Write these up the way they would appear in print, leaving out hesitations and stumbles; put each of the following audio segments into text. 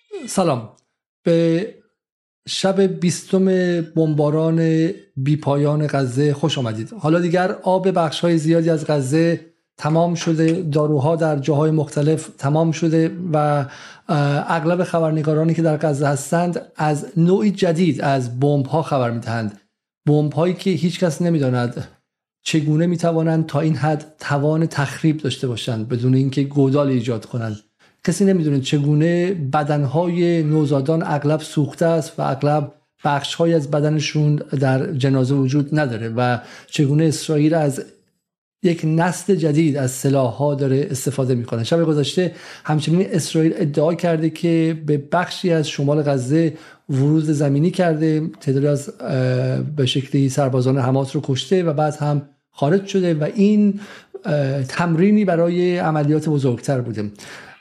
سلام. به شب 20 بمباران بیپایان غزه خوش آمدید. حالا دیگر آب بخش‌های زیادی از غزه تمام شده، داروها در جاهای مختلف تمام شده و اغلب خبرنگارانی که در غزه هستند از نوعی جدید از بمب‌ها خبر می‌دهند. بمب‌هایی که هیچ کس نمی‌داند چگونه می‌توانند تا این حد توان تخریب داشته باشند بدون اینکه گودال ایجاد کنند. کسی نمیدونه چگونه بدنهای نوزادان اغلب سوخته است و اغلب بخش‌های از بدنشون در جنازه وجود نداره و چگونه اسرائیل از یک نسل جدید از سلاح‌ها داره استفاده میکنه. شب گذشته همچنین اسرائیل ادعا کرده که به بخشی از شمال غزه ورود زمینی کرده، تعدادی از به شکلی سربازان حماس رو کشته و بعد هم خارج شده و این تمرینی برای عملیات بزرگتر بوده.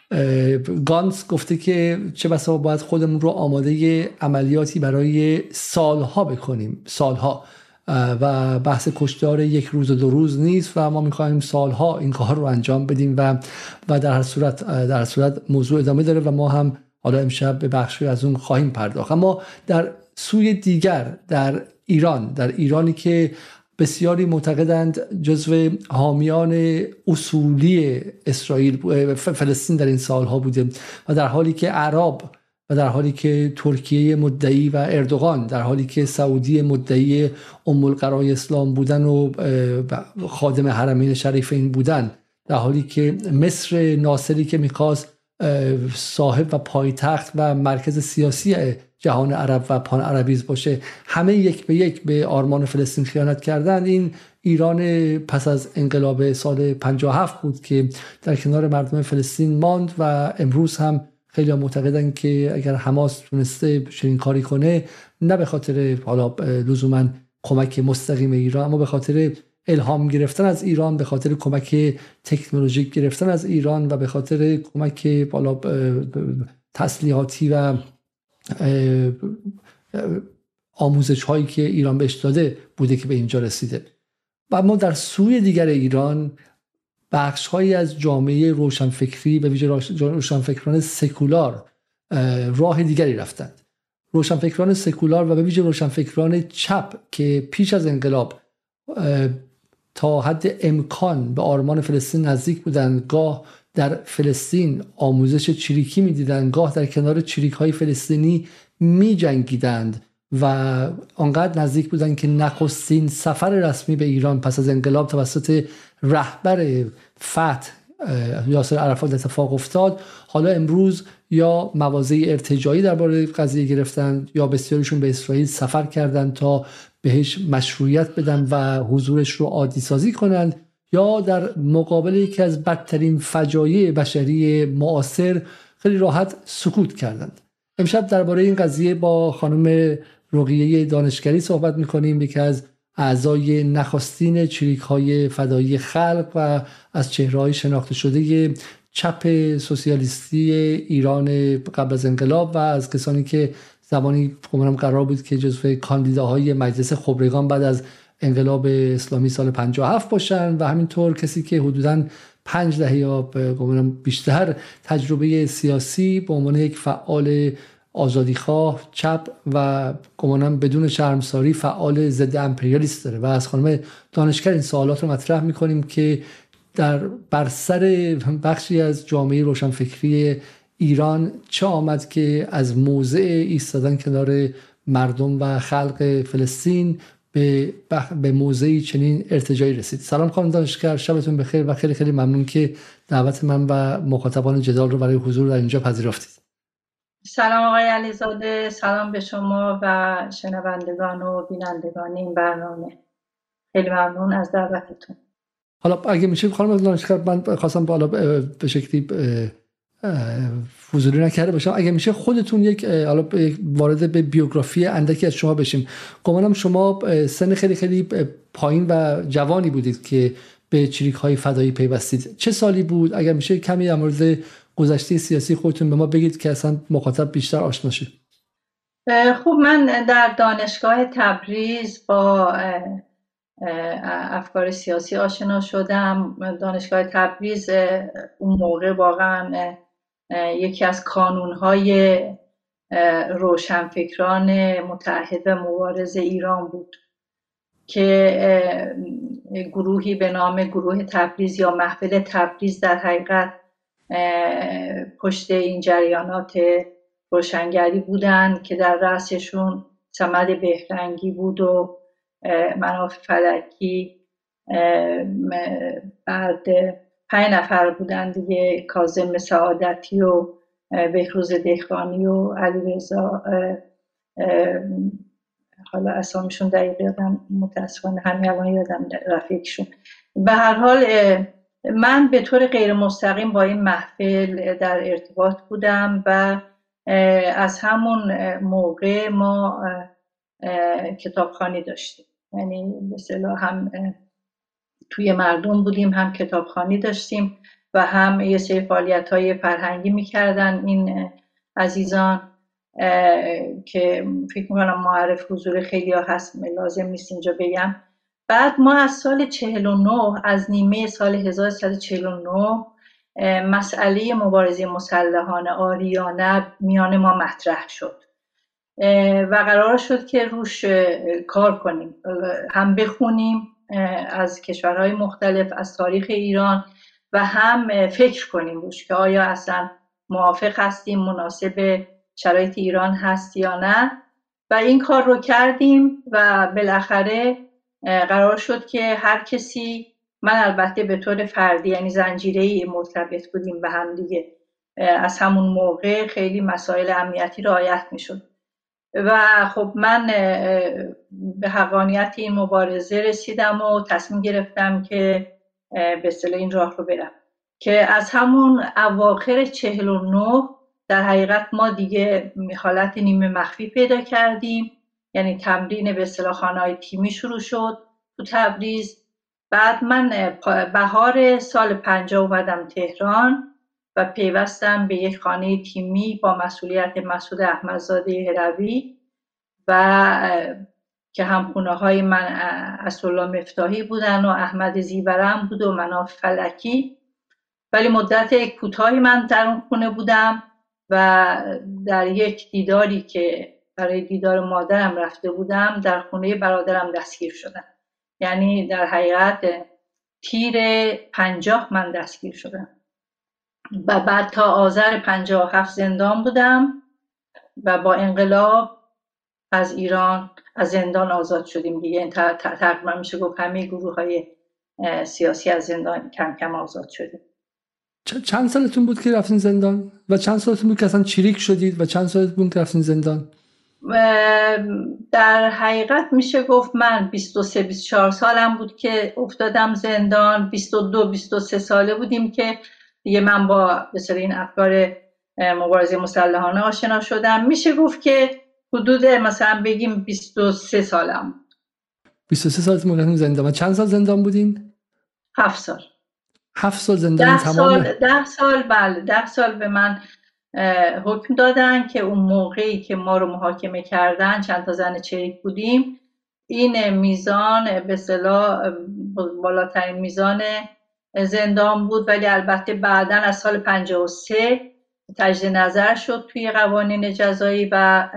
گانس گفته که چه بسا باید خودمون رو آماده عملیاتی برای سالها بکنیم، سالها، و بحث کشتار یک روز و 2 روز نیست و ما میخوایم سالها این کار رو انجام بدیم و در هر صورت موضوع ادامه داره و ما هم حالا امشب به بخشی از اون خواهیم پرداخت. اما در سوی دیگر در ایرانی که بسیاری معتقدند جزو حامیان اصولی اسرائیل فلسطین در این سالها بوده و در حالی که عرب و در حالی که ترکیه مدعی و اردوغان، در حالی که سعودی مدعی ام القرای اسلام بودن و خادم حرمین شریفین بودن، در حالی که مصر ناصری که میخواست صاحب و پایتخت و مرکز سیاسی جهان عرب و پان عربیز باشه، همه یک به یک به آرمان فلسطین خیانت کردن. این ایران پس از انقلاب سال 57 بود که در کنار مردم فلسطین ماند و امروز هم خیلی معتقدن که اگر حماس تونسته چنین کاری کنه، نه به خاطر حالا لزوما کمک مستقیم ایران، اما به خاطر الهام گرفتن از ایران، به خاطر کمک تکنولوژیک گرفتن از ایران و به خاطر کمک بالا تسلیحاتی و آموزش هایی که ایران بهش داده بوده که به اینجا رسیده. و اما در سوی دیگر ایران بخش هایی از جامعه روشنفکری و ویژه روشنفکران سکولار راه دیگری رفتند. روشنفکران سکولار و به ویژه روشنفکران چپ که پیش از انقلاب تا حد امکان به آرمان فلسطین نزدیک بودند، گاه در فلسطین آموزش چریکی میدیدند، گاه در کنار چریک های فلسطینی می جنگیدند و آنقدر نزدیک بودند که نخستین سفر رسمی به ایران پس از انقلاب توسط رهبر فتح یاسر عرفات اتفاق افتاد. حالا امروز یا مواضع ارتجاعی درباره قضیه گرفتند یا بسیاریشون به اسرائیل سفر کردند تا بهش مشروعیت بدن و حضورش رو عادی سازی کنند، یا در مقابل یکی از بدترین فجایع بشری معاصر خیلی راحت سکوت کردند. امشب درباره این قضیه با خانم رقیه دانشگری صحبت می‌کنیم، یکی از اعضای نخستین چریک‌های فدایی خلق و از چهره‌های شناخته شده چپ سوسیالیستی ایران قبل از انقلاب و از کسانی که زمانی قرار بود که جزو کاندیداهای مجلس خبرگان بعد از انقلاب اسلامی سال 57 باشن و همینطور کسی که حدوداً 5 دهه یا بیشتر تجربه سیاسی به عنوان یک فعال آزادیخواه چپ و گمانم بدون شرمساری فعال ضد امپریالیست داره و از خانم دانشگر این سوالات رو مطرح میکنیم که بر سر بخشی از جامعه روشنفکری ایران چه آمد که از موضع ایستادن کنار مردم و خلق فلسطین به موضعی چنین ارتجاعی رسید. سلام خانم دانشگر، شبتون بخیر و خیلی خیلی ممنون که دعوت من و مخاطبان جدال رو برای حضور در اینجا پذیرفتید. سلام آقای علیزاده، سلام به شما و شنوندگان و بینندگان این برنامه. خیلی ممنون از دعوتتون. حالا اگه میشه خانم دانشگر، من خواستم بالا به شکلی فضولی نکرده باشم، اگه میشه خودتون یک حالا وارد به بیوگرافی اندکی از شما بشیم. گمانم شما سن خیلی خیلی پایین و جوانی بودید که به چریک‌های فدایی پیوستید. چه سالی بود؟ اگر میشه کمی در مورد گذشته سیاسی خودتون به ما بگید که اصلا مخاطب بیشتر آشنا شه. خب من در دانشگاه تبریز با افکار سیاسی آشنا شدم. دانشگاه تبریز اون موقع واقعا یکی از کانونهای روشنفکران متحد و مبارز ایران بود که گروهی به نام گروه تبریز یا محفل تبریز در حقیقت پشت این جریانات روشنگری بودند که در رأسشون صمد بهرنگی بود و مناف فلکی، بعد 5 نفر بودن دیگه، کاظم سعادتی و بهروز دهقانی و علیرضا، حالا اسامیشون دقیق یادم متاسفانه همین الان یادم رفیقشون. به هر حال من به طور غیر مستقیم با این محفل در ارتباط بودم و از همون موقع ما کتابخوانی داشتیم، یعنی به اصطلاح هم توی مردم بودیم، هم کتابخوانی داشتیم و هم یه سری فعالیت‌های فرهنگی می‌کردن این عزیزان که فکر می‌کنم معرف حضور خیلی ها هست، لازم نیست اینجا بگم. بعد ما از سال 49، از نیمه سال 1349 مسئله مبارزه مسلحانه آریانه میان ما مطرح شد و قرار شد که روش کار کنیم، هم بخونیم از کشورهای مختلف از تاریخ ایران و هم فکر کنیم روش که آیا اصلا موافق هستیم، مناسب شرایط ایران هست یا نه. و این کار رو کردیم و بالاخره قرار شد که هر کسی، من البته به طور فردی یعنی زنجیره‌ای مرتبط بودیم به هم دیگه، از همون موقع خیلی مسائل امنیتی رعایت میشد و خب من به حقانیت این مبارزه رسیدم و تصمیم گرفتم که به اصطلاح این راه رو برم که از همون اواخر 49 در حقیقت ما دیگه حالت نیمه مخفی پیدا کردیم، یعنی تمرین به اصطلاح خانه‌های تیمی شروع شد تو تبریز. بعد من بهار سال 50 اومدم تهران و پیوستم به یک خانه تیمی با مسئولیت مسعود احمدزاده هروی و که همخونه‌های من اسدالله مفتاحی بودن و احمد زیورم بود و مناف فلکی. ولی مدت کوتاهی من در اون خونه بودم و در یک دیداری که برای دیدار مادرم رفته بودم در خونه برادرم دستگیر شدم، یعنی در حقیقت تیر 50 من دستگیر شدم و بعد تا آذر 57 زندان بودم و با انقلاب از ایران از زندان آزاد شدیم دیگه. تقریبا میشه گفت همه گروه‌های سیاسی از زندان کم کم آزاد شدیم. چند سالتون بود که رفتین زندان و چند سالتون بود که اصلا چریک شدید و چند سالتون بود که رفتین زندان؟ در حقیقت میشه گفت من 23-24 سالم بود که افتادم زندان. 22-23 ساله بودیم که دیگه من با بسیار این افکار مبارزه مسلحانه آشنا شدم. میشه گفت که حدود مثلا بگیم 23 سالم بود. 23 سالتون بود زندان و چند سال زندان بودین؟ 7 سال. 7 سال زندان تمام؟ 10 سال بله، 10 سال به من حکم دادن که اون موقعی که ما رو محاکمه کردن چند تا زن چریک بودیم، این میزان به اصطلاح بالاترین میزان زندان بود. ولی البته بعداً از سال 53 تجدید نظر شد توی قوانین جزایی و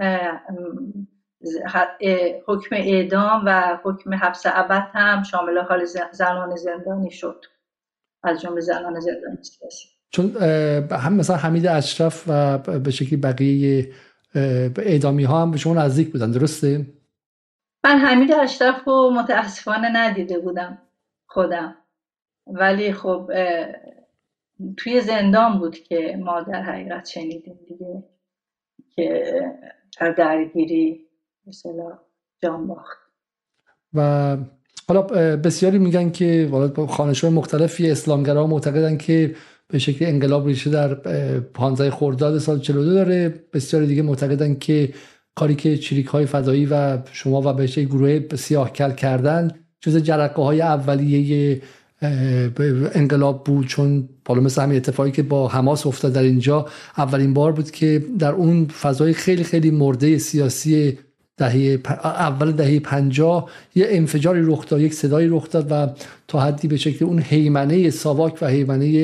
حکم اعدام و حکم حبس ابد هم شامل حال زنان زندانی شد، از جمله زنان زندانی سیاسی. چون هم مثلا حمید اشرف و به شکلی بقیه اعدامی ها هم به شما نزدیک بودن، درسته؟ من حمید اشرف رو متاسفانه ندیده بودم خودم، ولی خب توی زندان بود که ما در حقیقت شنیدیم دیگه که در درگیری مثلا جان باخت. و حالا بسیاری میگن که خوانش‌های مختلفی اسلامگرا معتقدن که به شکل انقلاب ریشه در 15 خرداد سال 42 داره. بسیاری دیگه معتقدن که کاری که چریک‌های فدایی و شما و به شکل گروه سیاه کل کردن جز جرقه‌های اولیه انقلاب بود، چون بالا مثل همین اتفاقی که با حماس افتاد در اینجا اولین بار بود که در اون فضای خیلی خیلی مرده سیاسی اول دهه 50 یه انفجاری رخ داد، یک صدایی رخ داد و تا حدی به شکل اون هیمنه ساواک و هیمنه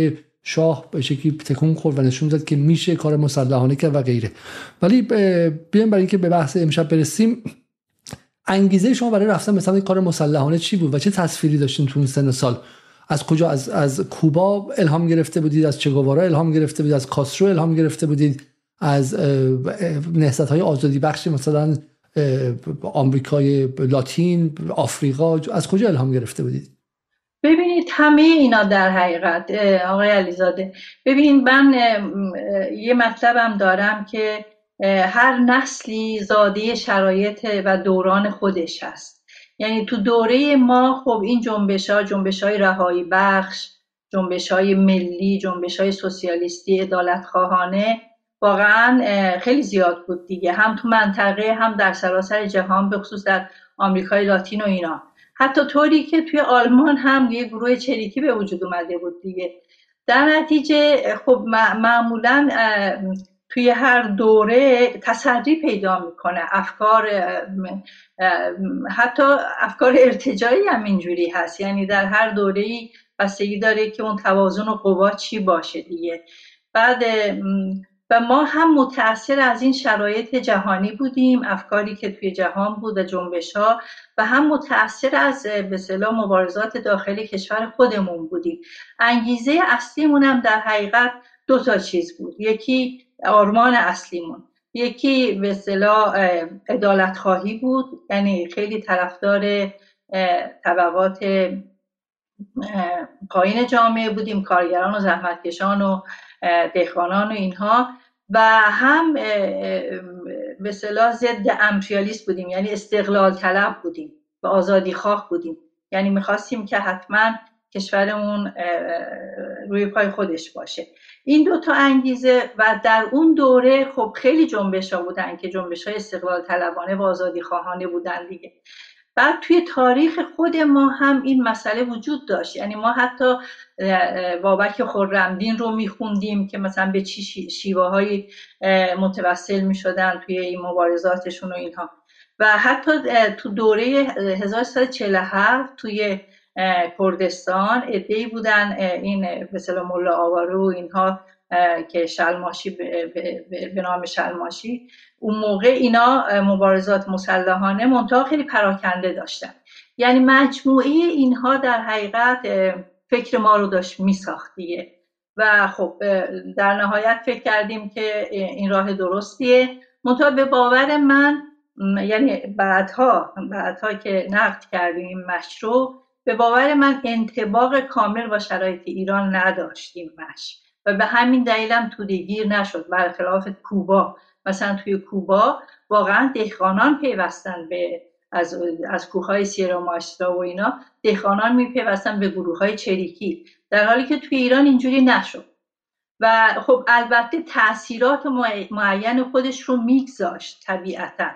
شاه به شکلی تکون خورد و نشون داد که میشه کار مسلحانه کرد و غیره. ولی بیایم برای اینکه به بحث امشب برسیم، انگیزه شما برای رفتن به سمت کار مسلحانه چی بود و چه تصویری داشتین تو اون سن و سال؟ از کجا؟ از کوبا الهام گرفته بودید؟ از چگوارا الهام گرفته بودید؟ از کاسترو الهام گرفته بودید؟ از نهضت‌های آزادی بخش مثلا آمریکای لاتین، آفریقا، از کجا الهام گرفته بودید؟ ببینید همه اینا در حقیقت آقای علیزاده، ببینید من یه مطلبم دارم که هر نسلی زاده شرایط و دوران خودش هست. یعنی تو دوره ما خب این جنبش‌های رهایی بخش، جنبش‌های ملی، جنبش‌های سوسیالیستی عدالت‌خواهانه واقعا خیلی زیاد بود دیگه، هم تو منطقه هم در سراسر جهان، به خصوص در آمریکای لاتین و اینا. حتی طوری که توی آلمان هم یه گروه چریکی به وجود اومده بود دیگه. در نتیجه خب معمولا توی هر دوره تسری پیدا میکنه افکار، حتی افکار ارتجاعی هم اینجوری هست. یعنی در هر دوره‌ای بستگی داره که اون توازن و قوا چی باشه دیگه. بعد و ما هم متأثر از این شرایط جهانی بودیم، افکاری که توی جهان بود و جنبش‌ها، و هم متأثر از به اصطلاح مبارزات داخلی کشور خودمون بودیم. انگیزه اصلیمون هم در حقیقت دو تا چیز بود. یکی آرمان اصلیمون، یکی به اصطلاح عدالت خواهی بود، یعنی خیلی طرفدار طبقات پایین جامعه بودیم، کارگران و زحمتکشان و دهقانان و اینها، و هم به اصطلاح ضد امپریالیست بودیم، یعنی استقلال طلب بودیم و آزادی خواه بودیم. یعنی میخواستیم که حتما کشورمون روی پای خودش باشه. این دو تا انگیزه. و در اون دوره خب خیلی جنبش‌ها بودن که جنبش‌های استقلال طلبانه و آزادی خواهانه بودن دیگه. بعد توی تاریخ خود ما هم این مسئله وجود داشت. یعنی ما حتی بابک خرمدین رو میخوندیم که مثلا به چی شیوه‌هایی متوسل میشدن توی این مبارزاتشون و اینها. و حتی تو دوره 1347 توی کردستان عده‌ای بودن، این مثلا ملا آوارو و اینها که شلماشی به نام شلماشی، اون موقع اینا مبارزات مسلحانه منتها خیلی پراکنده داشتن. یعنی مجموعه اینها در حقیقت فکر ما رو داشت میساخت دیگه. و خب در نهایت فکر کردیم که این راه درستیه. منتها به باور من، یعنی بعدها که نقد کردیم این مشروع، به باور من انطباق کامل با شرایط ایران نداشتیم و به همین دلیلم توده‌گیر نشد. برخلاف کوبا، مثلا توی کوبا واقعا دهقانان پیوستن به از کوههای سیرا ماسترا و اینا، دهقانان میپیوستن به گروه‌های چریکی، در حالی که توی ایران اینجوری نشد. و خب البته تأثیرات معین خودش رو میگذاشت طبیعتاً.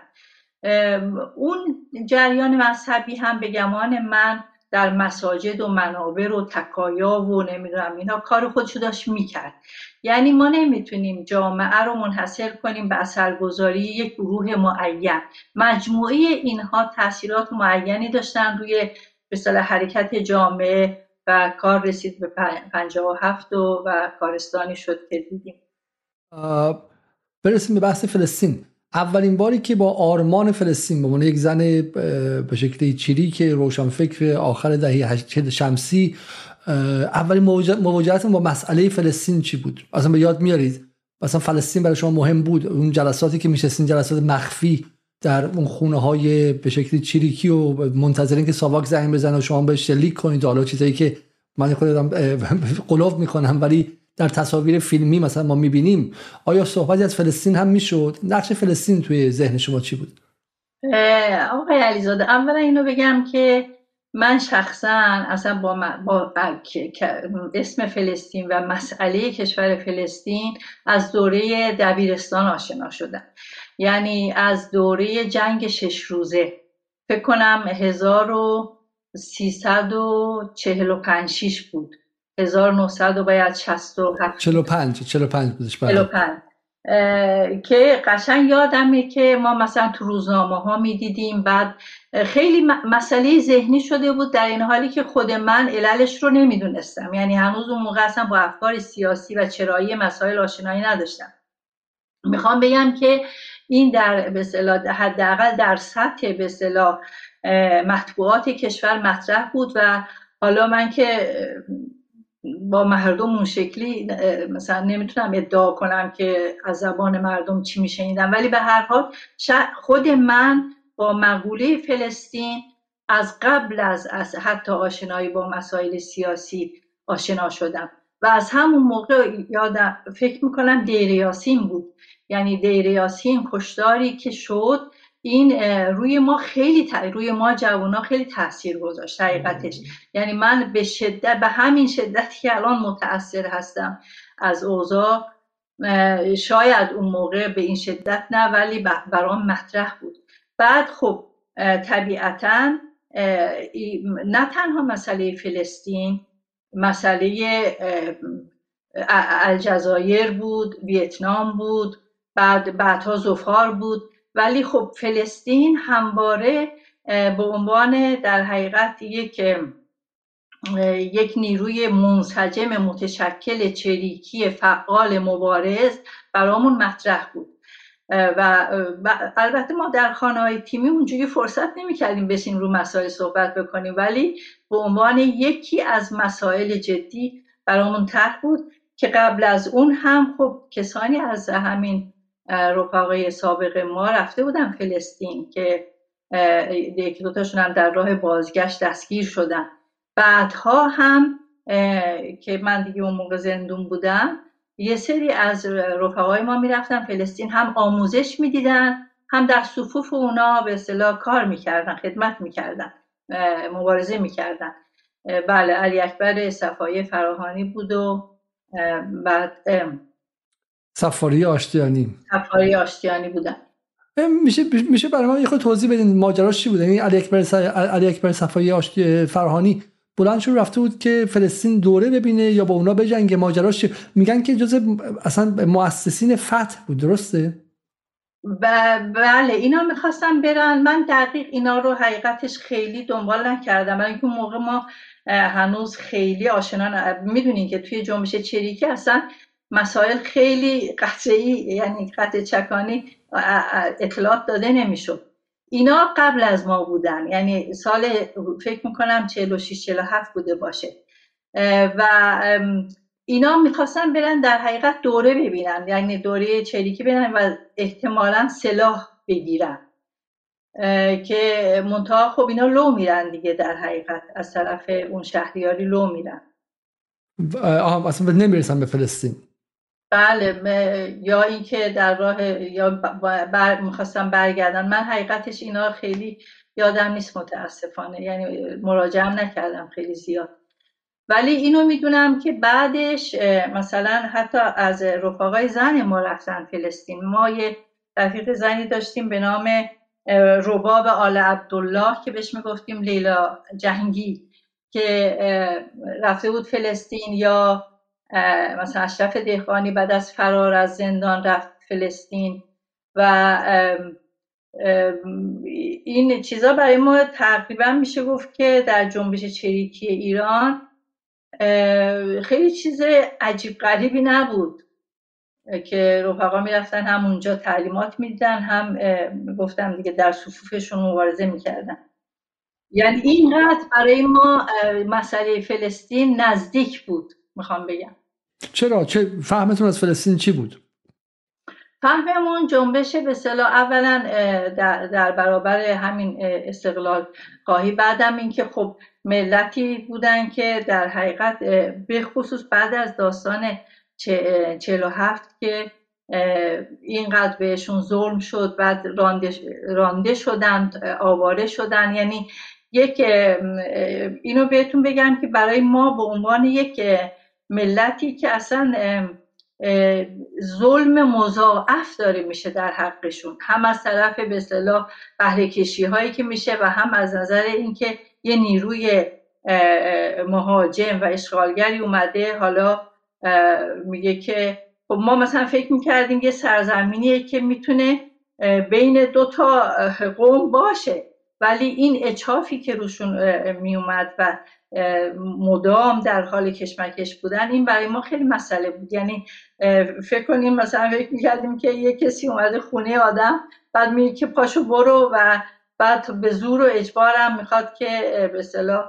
اون جریان مذهبی هم به گمان من در مساجد و منابر و تکایا و نمیدونم اینا کار خودشو داشت میکرد. یعنی ما نمیتونیم جامعه رو منحصر کنیم به اثرگذاری یک گروه معین. مجموعه اینها تأثیرات معینی داشتن روی به اصطلاح حرکت جامعه و کار رسید به 57 و کارستانی شد که دیدیم. برسیم به بحث فلسطین. اولین باری که با آرمان فلسطین به عنوان یک زن به شکلی چریک روشنفکر آخر دهه 80 شمسی، اولین مواجهتون با مسئله فلسطین چی بود؟ اصلا به یاد میارید؟ مثلا فلسطین برای شما مهم بود؟ اون جلساتی که میشستین، جلسات مخفی در اون خونه های به شکلی چریکی و منتظرین که ساواک زنگ بزنه و شما بهش شلیک کنید، حالا چیزایی که من خودم قلوف میکنم ولی در تصاویر فیلمی مثلا ما میبینیم، آیا صحبتی از فلسطین هم میشد؟ نقش فلسطین توی ذهن شما چی بود؟ آقای علیزاده، اولا اینو بگم که من شخصا اصلا با اسم فلسطین و مسئله کشور فلسطین از دوره دبیرستان آشنا شدم. یعنی از دوره جنگ 6 روزه، فکر کنم 1345 بود، 1967 45 بودش. 45 که قشنگ یادمه که ما مثلا تو روزنامه ها میدیدیم. بعد خیلی مسئله ذهنی شده بود، در این حالی که خود من عللش رو نمیدونستم. یعنی هنوز اون موقع اصلا با افکار سیاسی و چرایی مسائل آشنایی نداشتم. میخوام بگم که این در به اصطلاح حداقل در سطح به اصطلاح مطبوعات کشور مطرح بود و حالا من که با مردم اون شکلی مثلا نمیتونم ادعا کنم که از زبان مردم چی میشنیدم، ولی به هر حال خود من با مقوله فلسطین از قبل از حتی آشنایی با مسائل سیاسی آشنا شدم و از همون موقع یادم فکر میکنم دیر یاسین بود. یعنی دیر یاسین کشتاری که شد این روی ما روی ما جوانا خیلی تاثیر گذاشت حقیقتش. یعنی من به شدت، به همین شدتی که الان متاثر هستم از اوضاع، شاید اون موقع به این شدت نه، ولی برام مطرح بود. بعد خب طبیعتاً نه تنها مسئله فلسطین، مسئله الجزایر بود، ویتنام بود، بعدها ظفار بود، ولی خب فلسطین همواره به عنوان در حقیقت یک نیروی منسجم متشکل چریکی فعال مبارز برامون مطرح بود. و البته ما در خانه‌های تیمی اونجوری فرصت نمی‌کردیم بشیم رو مسائل صحبت بکنیم، ولی به عنوان یکی از مسائل جدی برامون طرح بود که قبل از اون هم خب کسانی از همین رفقای سابق ما رفته بودن فلسطین که یکی دوتاشون هم در راه بازگشت دستگیر شدن. بعدها هم که من دیگه اون موقع زندون بودم، یه سری از رفقای ما میرفتن فلسطین، هم آموزش میدیدن، هم در صفوف اونا به اصطلاح کار میکردن، خدمت میکردن، مبارزه میکردن. بله، علی اکبر صفایی فراهانی بود و بعد صفاری آشتیانی بودن. میشه برای ما یه خود توضیح بدین ماجراش چی بود؟ یعنی علی اکبر صفایی فراهانی بلند شد رفته بود که فلسطین دوره ببینه یا با اونا بجنگه؟ ماجراش چی؟ میگن که جزء اصلا مؤسسین فتح بود، درسته؟ بله، اینا میخواستن برن. من دقیق اینا رو حقیقتش خیلی دنبال نکردم، ولی اون موقع ما هنوز خیلی آشنا میدونین که توی جنبش چریکی اصلا مسائل خیلی قطعی، یعنی قطع چکانی اطلاعات داده نمیشد. اینا قبل از ما بودن، یعنی سال فکر میکنم 46-47 بوده باشه و اینا میخواستن برن در حقیقت دوره ببینن، یعنی دوره چریکی ببینن و احتمالاً سلاح بگیرن که منتها خب اینا لو میرن دیگه، در حقیقت از طرف اون شهریاری لو میرن. اصلا نمیرسن به فلسطین. بله، یا اینکه در راه یا میخواستن برگردن. من حقیقتش اینا خیلی یادم نیست متاسفانه، یعنی مراجعه نکردم خیلی زیاد، ولی اینو میدونم که بعدش مثلا حتی از رفقای زن ما رفتن فلسطین. ما یه رفیق زنی داشتیم به نام رباب آل عبدالله که بهش میگفتیم لیلا جنگی، که رفته بود فلسطین، یا مثلا اشرف دهقانی بعد از فرار از زندان رفت فلسطین و این چیزا برای ما تقریبا میشه گفت که در جنبش چریکی ایران خیلی چیز عجیب غریبی نبود که رفقا میرفتن هم اونجا تعلیمات میدیدن، هم گفتم دیگه در صفوفشون مبارزه میکردن. یعنی اینقدر برای ما مسئله فلسطین نزدیک بود. میخوام بگم چرا؟ فهمتون از فلسطین چی بود؟ فهممون جنبش به اصطلاح اولا در برابر همین استقلال خواهی، بعدم این که خب ملتی بودن که در حقیقت به خصوص بعد از داستان 47 که اینقدر بهشون ظلم شد، بعد رانده شدن، آواره شدن. یعنی اینو بهتون بگم که برای ما به عنوان یک ملتی که اصلا ظلم مضاعف داره میشه در حقشون، هم از طرف به اصطلاح بهره کشی هایی که میشه و هم از نظر اینکه یه نیروی مهاجم و اشغالگری اومده حالا میگه که خب ما مثلا فکر میکردیم یه سرزمینیه که میتونه بین دو تا قوم باشه، ولی این اچافی که روشون میومد و مدام در حال کشمکش بودن، این برای ما خیلی مسئله بود. یعنی فکر کنیم مثلا فکر میکردیم که یه کسی اومده خونه آدم، بعد میگه که پاشو برو و بعد به زور و اجبار هم میخواد که به اصطلاح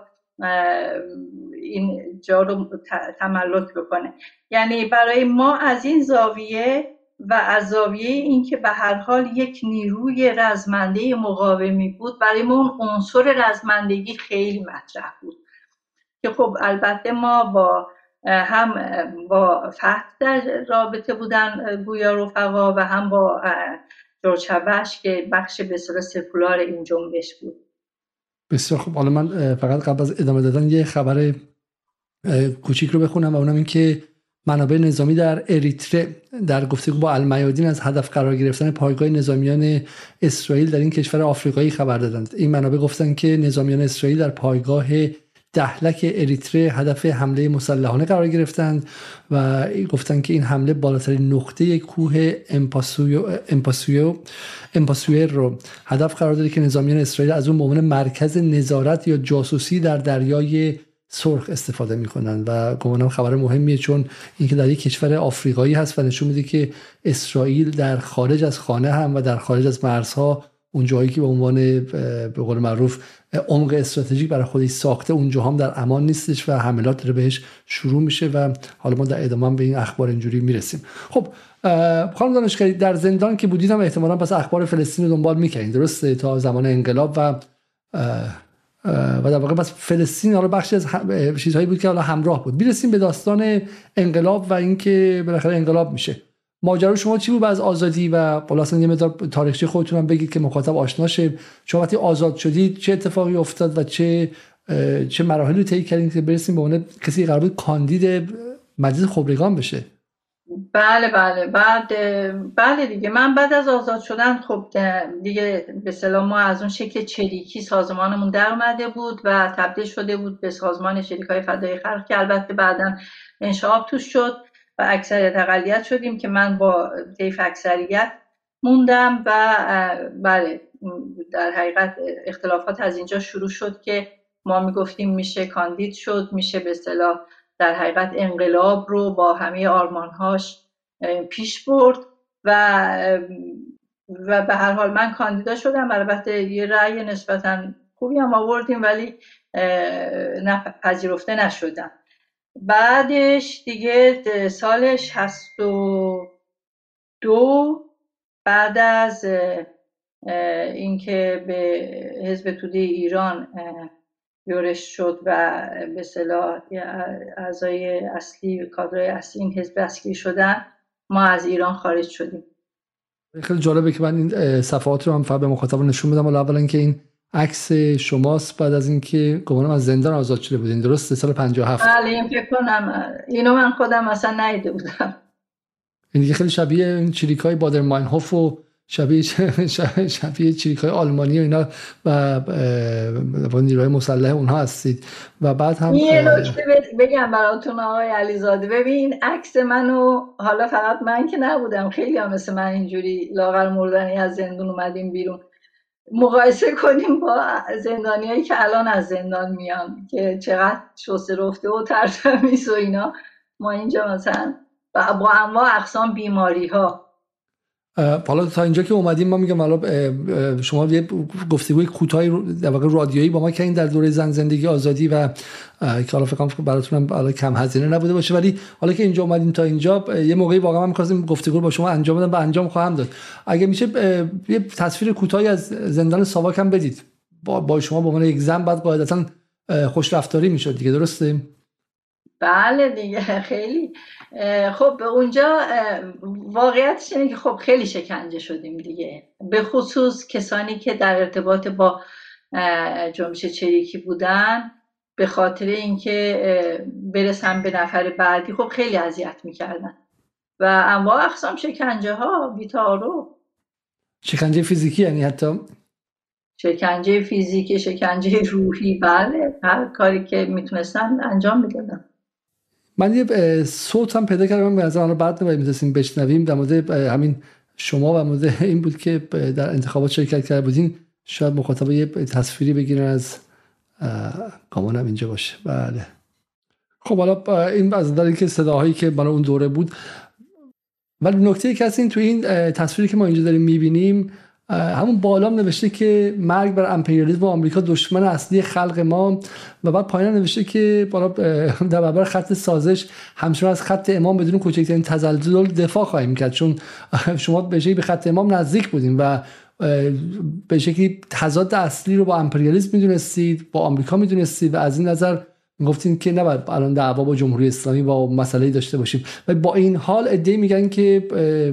این جا رو تملک بکنه. یعنی برای ما از این زاویه و از زاویه این که به هر حال یک نیروی رزمنده مقاومی بود، برای ما اون عنصر رزمندگی خیلی مطرح بود که خب البته ما با هم با فتح در رابطه بودن گویا رفقا و هم با جورج هوش که بخش به اصطلاح سکولار این جنبش بود. بسیار خب. حالا من فقط قبل از ادامه دادن یه خبر کوچیک رو بخونم و اونم این که منابع نظامی در اریتره در گفتگو با المیادین از هدف قرار گرفتن پایگاه نظامیان اسرائیل در این کشور آفریقایی خبر دادند. این منابع گفتند که نظامیان اسرائیل در پایگاه دهلک اریتره هدف حمله مسلحانه قرار گرفتند و گفتند که این حمله بالاترین نقطه کوه امپاسویر رو هدف قرار داده که نظامیان اسرائیل از اون به عنوان مرکز نظارت یا جاسوسی در دریای سرخ استفاده میکنن و گمانم خبر مهمیه، چون اینکه در یک کشور آفریقایی هست و نشون میده که اسرائیل در خارج از خانه هم و در خارج از مرزها اون جایی که به عنوان به قول معروف عمق استراتژیک برای خودش ساخته اونجا هم در امان نیستش و حملات داره بهش شروع میشه و حالا ما در ادامه به این اخبار اینجوری میرسیم. خب خانم دانشگری، در زندان که بودید هم احتمالاً پس اخبار فلسطین رو دنبال میکنید، درسته؟ تا زمان انقلاب و در واقع بس فلسطین حالا بخشی از چیزهایی بود که حالا همراه بود. میرسیم به داستان انقلاب و اینکه بالاخره انقلاب میشه. ماجرا شما چی بود از آزادی و خلاصا یه مقدار تاریخچه خودتون هم بگید که مخاطب آشنا شه. شما وقتی آزاد شدید چه اتفاقی افتاد و چه مراحلی طی کردید که برسیم به اون کسی قرار بود کاندید مجلس خبرگان بشه؟ بله دیگه، من بعد از آزاد شدن خب دیگه به اصطلاح ما از اون شکل چریکی سازمانمون در اومده بود و تبدیل شده بود به سازمان چریک‌های فدای خلق که البته بعداً انشعاب توش شد و اکثریت اقلیت شدیم که من با طیف اکثریت موندم و بله در حقیقت اختلافات از اینجا شروع شد که ما میگفتیم میشه کاندید شد، میشه به اصطلاح در حقیقت انقلاب رو با همه آرمانهاش پیش برد و به هر حال من کاندیدا شدم. البته یه رأی نسبتاً خوبی هم آوردیم ولی پذیرفته نشدم. بعدش دیگه سال 62 بعد از اینکه به حزب توده ایران یورش شد و به اصطلاح اعضای اصلی کادرهای اصلی این حزب اسکی شدن، ما از ایران خارج شدیم. خیلی جالبه که من این صفحات رو هم فقط به مخاطب نشون بدم. اولا که این عکس شماست بعد از اینکه گمانم از زندان آزاد شده بودین، درسته؟ سال 57. بله این فکر کنم اینو من خودم اصلا ندیده بودم. این دیگه خیلی شبیه این چریکای بادرماینهوف و شبیه چریکای آلمانی و اینا و نیروهای مسلح اونها هستید. و بعد هم یه نکته بگم براتون آقای علیزاده، ببین عکس منو حالا فقط من که نبودم، خیلی هم مثل من اینجوری لاغر مردنی از زندان اومدیم بیرون، مقایسه کنیم با زندانیایی که الان از زندان میان که چقدر شسته رفته و ترتمیز و اینا. ما اینجا مثلا با انواع اقسام بیماری ها. حالا تا اینجا که اومدیم ما میگم حالا شما یه گفتگوی کوتاهی در واقع رادیویی با ما کردین در دوره زن زندگی آزادی و که حالا فکر کنم براتون حالا کم هزینه نبوده باشه، ولی حالا که اینجا اومدیم تا اینجا یه موقعی واقعا من می‌خواستم گفتگو با شما انجام بدم و انجام خواهم داد. اگه میشه یه تصویر کوتاهی از زندان ساواک هم بدید. با شما به عنوان یک زن بعد قاعدتاً خوش رفتاری میشد دیگه، درسته؟ بله دیگه خیلی. خب اونجا واقعیتش اینه که خب خیلی شکنجه شدیم دیگه، به خصوص کسانی که در ارتباط با جنبش چریکی بودن، به خاطر اینکه برسن به نفر بعدی خب خیلی اذیت میکردن و انواع اقسام شکنجه ها بی‌تعارف. شکنجه فیزیکی یعنی حتی شکنجه فیزیکی، شکنجه روحی، بله هر کاری که میتونستن انجام میدادن. من یه صوت هم پیدا کردم به نظر من بعد می‌رسیم بشنویم در مورد همین شما و مورد این بود که در انتخابات شرکت کرده بودین، شاید مخاطبا یه تصویری بگیرن از گامانم اینجا باشه. بله خب حالا این از نظر اینکه صداهایی که برای اون دوره بود، ولی نکته که هست تو این تصویری که ما اینجا داریم می‌بینیم همون بالام نوشته که مرگ بر امپریالیسم و آمریکا دشمن اصلی خلق ما، و بعد پایین نوشته که بالا در برابر خط سازش همچنان از خط امام بدون کوچکترین تزلزل دفاع خواهیم کرد، چون شما به شکلی به خط امام نزدیک بودیم و به شکلی تضاد اصلی رو با امپریالیسم میدونستید، با آمریکا میدونستید و از این نظر گفتین که نباید الان دعوا با جمهوری اسلامی و مسئله داشته باشیم. و با این حال ادعی میگن که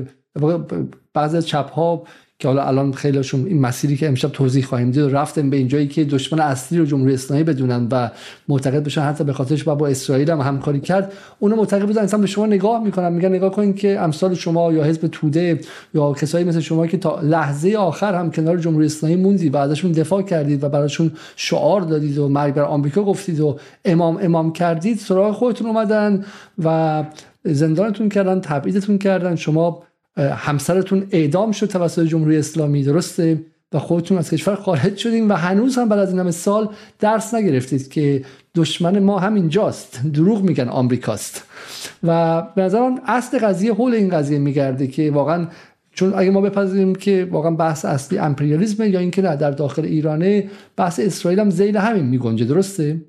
بعضی از چپ ها که حالا الان خیلیشون این مسیری که امشب توضیح خواهیم دید رفتن به اینجایی که دشمن اصلی رو جمهوری اسلامی بدونن و معتقد بشن حتی به خاطرش با اسرائیل هم همکاری کرد. اونا معتقد بودن اصلا به شما نگاه میکنن، میگن نگاه کنین که امثال شما یا حزب توده یا کسایی مثل شما که تا لحظه آخر هم کنار جمهوری اسلامی موندید و ازشون دفاع کردید و براشون شعار دادید و مرگ بر آمریکا گفتید و امام کردید، سراغ خودتون اومدن و زندانتون کردن، تبعیدتون کردن، شما همسرتون اعدام شد توسط جمهوری اسلامی، درسته؟ و خودتون از کشور خارج شدین و هنوز هم بعد از این همه سال درس نگرفتید که دشمن ما همینجاست، دروغ میگن آمریکاست. و به نظر من اصل قضیه حول این قضیه میگرده که واقعا، چون اگه ما بپذیریم که واقعا بحث اصلی امپریالیسمه یا اینکه نه در داخل ایرانه، بحث اسرائیل هم ذیل همین میگنجه، درسته؟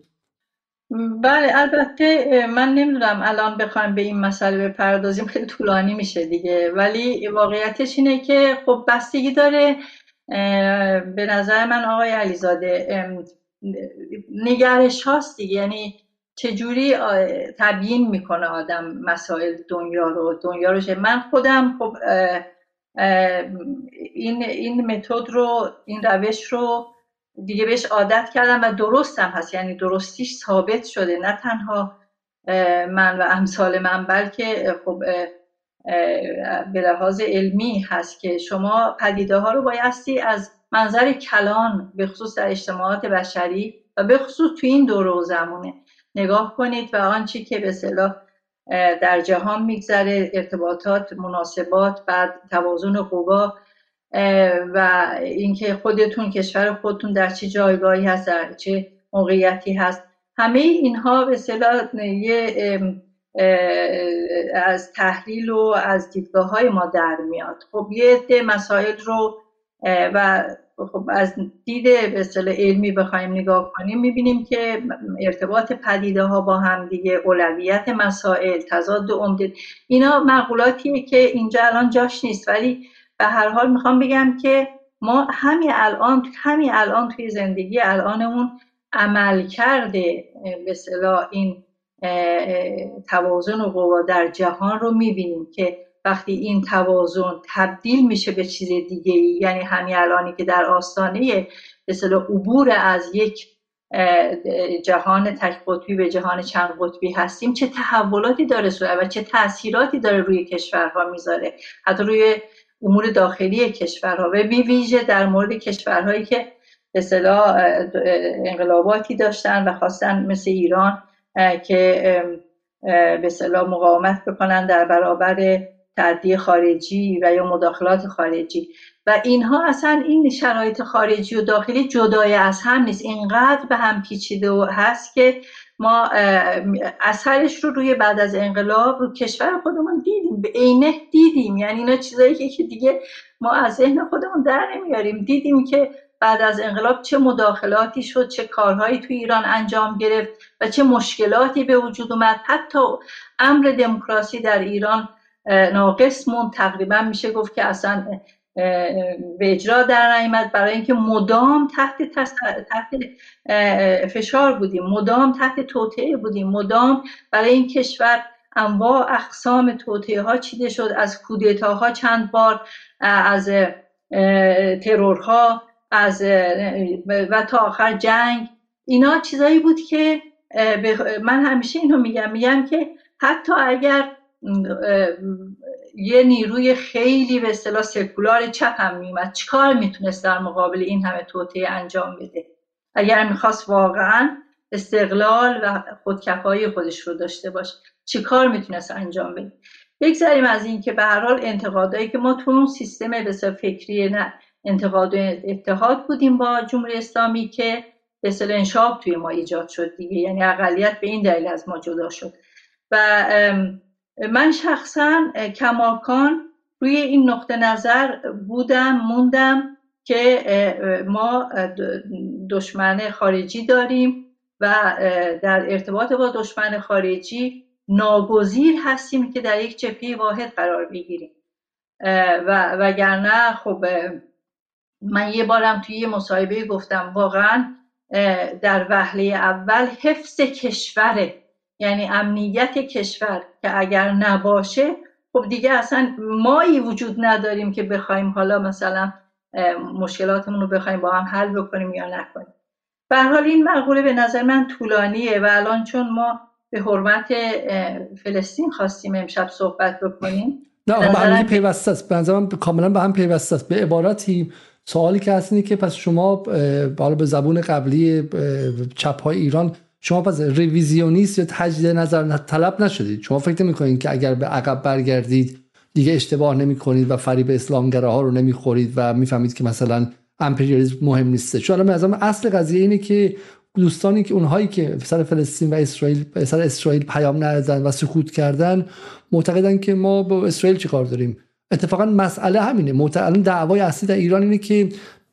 بله البته من نمیدونم الان بخوایم به این مسئله بپردازیم خیلی طولانی میشه دیگه، ولی واقعیتش اینه که خب بستگی داره به نظر من آقای علیزاده نگرش هاست دیگه، یعنی چجوری تبیین میکنه آدم مسائل دنیا رو. من خودم خب این متد رو، این روش رو دیگه بهش عادت کردم و درست هم هست، یعنی درستیش ثابت شده، نه تنها من و امثال من بلکه خب به لحاظ علمی هست که شما پدیده ها رو بایستی از منظر کلان به خصوص در اجتماعات بشری و به خصوص تو این دوره و زمانه نگاه کنید و آنچه که به اصطلاح در جهان میگذره، ارتباطات، مناسبات، بعد توازن قوا و اینکه خودتون، کشور خودتون در چه جایگاهی هست، در چه موقعیتی هست، همه اینها به اصطلاح از تحلیل و از دیدگاه‌های ما در میاد. خب یه عده مسائل رو و خب از دید به اصطلاح علمی بخوایم نگاه کنیم میبینیم که ارتباط پدیده ها با هم دیگه، اولویت مسائل، تضاد عمده، اینا معقولاتیه که اینجا الان جاش نیست، ولی به هر حال میخوام بگم که ما همین الان توی زندگی الانمون عمل کرده به اصطلاح این توازن و قوا در جهان رو میبینیم که وقتی این توازن تبدیل میشه به چیز دیگه ای، یعنی همین الانی که در آستانه به اصطلاح عبور از یک جهان تک قطبی به جهان چند قطبی هستیم، چه تحولاتی داره و چه تأثیراتی داره روی کشورها میذاره، حتی روی امور داخلی کشورها و بی ویژه در مورد کشورهایی که به اصطلاح انقلاباتی داشتن و خواستن مثل ایران که به اصطلاح مقاومت بکنن در برابر تعدی خارجی و یا مداخلات خارجی و اینها. اصلا این شرایط خارجی و داخلی جدای از هم نیست، اینقدر به هم پیچیده و هست که ما اثرش رو روی بعد از انقلاب رو کشور خودمون دیدیم، به عینه دیدیم، یعنی اینا چیزایی که دیگه ما از ذهن خودمون در نمیاریم. دیدیم که بعد از انقلاب چه مداخلاتی شد، چه کارهایی تو ایران انجام گرفت و چه مشکلاتی به وجود اومد. حتی امر دموکراسی در ایران ناقص موند، تقریبا میشه گفت که اصلا به اجرا در نیامد، برای اینکه مدام تحت فشار بودیم، مدام تحت توطئه بودیم، مدام برای این کشور انواع اقسام توطئه ها چیده شد، از کودتاها چند بار، از ترورها، از و تا آخر جنگ. اینا چیزایی بود که من همیشه اینو میگم که حتی اگر یه نیروی خیلی به اصطلاح سکولار چپ هم میومد، چیکار میتونست در مقابل این همه توطئه انجام بده؟ اگر میخواست واقعا استقلال و خودکفایی خودش رو داشته باشه، چی کار میتونست انجام بده. بگذاریم از این که به هر حال انتقادایی که ما تو اون سیستم بسیار فکری نه انتقاد و اتحاد بودیم با جمهوری اسلامی که به اصطلاح انشاب توی ما ایجاد شد دیگه، یعنی اقلیت به این دلیل از ما جدا شد. و من شخصا کماکان روی این نقطه نظر موندم که ما دشمن خارجی داریم و در ارتباط با دشمن خارجی ناگزیر هستیم که در یک جبهه واحد قرار بگیریم و وگرنه خب من یه بارم توی یه مصاحبه گفتم واقعا در وهله اول حفظ کشوره، یعنی امنیت کشور که اگر نباشه خب دیگه اصلا مایی وجود نداریم که بخوایم حالا مثلا مشکلاتمون رو بخوایم با هم حل بکنیم یا نکنیم. به هر حال این مقوله به نظر من طولانیه و الان چون ما به حرمت فلسطین خواستیم امشب صحبت بکنیم نه به هم پیوسته است، به نظرم کاملا به هم پیوسته است. به عبارتی سوالی که هست اینه که پس شما بالا به زبون قبلی چپ‌های ایران شما پس ریویزیونیست یا تجدید نظر طلب نشدید؟ شما فکر نمی‌کنید که اگر به عقب برگردید دیگه اشتباه نمی‌کنید و فریب اسلامگراها رو نمی‌خورید و می‌فهمید که مثلا امپریالیسم مهم نیسته؟ چون به نظرم اصل قضیه اینه که دوستانی که اونهایی که سر فلسطین و اسرائیل پیام ندادن و سکوت کردن معتقدن که ما با اسرائیل چیکار داریم. اتفاقا مسئله همینه. معتقداً دعوای اصلی در ایران اینه که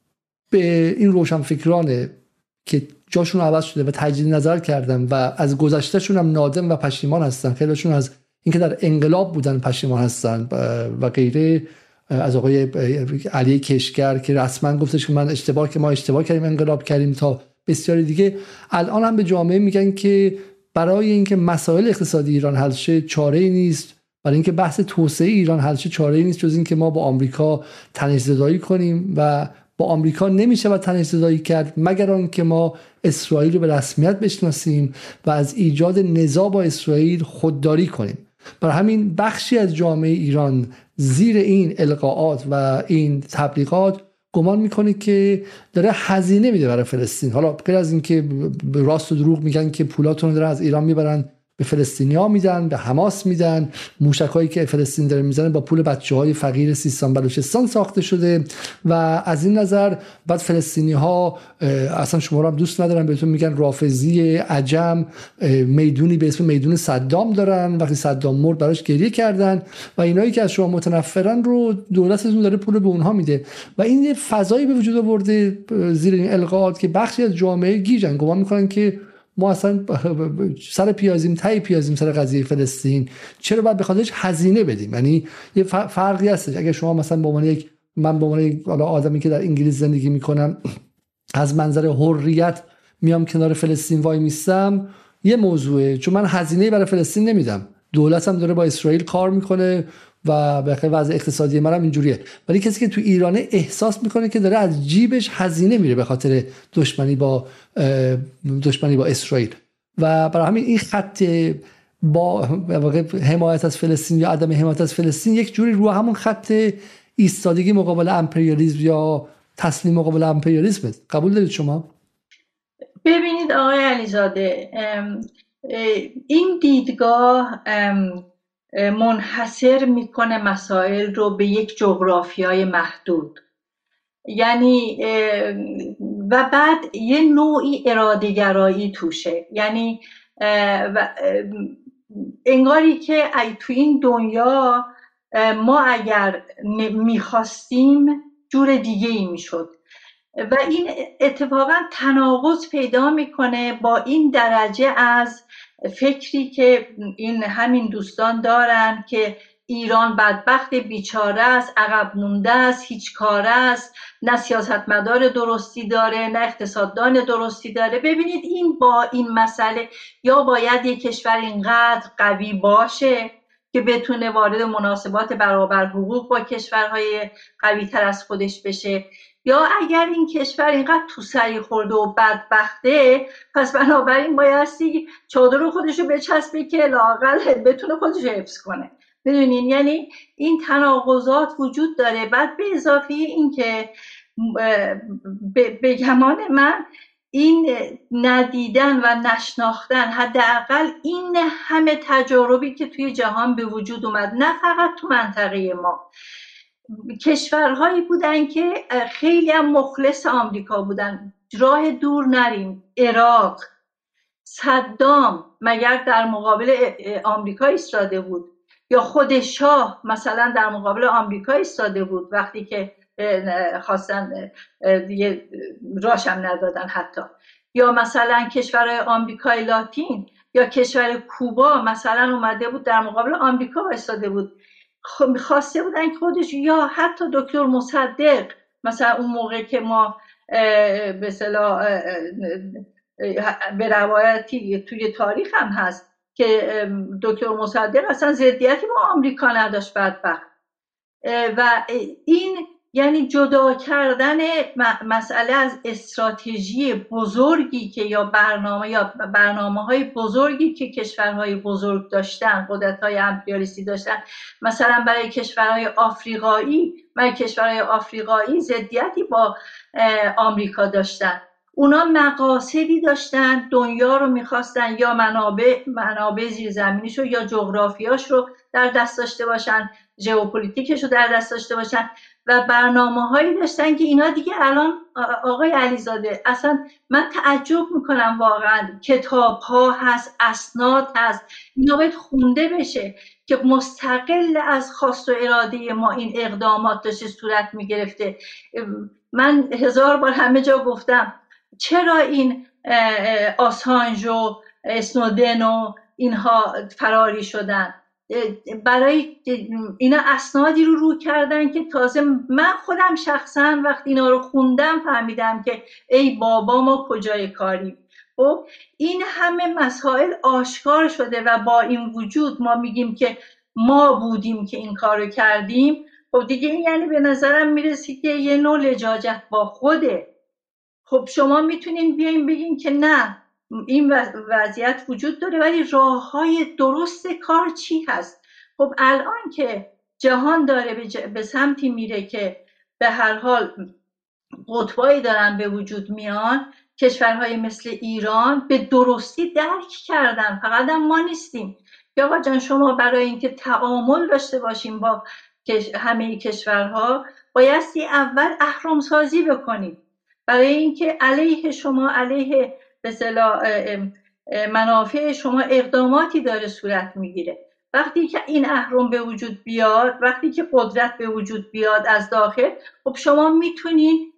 به این روشنفکران که جاشون عوض شده و تجدید نظر کردن و از گذشتهشون هم نادم و پشیمان هستن، خیلیشون از اینکه در انقلاب بودن پشیمان هستن و غیره، از آقای علی کشگر که رسما گفتش که ما اشتباه کردیم انقلاب کردیم، تا بسیاری دیگه الان هم به جامعه میگن که برای اینکه مسائل اقتصادی ایران حل شه چاره‌ای نیست، برای اینکه بحث توسعه ایران حل شه چاره‌ای نیست جز اینکه ما با آمریکا تنش‌زدایی کنیم و با آمریکا نمیشه و تنش‌زدایی کرد مگر آنکه ما اسرائیل رو به رسمیت بشناسیم و از ایجاد نزاع با اسرائیل خودداری کنیم. برای همین بخشی از جامعه ایران زیر این القاءات و این تبلیغات گمان میکنه که داره هزینه میده برای فلسطین. حالا غیر از اینکه راست و دروغ میگن که پولاتون رو دارن از ایران میبرن به فلسطینیا میدن، به حماس میدن، موشکایی که فلسطین داره میزنه با پول بچه‌های فقیر سیستان بلوچستان ساخته شده و از این نظر بعد فلسطینی‌ها اصلا شما رو هم دوست ندارن، بهتون میگن رافضی عجم، میدونی به اسم میدون صدام دارن، وقتی صدام مرد براش گریه کردن و اینایی که از شما متنفرن رو دولتتون داره پول به اونها میده و این یه فضایی به وجود آورده زیر این القاءات که بخشی از جامعه گیجن، گمان میکنن که ما اصلا سر پیازیم تای پیازیم سر قضیه فلسطین، چرا باید به خاطرش هزینه بدیم؟ یعنی یه فرقی هست. اگه شما مثلا من به عنوان آدمی که در انگلیس زندگی میکنم از منظر حریت میام کنار فلسطین وای میستم، یه موضوعه، چون من هزینه برای فلسطین نمیدم، دولتم داره با اسرائیل کار میکنه و به خاطر وضع اقتصادی منم اینجوریه. ولی کسی که تو ایرانه احساس میکنه که داره از جیبش هزینه میره به خاطر دشمنی با اسرائیل و برای همین این خط با حمایت از فلسطین یا عدم حمایت از فلسطین یک جوری رو همون خط ایستادگی مقابل امپریالیسم یا تسلیم مقابل امپریالیسم. قبول دارید شما؟ ببینید آقای علیزاده، این دیدگاه منحصر میکنه مسائل رو به یک جغرافیای محدود، یعنی و بعد یه نوعی اراده‌گرایی توشه، یعنی انگاری که تو این دنیا ما اگر میخواستیم جور دیگه ای میشد و این اتفاقا تناقض پیدا میکنه با این درجه از فکری که این همین دوستان دارن که ایران بدبخت بیچاره است، عقب مونده است، هیچ کاره است، نه سیاستمدار درستی داره نه اقتصاددان درستی داره. ببینید این با این مسئله یا باید یک کشور اینقدر قوی باشه که بتونه وارد مناسبات برابر حقوق با کشورهای قوی تر از خودش بشه، یا اگر این کشور اینقدر تو سری خورده و بدبخته پس بنابراین بایستی چادر خودشو بچسبه که لااقل بتونه خودشو حفظ کنه. میدونین یعنی این تناقضات وجود داره. بعد به اضافه این که به گمان من این ندیدن و نشناختن حداقل این همه تجاربی که توی جهان به وجود اومد، نه فقط تو منطقه ما، کشورهایی بودن که خیلی هم مخلص آمریکا بودن. راه دور نریم، عراق، صدام مگر در مقابل آمریکا ایستاده بود؟ یا خود شاه مثلا در مقابل آمریکا ایستاده بود وقتی که خواستن دیگه راشم ندادن حتی. یا مثلا کشور آمریکای لاتین یا کشور کوبا مثلا اومده بود در مقابل آمریکا ایستاده بود، خواسته بودن که خودش، یا حتی دکتر مصدق مثلا اون موقع که ما به اصطلاح به روایتی توی تاریخ هم هست که دکتر مصدق اصلا ضدیتی با آمریکا نداشت بدبخت. و این یعنی جدا کردن مسئله از استراتژی بزرگی که یا برنامه‌های بزرگی که کشورهای بزرگ داشتن، قدرت‌های امپریالیستی داشتن. مثلا برای کشورهای آفریقایی ضدیتی با آمریکا داشتن. اونا مقاصدی داشتن، دنیا رو میخواستن یا منابع زیرزمینیش رو یا جغرافیاش رو در دست داشته باشن، ژئوپلیتیکش رو در دست داشته باشن و برنامه‌هایی داشتن که اینا دیگه الان آقای علیزاده اصلا من تعجب میکنم واقعا. کتاب‌ها هست، اسناد هست، اینا باید خونده بشه که مستقل از خواست و اراده ما این اقدامات داشته صورت میگرفته. من 1000 بار همه جا گفتم چرا این آسانژ و اسنودن و اینها فراری شدن؟ برای اینا اسنادی رو کردن که تازه من خودم شخصا وقتی اینا رو خوندم فهمیدم که ای بابا ما کجای کاریم. خب این همه مسائل آشکار شده و با این وجود ما میگیم که ما بودیم که این کارو کردیم. خب دیگه این یعنی به نظرم میرسی که یه نوع لجاجت با خوده. خب شما میتونین بیاین بگین که نه این وضعیت وجود داره ولی راههای درست کار چی هست؟ خب الان که جهان داره به سمتی میره که به هر حال قطبایی دارن به وجود میان، کشورهای مثل ایران به درستی درک کردن، فقط هم ما نیستیم. یا آقا جان شما برای اینکه تعامل داشته باشیم با همه کشورها بایستی اول اهرم سازی بکنیم، برای اینکه علیه شما، علیه به اصطلاح منافع شما اقداماتی داره صورت میگیره. وقتی که این اهرم به وجود بیاد، وقتی که قدرت به وجود بیاد از داخل، خب شما میتونین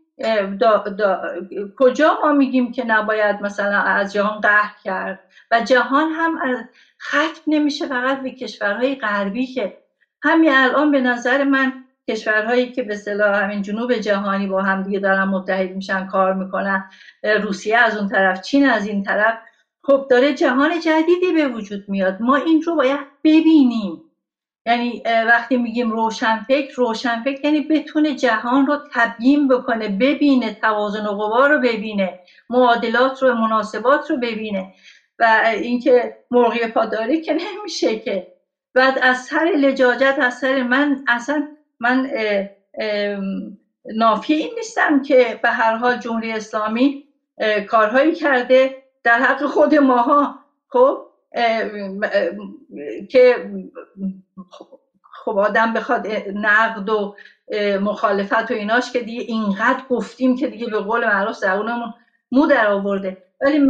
کجا ما میگیم که نباید مثلا از جهان قهر کرد و جهان هم ختم نمیشه فقط به کشورهای غربی که همین الان به نظر من کشورهایی که به اصطلاح همین جنوب جهانی با هم دیگه دارن متحد میشن کار میکنن، روسیه از اون طرف، چین از این طرف، خب داره جهان جدیدی به وجود میاد. ما این رو باید ببینیم. یعنی وقتی میگیم روشنفکر یعنی بتونه جهان رو تبیین بکنه، ببینه، توازن و قوا رو ببینه، معادلات رو، مناسبات رو ببینه. و اینکه مرغی پاداری که نمیشه که بعد از سر لجاجت، از سر من نافی این نیستم که به هر حال جمهوری اسلامی کارهایی کرده در حق خود ماها. خب که خب آدم بخواد نقد و مخالفت و ایناش که دیگه اینقدر گفتیم که دیگه به قول معروف زبونمون مو در آورده. ولی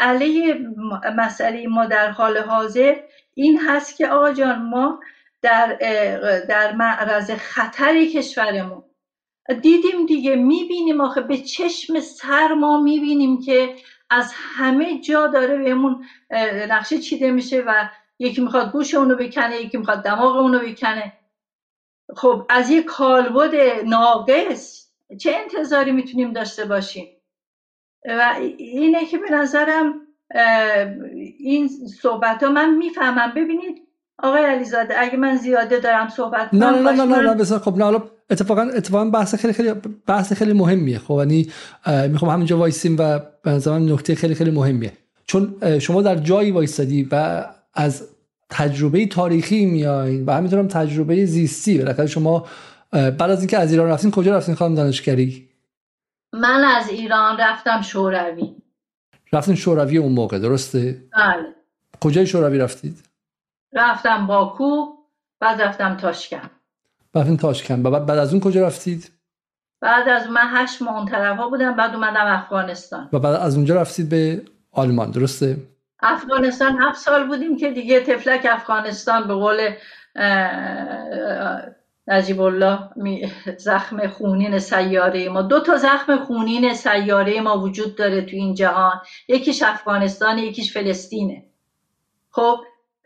مسئله ما در حال حاضر این هست که آقا جان ما در معرض خطر کشورمون دیدیم دیگه، میبینیم آخه به چشم سر ما میبینیم که از همه جا داره بهمون نقشه چیده میشه و یکی میخواد گوش اونو بکنه، یکی میخواد دماغ اونو بکنه. خب از یک کالبد ناقص چه انتظاری میتونیم داشته باشیم؟ و اینه که به نظرم این صحبت ها من میفهمم. ببینید آقای علیزاده اگه من زیاده دارم صحبت کنم نه بسیار خب. نه حالا اتفاقا بحث خیلی مهمیه. خب یعنی میخوام همینجا وایسیم و به نظرم نکته خیلی خیلی مهمیه، چون شما در جایی وایسادی و از تجربه تاریخی میایین و همینطور هم تجربه زیستی. بالاخره شما بعد از اینکه از ایران رفتین کجا رفتین خانم دانشگری؟ من از ایران رفتم شوروی. رفتین شوروی اون موقع، درسته؟ بله. کجای شوروی رفتید؟ رفتم باکو، بعد رفتم تاشکند. رفتین تاشکند. بعد از اون کجا رفتید؟ بعد از من 8 ماه اون طرفا بودم، بعد اومدم افغانستان. و بعد از اونجا رفتید به آلمان، درسته؟ افغانستان 7 سال بودیم که دیگه تفلک افغانستان به قول نجیب الله زخم خونین سیاره ما، 2 تا زخم خونین سیاره ما وجود داره تو این جهان، یکیش افغانستان، یکیش فلسطینه. خب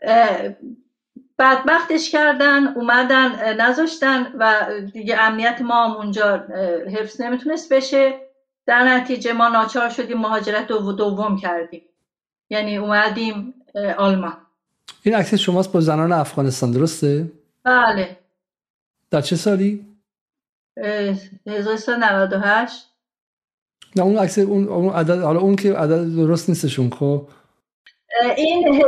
بدبختش کردن، اومدن نذاشتن و دیگه امنیت ما هم اونجا حفظ نمیتونست بشه. در نتیجه ما ناچار شدیم مهاجرت دوم کردیم، یعنی اومدیم آلمان. این عکس شماست با زنان افغانستان، درسته؟ بله. در چه سالی؟ 1398. نه اون عکس، اون عدد، حالا اون که عدد درست نیستشون. خب این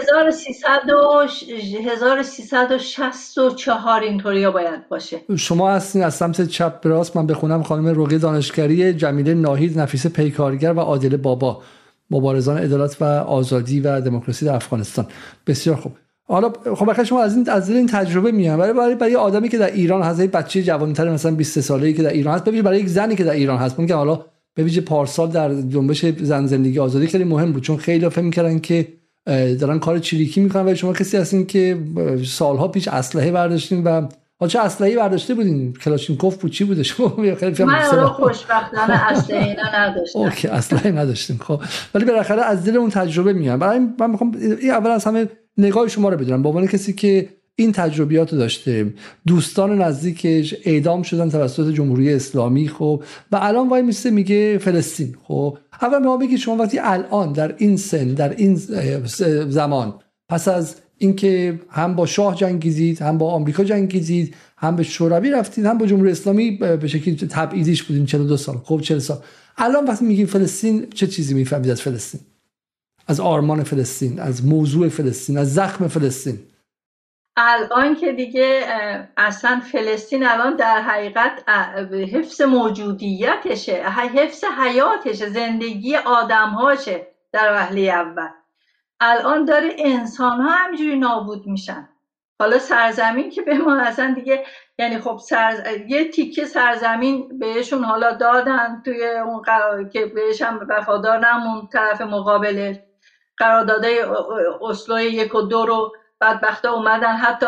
1364 اینطوری باید باشه. شما هستین از سمت چپ به راست من بخونم، خانم رقیه دانشگری، جمیله ناهید، نفیسه پیکارگر و عادل بابا، مبارزان عدالت و آزادی و دموکراسی در افغانستان. بسیار خوب. حالا خب بخاطر شما از این تجربه میان برای آدمی که در ایران هست، بچه جوان‌تر مثلا 20 ساله‌ای که در ایران هست، ببینید برای یک زنی که در ایران هست، میگم حالا به ویژه پارسال در جنبش زن زندگی آزادی خیلی مهم بود، چون خیلی فکر می‌کردن که دارن کار چریکی میکنن و شما کسی هستین که سالها پیش اسلحه برداشتین و چه اسلحه‌ای برداشته بودین؟ کلاشینکوف بود، چی بوده شما؟ خیلی من خوشبختانه اسلحه اینا نداشتم. اوکی، اسلحه نداشتین. خب ولی بالاخره از دل اون تجربه میان. برای من میخوام این اول از همه نگاه شما رو بدونم به عنوان کسی که این تجربیات رو داشته، دوستان نزدیکش اعدام شدن توسط جمهوری اسلامی، خب و الان وای میسته میگه فلسطین. خب اول ما بگید شما وقتی الان در این سن، در این زمان، پس از اینکه هم با شاه جنگیدید، هم با آمریکا جنگیدید، هم به شوروی رفتید، هم با جمهوری اسلامی به شکلی تبعیدیش بودین 42 سال، خب 40 سال، الان وقتی میگیم فلسطین چه چیزی میفهمید از فلسطین، از آرمان فلسطین، از موضوع فلسطین، از زخم فلسطین؟ الان که دیگه اصلا فلسطین الان در حقیقت حفظ موجودیتشه، حفظ حیاتشه، زندگی آدمهاشه در وهله اول. الان داره انسان ها همجوری نابود میشن. حالا سرزمین که به ما اصلا دیگه، یعنی خب یه تیکه سرزمین بهشون حالا دادن توی اون که بهش هم وفادار نمون طرف مقابل قراردادهای اسلو 1 و 2 رو بدبختا اومدن. حتی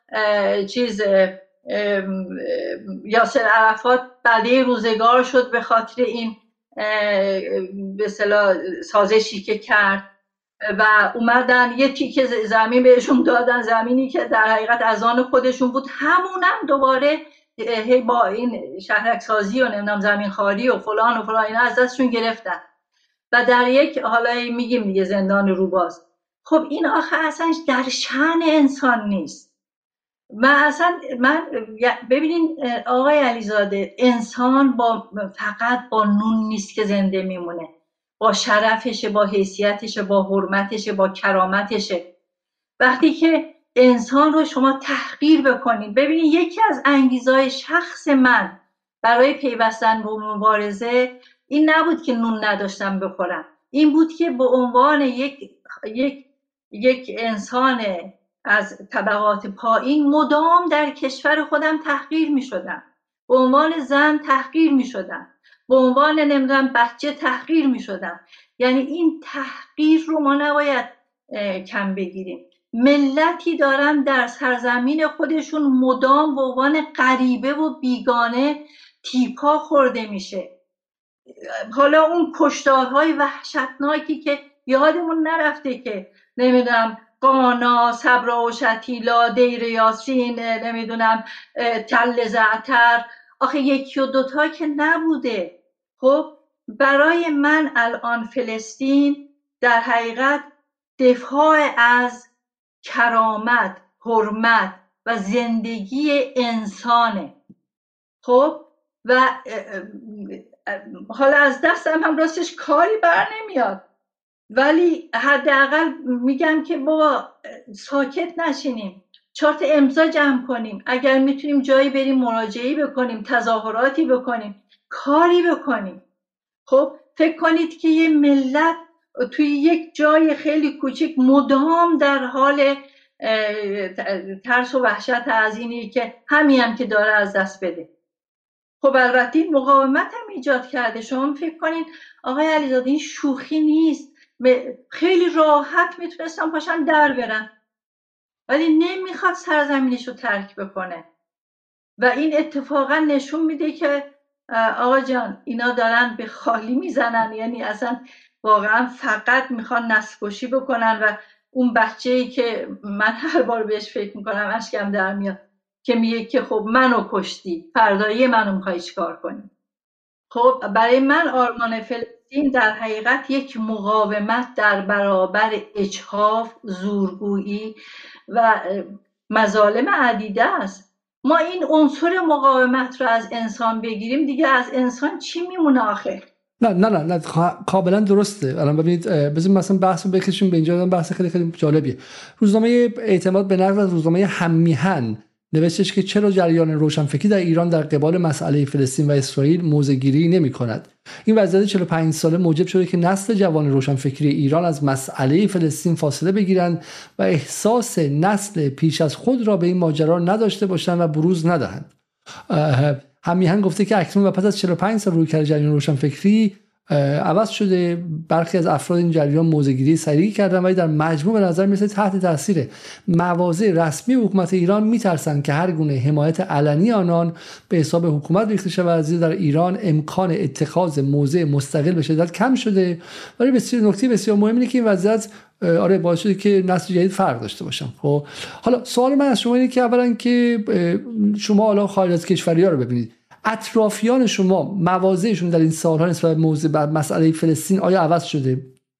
یاسر عرفات بعدی روزگار شد به خاطر این به اصطلاح سازشی که کرد و اومدن یه تیکه زمین بهشون دادن، زمینی که در حقیقت از آن خودشون بود. همونم دوباره با این شهرک سازی و نمیدونم زمین خاری و فلان و فلان اینا از دستشون گرفتن و در یک حالا میگیم دیگه زندان روباز. خب این آخه اصلا در شأن انسان نیست. من ببینین آقای علیزاده، انسان فقط با نون نیست که زنده میمونه، با شرفشه، با حیثیتشه، با حرمتشه، با کرامتشه. وقتی که انسان رو شما تحقیر بکنید، ببینید یکی از انگیزهای شخص من برای پیوستن به مبارزه این نبود که نون نداشتم بخورم، این بود که به عنوان یک انسان از طبقات پایین مدام در کشور خودم تحقیر می شدم، به عنوان زن تحقیر می شدم، به عنوان نمیدونم بچه تحقیر می شدم. یعنی این تحقیر رو ما نباید کم بگیریم. ملتی دارن در سرزمین خودشون مدام به عنوان غریبه و بیگانه تیپا خورده میشه. حالا اون کشتارهای وحشتناکی که یادمون نرفته که نمیدونم قانا، صبرا و شتیلا، دیر یاسین، نمیدونم تل زعتر، آخه 1 و 2 تا که نبوده. خب برای من الان فلسطین در حقیقت دفاع از کرامت، حرمت و زندگی انسانه. خب و حالا از دستم هم راستش کاری بر نمیاد، ولی حداقل میگم که بابا ساکت نشینیم، 4 تا امضا جمع کنیم، اگر میتونیم جایی بریم مراجعه‌ای بکنیم، تظاهراتی بکنیم، کاری بکنیم. خب فکر کنید که یه ملت توی یک جای خیلی کوچیک مدام در حال ترس و وحشت از اینی که همین که داره از دست بده. خب البته این مقاومت هم ایجاد کرده. شما فکر کنین آقای علیزاده این شوخی نیست، خیلی راحت میتونستن پاشن در برن، ولی نمیخواد سرزمینش رو ترک بکنه و این اتفاقا نشون میده که آقا جان اینا دارن به خالی میزنن، یعنی اصلا واقعا فقط میخوان نسل کشی بکنن و اون بچه‌ای که من هر بار بهش فکر میکنم اشکم در میاد که میگه که خب منو کشتی، فردایی منو میخوای چیکار کنی؟ خب برای من آرمان فلسطین در حقیقت یک مقاومت در برابر اجحاف، زورگویی و مظالم عدیده است. ما این عنصر مقاومت رو از انسان بگیریم دیگه از انسان چی میمونه آخر؟ نه کاملا درسته. الان ببینید بذیم مثلا بحث رو بکشیم به اینجا، بحث خیلی خیلی جالبیه. روزنامه اعتماد به نقل از روزنامه هممیهن نوشتش که چرا جریان روشنفکری در ایران در قبال مسئله فلسطین و اسرائیل موضع‌گیری نمی‌کند. این وضعیت 45 ساله موجب شده که نسل جوان روشنفکری ایران از مسئله فلسطین فاصله بگیرند و احساس نسل پیش از خود را به این ماجرا نداشته باشند و بروز ندهند. هممیهن گفته که اکنون و پس از 45 سال رویکرد جریان روشنفکری عوض شده، برخی از افراد این جریان موضع‌گیری سریع کردن ولی در مجموع به نظر میرسه تحت تاثیر مواضع رسمی حکومت ایران میترسند که هر گونه حمایت علنی آنان به حساب حکومت ریخته شود. از در ایران امکان اتخاذ موضع مستقل به شدت کم شده. ولی نکته بسیار مهم اینه که این وضعیت باعث شده که نسل جدید فرق داشته باشن. خب حالا سوال من از شما اینه که اولا که شما حالا خارج از کشوری‌ها رو ببینید، اطرافیان شما مواضعشون در این سال‌ها نسبت به موضوع بر مسئله فلسطین آیا عوض شده؟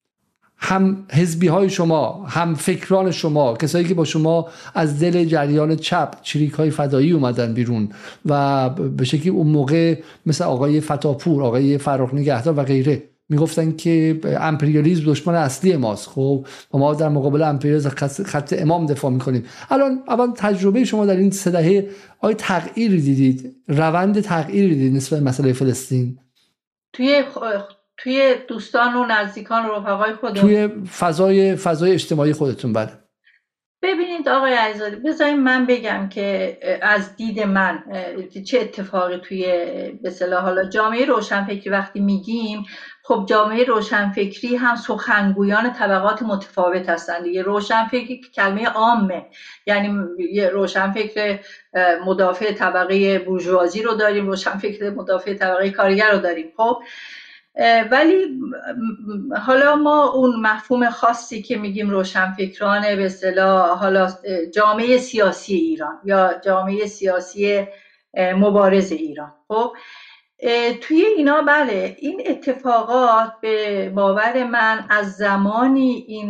هم حزبی های شما، هم فکران شما، کسایی که با شما از دل جریان چپ چریک های فدایی اومدن بیرون و به شکلی اون موقع مثل آقای فتاپور، آقای فرخ نگهدار و غیره میگفتن که امپریالیسم دشمن اصلی ماست، خب و ما در مقابل امپریالیسم خط امام دفاع میکنیم. الان اول تجربه شما در این 3 دهه آیا تغییری دیدید؟ روند تغییری دیدید نسبت به مسئله فلسطین توی دوستان و نزدیکان و رفقای خودتون، توی فضای اجتماعی خودتون؟ بله. ببینید آقای علیزاده، بذارید من بگم که از دید من چه اتفاقی توی به اصطلاح حالا جامعه روشنفکری وقتی میگیم، خب جامعه روشنفکری هم سخنگویان طبقات متفاوت هستند دیگه. روشنفکری کلمه عامه، یعنی یه روشنفکر مدافع طبقه بورژوازی رو داریم، روشنفکر مدافع طبقه کارگر رو داریم. خب ولی حالا ما اون مفهوم خاصی که میگیم روشنفکران به اصطلاح حالا جامعه سیاسی ایران یا جامعه سیاسی مبارز ایران، خب توی اینا بله این اتفاقات به باور من از زمانی این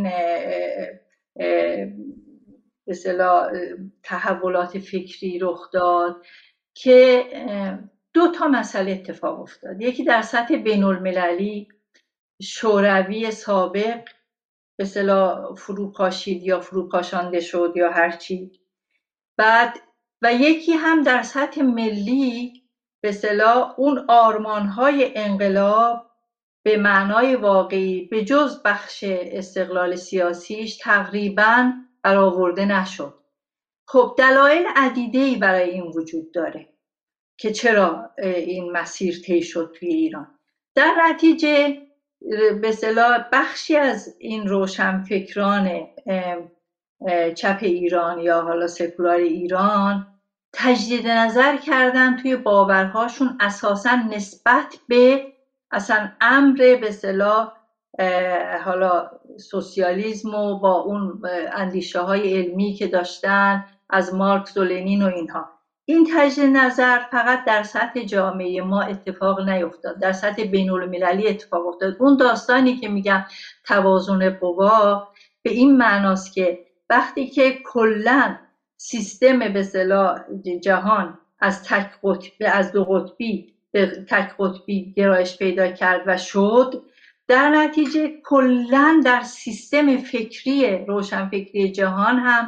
به اصطلاح تحولات فکری رخ داد که 2 تا مسئله اتفاق افتاد. یکی در سطح بین المللی، شوروی سابق به اصطلاح فروپاشید یا فروپاشانده شد یا هرچی، بعد و یکی هم در سطح ملی به اصطلاح اون آرمان‌های انقلاب به معنای واقعی به جز بخش استقلال سیاسیش تقریباً برآورده نشد. خب دلایل عدیده‌ای برای این وجود داره که چرا این مسیر طی شد توی ایران. در نتیجه به اصطلاح بخشی از این روشنفکران چپ ایران یا حالا سکولار ایران تجدید نظر کردن توی باورهاشون اساساً نسبت به اصلا امر به اصطلاح حالا سوسیالیسم و با اون اندیشه های علمی که داشتن از مارکس و لنین و اینها. این تجدید نظر فقط در سطح جامعه ما اتفاق نیفتاد، در سطح بین المللی اتفاق افتاد. اون داستانی که میگم توازن قوا به این معناست که وقتی که کلاً سیستم به اصطلاح جهان از تک قطبی، از 2 قطبی به تک قطبی گرایش پیدا کرد و شد، در نتیجه کلاً در سیستم فکری روشنفکری جهان هم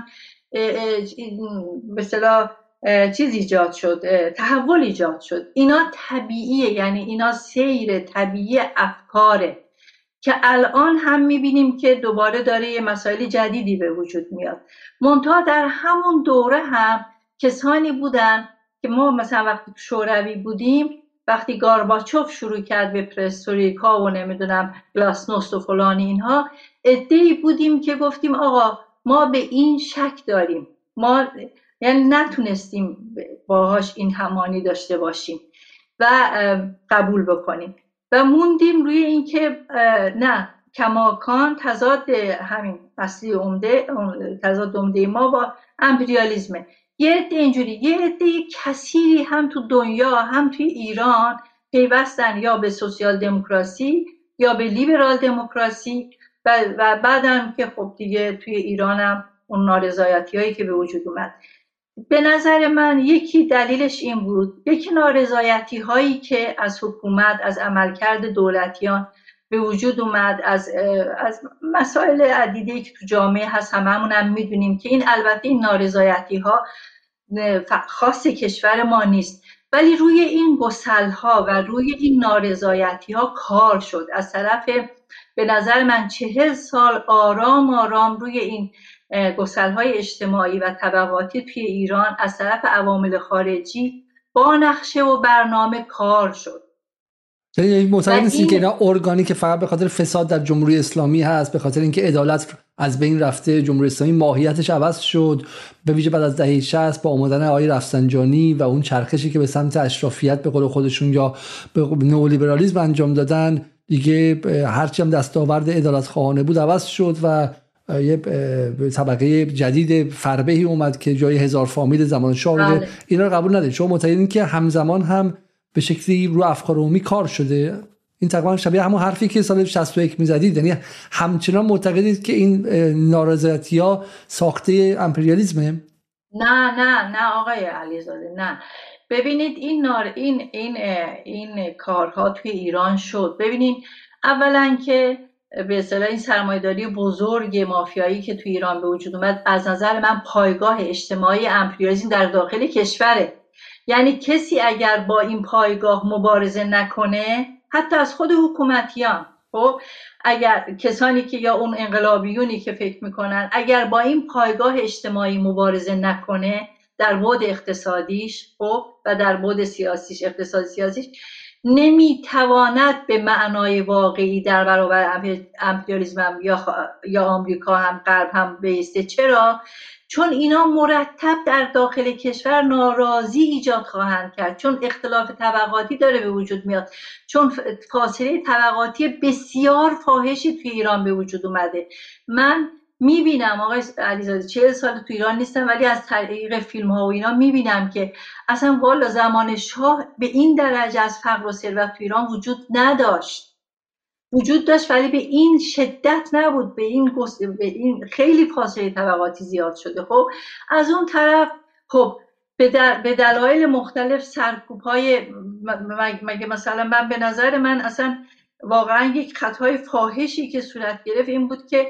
به اصطلاح چیز ایجاد شد، تحول ایجاد شد. اینا طبیعیه، یعنی اینا سیر طبیعی افکاره که الان هم میبینیم که دوباره داره یه مسائل جدیدی به وجود میاد. منتها در همون دوره هم کسانی بودن که ما مثلا وقتی شوروی بودیم، وقتی گارباچوف شروع کرد به پرستوریکا و نمیدونم گلاسنوست و فلان اینها، عده‌ای بودیم که گفتیم آقا ما به این شک داریم، ما یعنی نتونستیم باهاش این همانی داشته باشیم و قبول بکنیم و موندیم روی این که نه، کماکان تضاد همین اصلی تضاد عمده ما با امپریالیسمه. یه عده اینجوری، یه عده کثیری هم تو دنیا هم توی ایران پیوستن یا به سوسیال دموکراسی یا به لیبرال دموکراسی و بعدم که خب دیگه توی ایرانم اون نارضایتی هایی که به وجود اومد. به نظر من یکی دلیلش این بود، یکی نارضایتی هایی که از حکومت، از عملکرد دولتیان به وجود اومد، از مسائل عدیده‌ای که تو جامعه هست، هممون هم میدونیم که البته این نارضایتی ها خاص کشور ما نیست، ولی روی این گسل‌ها و روی این نارضایتی‌ها کار شد از طرف، به نظر من 40 سال آرام آرام روی این گسل‌های اجتماعی و طبقاتی توی ایران از طرف عوامل خارجی با نقشه و برنامه کار شد. یعنی معتقد نیستین که اینا ارگانیک فقط به خاطر فساد در جمهوری اسلامی هست، به خاطر اینکه عدالت از بین رفته، جمهوری اسلامی ماهیتش عوض شد، به ویژه بعد از دهه 60 با آمدن آقای رفسنجانی و اون چرخشی که به سمت اشرافیت به قول خودشون یا به نئولیبرالیسم انجام دادن، دیگه هرچی هم دستاورد عدالت خواهانه بود عوض شد و یه طبقه جدید فربهی اومد که جای هزار فامیل زمان شاه بوده. اینا رو قبول ندارید شما؟ معتقدین که همزمان هم به شکلی رو افکار عمومی کار شده؟ این تقریبا شبیه همون حرفی که سال 61 میزدید، یعنی همچنان معتقدید که این نارضایتی‌ها ساخته امپریالیسمه؟ نه آقای علیزاده، نه. ببینید این کارها توی ایران شد. ببینید اولا که به اصطلاح این سرمایه‌داری بزرگ مافیایی که توی ایران به وجود اومد، از نظر من پایگاه اجتماعی امپریالیسم در داخل کشوره. یعنی کسی اگر با این پایگاه مبارزه نکنه، حتی از خود حکومتیان، خب اگر کسانی که یا اون انقلابیونی که فکر میکنن اگر با این پایگاه اجتماعی مبارزه نکنه در بعد اقتصادیش، خب و در بعد سیاسیش، اقتصادی سیاسیش، نمیتواند به معنای واقعی در برابر امپریالیسم یا آمریکا هم غرب هم بیسته. چرا؟ چون اینا مرتب در داخل کشور ناراضی ایجاد خواهند کرد، چون اختلاف طبقاتی داره به وجود میاد، چون فاصله طبقاتی بسیار فاحشی توی ایران به وجود اومده. من میبینم آقای علیزاده، 40 سال تو ایران نیستم، ولی از طریق فیلم ها و اینا میبینم که اصلا والا زمان شاه به این درجه از فقر و ثروت تو ایران وجود نداشت. وجود داشت ولی به این شدت نبود، به این خیلی فاصله طبقاتی زیاد شده. خب از اون طرف خب به دلایل مختلف سرکوب‌های، مگه مثلا من به نظر من اصلا واقعا یک خطای فاحشی که صورت گرفت این بود که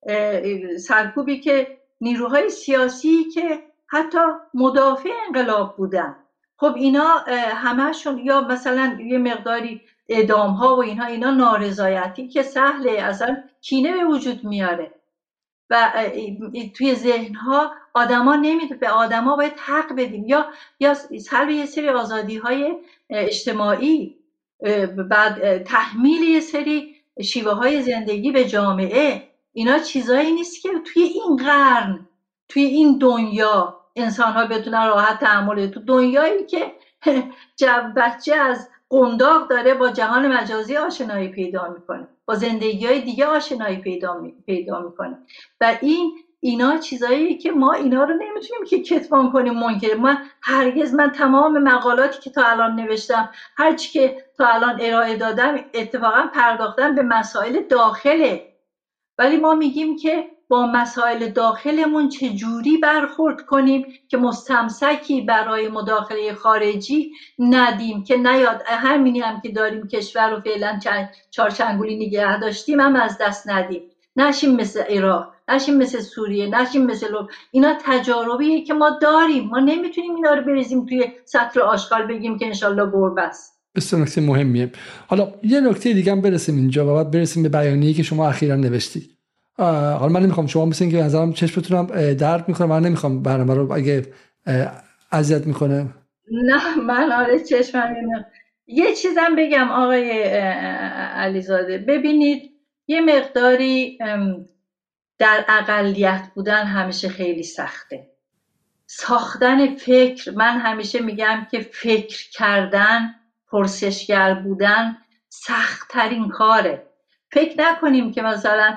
سرکوبی که نیروهای سیاسی که حتی مدافع انقلاب بودن، خب اینا همهشون، یا مثلا یه مقداری اعدام ها و اینا نارضایتی که سهله اصلا کینه به وجود میاره و توی ذهن ها آدما نمیده، به آدما باید حق بدیم یا سلب یه سری آزادی های اجتماعی، بعد تحمیل یه سری شیوه های زندگی به جامعه. اینا چیزایی نیست که توی این قرن، توی این دنیا انسان ها بتونن راحت تحمل. تو دنیایی که بچه از قنداق داره با جهان مجازی آشنایی پیدا میکنه، با زندگی های دیگه آشنایی پیدا میکنه و اینا چیزایی که ما اینا رو نمیتونیم که کتمان کنیم منکر. من تمام مقالاتی که تا الان نوشتم، هرچی که تا الان ارائه دادم، اتفاقا پرداختم به مسائل داخله، ولی ما میگیم که با مسائل داخلمون چجوری برخورد کنیم که مستمسکی برای مداخله خارجی ندیم، که نیاد همینی هم که داریم کشور رو فعلا چارچنگولی نگه داشتیم هم از دست ندیم، نشیم مثل عراق، نشیم مثل سوریه، نشیم مثل اینا تجاربیه که ما داریم. ما نمیتونیم اینا رو بریزیم توی سطل آشغال بگیم که انشالله گربه است. بسیار نکته مهمیه. حالا یه نکته دیگه هم برسیم اینجا و بعد برسیم به بیانیه‌ای که شما اخیراً نوشتید. حالا من نمیخوام شما مثل اینکه نظرم چشمتونم درد میکنه، من نمیخوام برنامه رو اگه اذیت میکنه. نه من آره چشمم یه چیزم بگم آقای علیزاده، ببینید یه مقداری در اقلیت بودن همیشه خیلی سخته. ساختن فکر، من همیشه میگم که فکر کردن، پرسشگر بودن سخت‌ترین کاره. فکر نکنیم که مثلا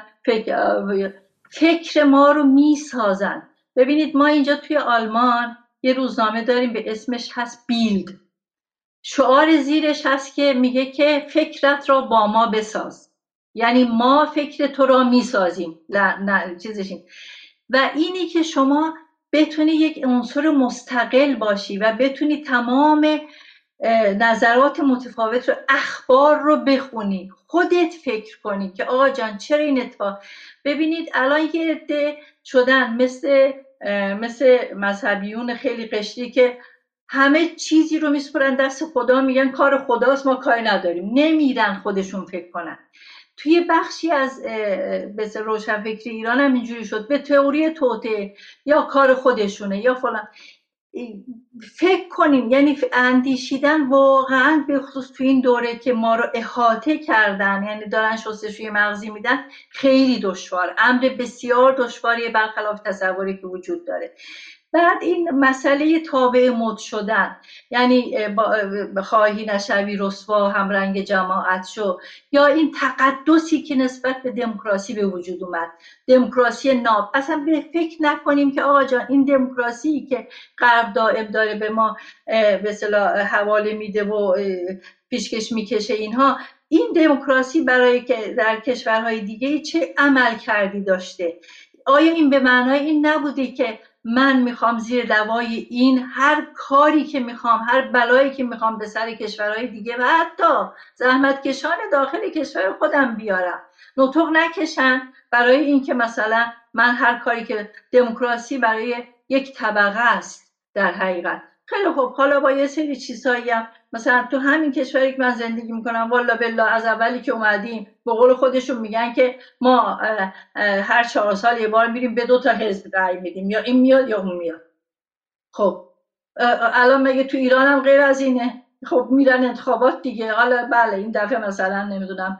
فکر ما رو میسازن. ببینید ما اینجا توی آلمان یه روزنامه داریم به اسمش هست بیلد، شعار زیرش هست که میگه که فکرت را با ما بساز، یعنی ما فکر تو را میسازیم. نه چیزش این. و اینی که شما بتونی یک عنصر مستقل باشی و بتونی تمام نظرات متفاوت رو، اخبار رو بخونی، خودت فکر کنی که آقا جان چرا این اتفاق. ببینید الان یه عده شدن مثل مذهبیون خیلی قشری که همه چیزی رو میسپرن دست خدا، میگن کار خداست، ما کاری نداریم، نمیرن خودشون فکر کنن. توی بخشی از روشنفکری ایران هم اینجوری شد، به تئوری توطئه یا کار خودشونه یا فلان. فکر کنیم، یعنی اندیشیدن واقعا به خصوص توی این دوره که ما رو احاطه کردن، یعنی دارن شستشوی مغزی میدن، خیلی دشوار، امر بسیار دشواریه برخلاف تصوری که وجود داره. بعد این مسئله تابع مد شدن، یعنی خواهی نشوی رسوا هم رنگ جماعت شو، یا این تقدسی که نسبت به دموکراسی به وجود اومد، دموکراسی ناب. اصلا به فکر نکنیم که آقا جان این دموکراسی که غرب دائم داره به ما به اصطلاح حواله میده و پیشکش میکشه، اینها، این دموکراسی برای که در کشورهای دیگه چه عمل کردی داشته؟ آیا این به معنای این نبوده که من میخوام زیر لوای این هر کاری که میخوام، هر بلایی که میخوام به سر کشورهای دیگه و حتی زحمتکشان داخل کشور خودم بیارم، نطق نکشن برای این که مثلا من هر کاری که دموکراسی برای یک طبقه است در حقیقت. خیلی خوب، حالا با یه سری چیزایی هم مثلا تو همین کشوری که من زندگی میکنم والا بالله از اولی که اومدیم به قول خودشون میگن که ما هر 4 سال یه بار میریم به 2 تا حزب رأی میدیم، یا این میاد یا اون میاد. خب الان مگه تو ایران هم غیر از اینه؟ خب میرن انتخابات دیگه. حالا بله این دفعه مثلا نمیدونم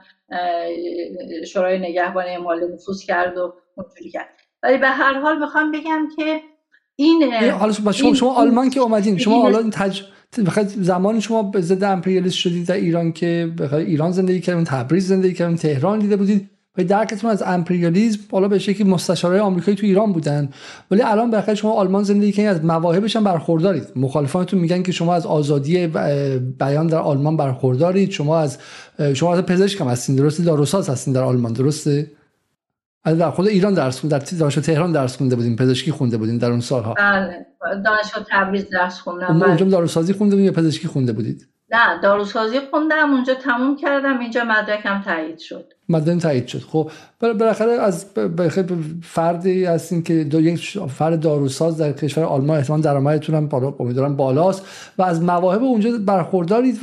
شورای نگهبان اعمال نفوذ کرد و اونجوری کرد، ولی به هر حال میخوام بگم که این حالا شما آلمان که اومدین، شما حالا این زمان شما ضد امپریالیسم شدید در ایران که بخاطر ایران زندگی کردین، تبریز زندگی کردین، تهران دیده بودید و درکتون از امپریالیسم حالا به شکلی مستشارای آمریکایی تو ایران بودن، ولی الان بخاطر شما آلمان زندگی کردین از مواهبش هم برخوردارید. مخالفانتون میگن که شما از آزادی بیان در آلمان برخوردارید، شما از پزشک هم هستین، درسته؟ داروساز هستین در آلمان، درسته؟ در خود ایران درس خوندید، در دانشگاه تهران درس خونده بودین، پزشکی خونده بودین در اون سالها؟ بله دانشگاه تبریز درس خوندم. اونجا داروسازی خونده بودین یا پزشکی خونده بودید؟ نه داروسازی خوندم، اونجا تموم کردم، اینجا مدرکم تایید شد. مدرکم تایید شد. خب بالاخره از فردی هستین که یک فرد داروساز در کشور آلمان، احتمال درآمدتون هم بالا، امیدوارم بالاست و از مواهب اونجا برخوردارید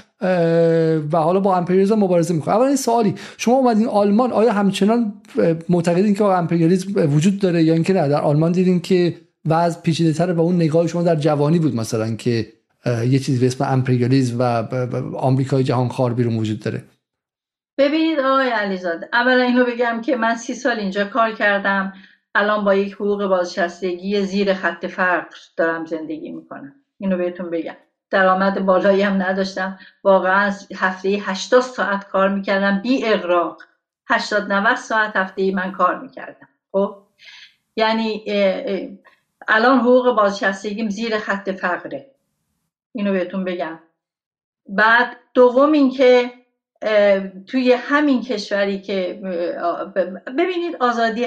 و حالا با امپریالیسم مبارزه میکنید. اول این سوالی، شما اومدین آلمان، آیا همچنان معتقدین که امپریالیسم وجود داره یا اینکه نه در آلمان دیدین که وضع پیچیده‌تره و اون نگاه شما در جوانی بود مثلا که یه چیزی به اسم امپریالیسم و آمریکای جهانخوار بیرون وجود داره؟ ببینید آقای علیزاده، اولا اینو بگم که من 30 سال اینجا کار کردم، الان با یک حقوق بازنشستگی زیر خط فقر دارم زندگی میکنم. اینو بهتون بگم. درآمد بالایی هم نداشتم، واقعا هفته 80 ساعت کار میکردم بی اغراق، 80-90 ساعت هفته من کار میکردم. خب یعنی الان حقوق بازنشستگیم زیر خط فقره، اینو بهتون بگم. بعد دوم این که توی همین کشوری که ببینید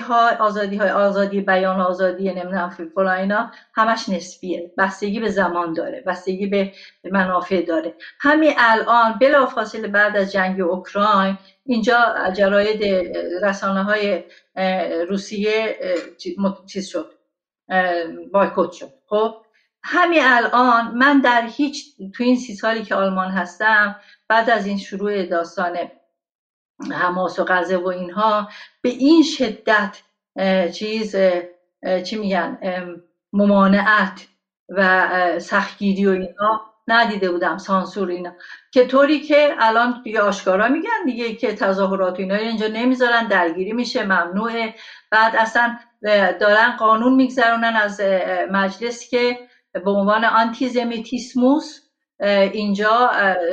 آزادی بیان، آزادی نمیدونم فلان اینا همش نسبیه، بستگی به زمان داره، بستگی به منافع داره. همین الان بلافاصله بعد از جنگ اوکراین اینجا جراید رسانه‌های روسیه چیز شد، بایکوت شد. خب همین الان من تو این 30 سالی که آلمان هستم، بعد از این شروع داستان حماس و غزه و اینها، به این شدت چی میگن ممانعت و سختگیری و اینا ندیده بودم، سانسور اینا، که طوری که الان دیگه آشکارا میگن دیگه که تظاهرات اینا اینجا نمیذارن، درگیری میشه، ممنوعه. بعد اصلا دارن قانون میگذرونن از مجلس که به عنوان آنتیزمیتیسموس اینجا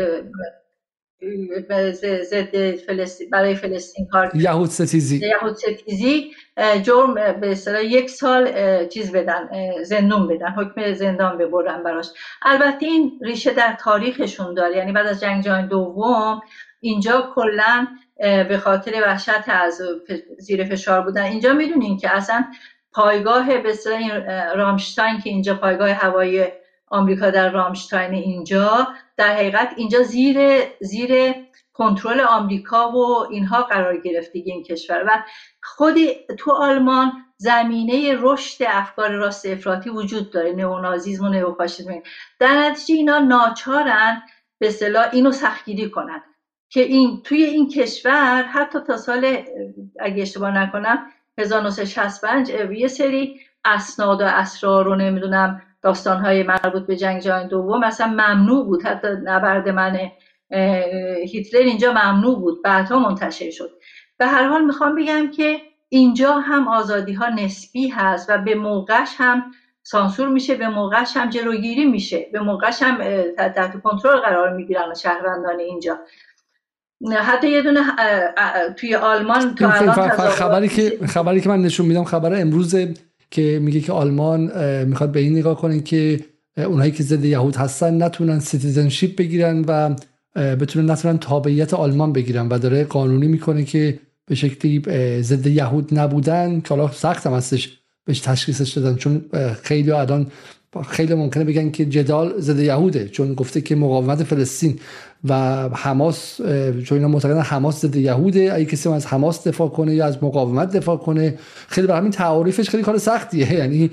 ضد فلسطین، برای فلسطین کار، یهود ستیزی جرم به اصطلاح 1 سال بدن، زندان بدن، حکم زندان ببرن براش. البته این ریشه در تاریخشون داره، یعنی بعد از جنگ جهانی دوم اینجا کلا به خاطر وحشت از زیر فشار بودن اینجا، میدونین که اصلا پایگاه به اصطلاح رامشتاین که اینجا پایگاه هوایی آمریکا در رامشتاین، اینجا در حقیقت اینجا زیر کنترل آمریکا و اینها قرار گرفت دیگه این کشور. و خود تو آلمان زمینه رشد افکار راست افراطی وجود داره، نئونازیسم و نئوفاشیسم. در نتیجه اینا ناچارن به اصطلاح اینو سختگیری کنن که این توی این کشور حتی تا سال اگه اشتباه نکنم 1965 یه سری اسناد و اسرار رو نمیدونم داستان‌های مربوط به جنگ جهانی دوم مثلا ممنوع بود، حتی نبرد من هیتلر اینجا ممنوع بود، بعدها منتشر شد. به هر حال میخوام بگم که اینجا هم آزادی‌ها نسبی هست و به موقعش هم سانسور میشه، به موقعش هم جلوگیری میشه، به موقعش هم تحت کنترل قرار میگیرن شهروندان اینجا. حتی یه دونه توی آلمان تا الان خبری که من نشون میدم خبر امروز که میگه که آلمان میخواد به این نگاه کنه که اونایی که ضد یهود هستن نتونن سیتیزنشیپ بگیرن و نتونن تابعیت آلمان بگیرن و داره قانونی میکنه که به شکلی ضد یهود نبودن، که حالا سخت هم هستش بهش تشخیصش دادن، چون خیلی الان خیلی ممکنه بگن که جدال ضد یهوده، چون گفته که مقاومت فلسطین و حماس، چون اینا معتقدن حماس ضد یهوده، اگه کسی از حماس دفاع کنه یا از مقاومت دفاع کنه، خیلی برای همین تعاریفش خیلی کار سختیه. یعنی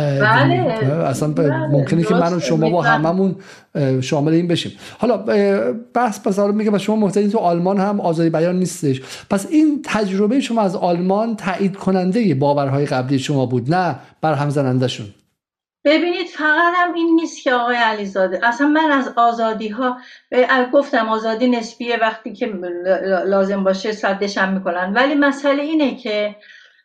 اصلا ممکنه که من و شما با هممون شامل این بشیم. حالا بس میگه شما معتقدین تو آلمان هم آزادی بیان نیستش، پس این تجربه شما از آلمان تایید کننده باورهای قبلی شما بود، نه برهم زننده شون؟ ببینید فقط هم این نیست که آقای علیزاده، اصلا من از آزادی ها گفتم آزادی نسبیه، وقتی که لازم باشه صدش هم میکنن، ولی مسئله اینه که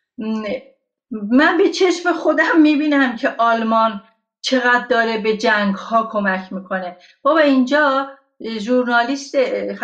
من به چشم خودم میبینم که آلمان چقدر داره به جنگ ها کمک میکنه. بابا اینجا ژورنالیست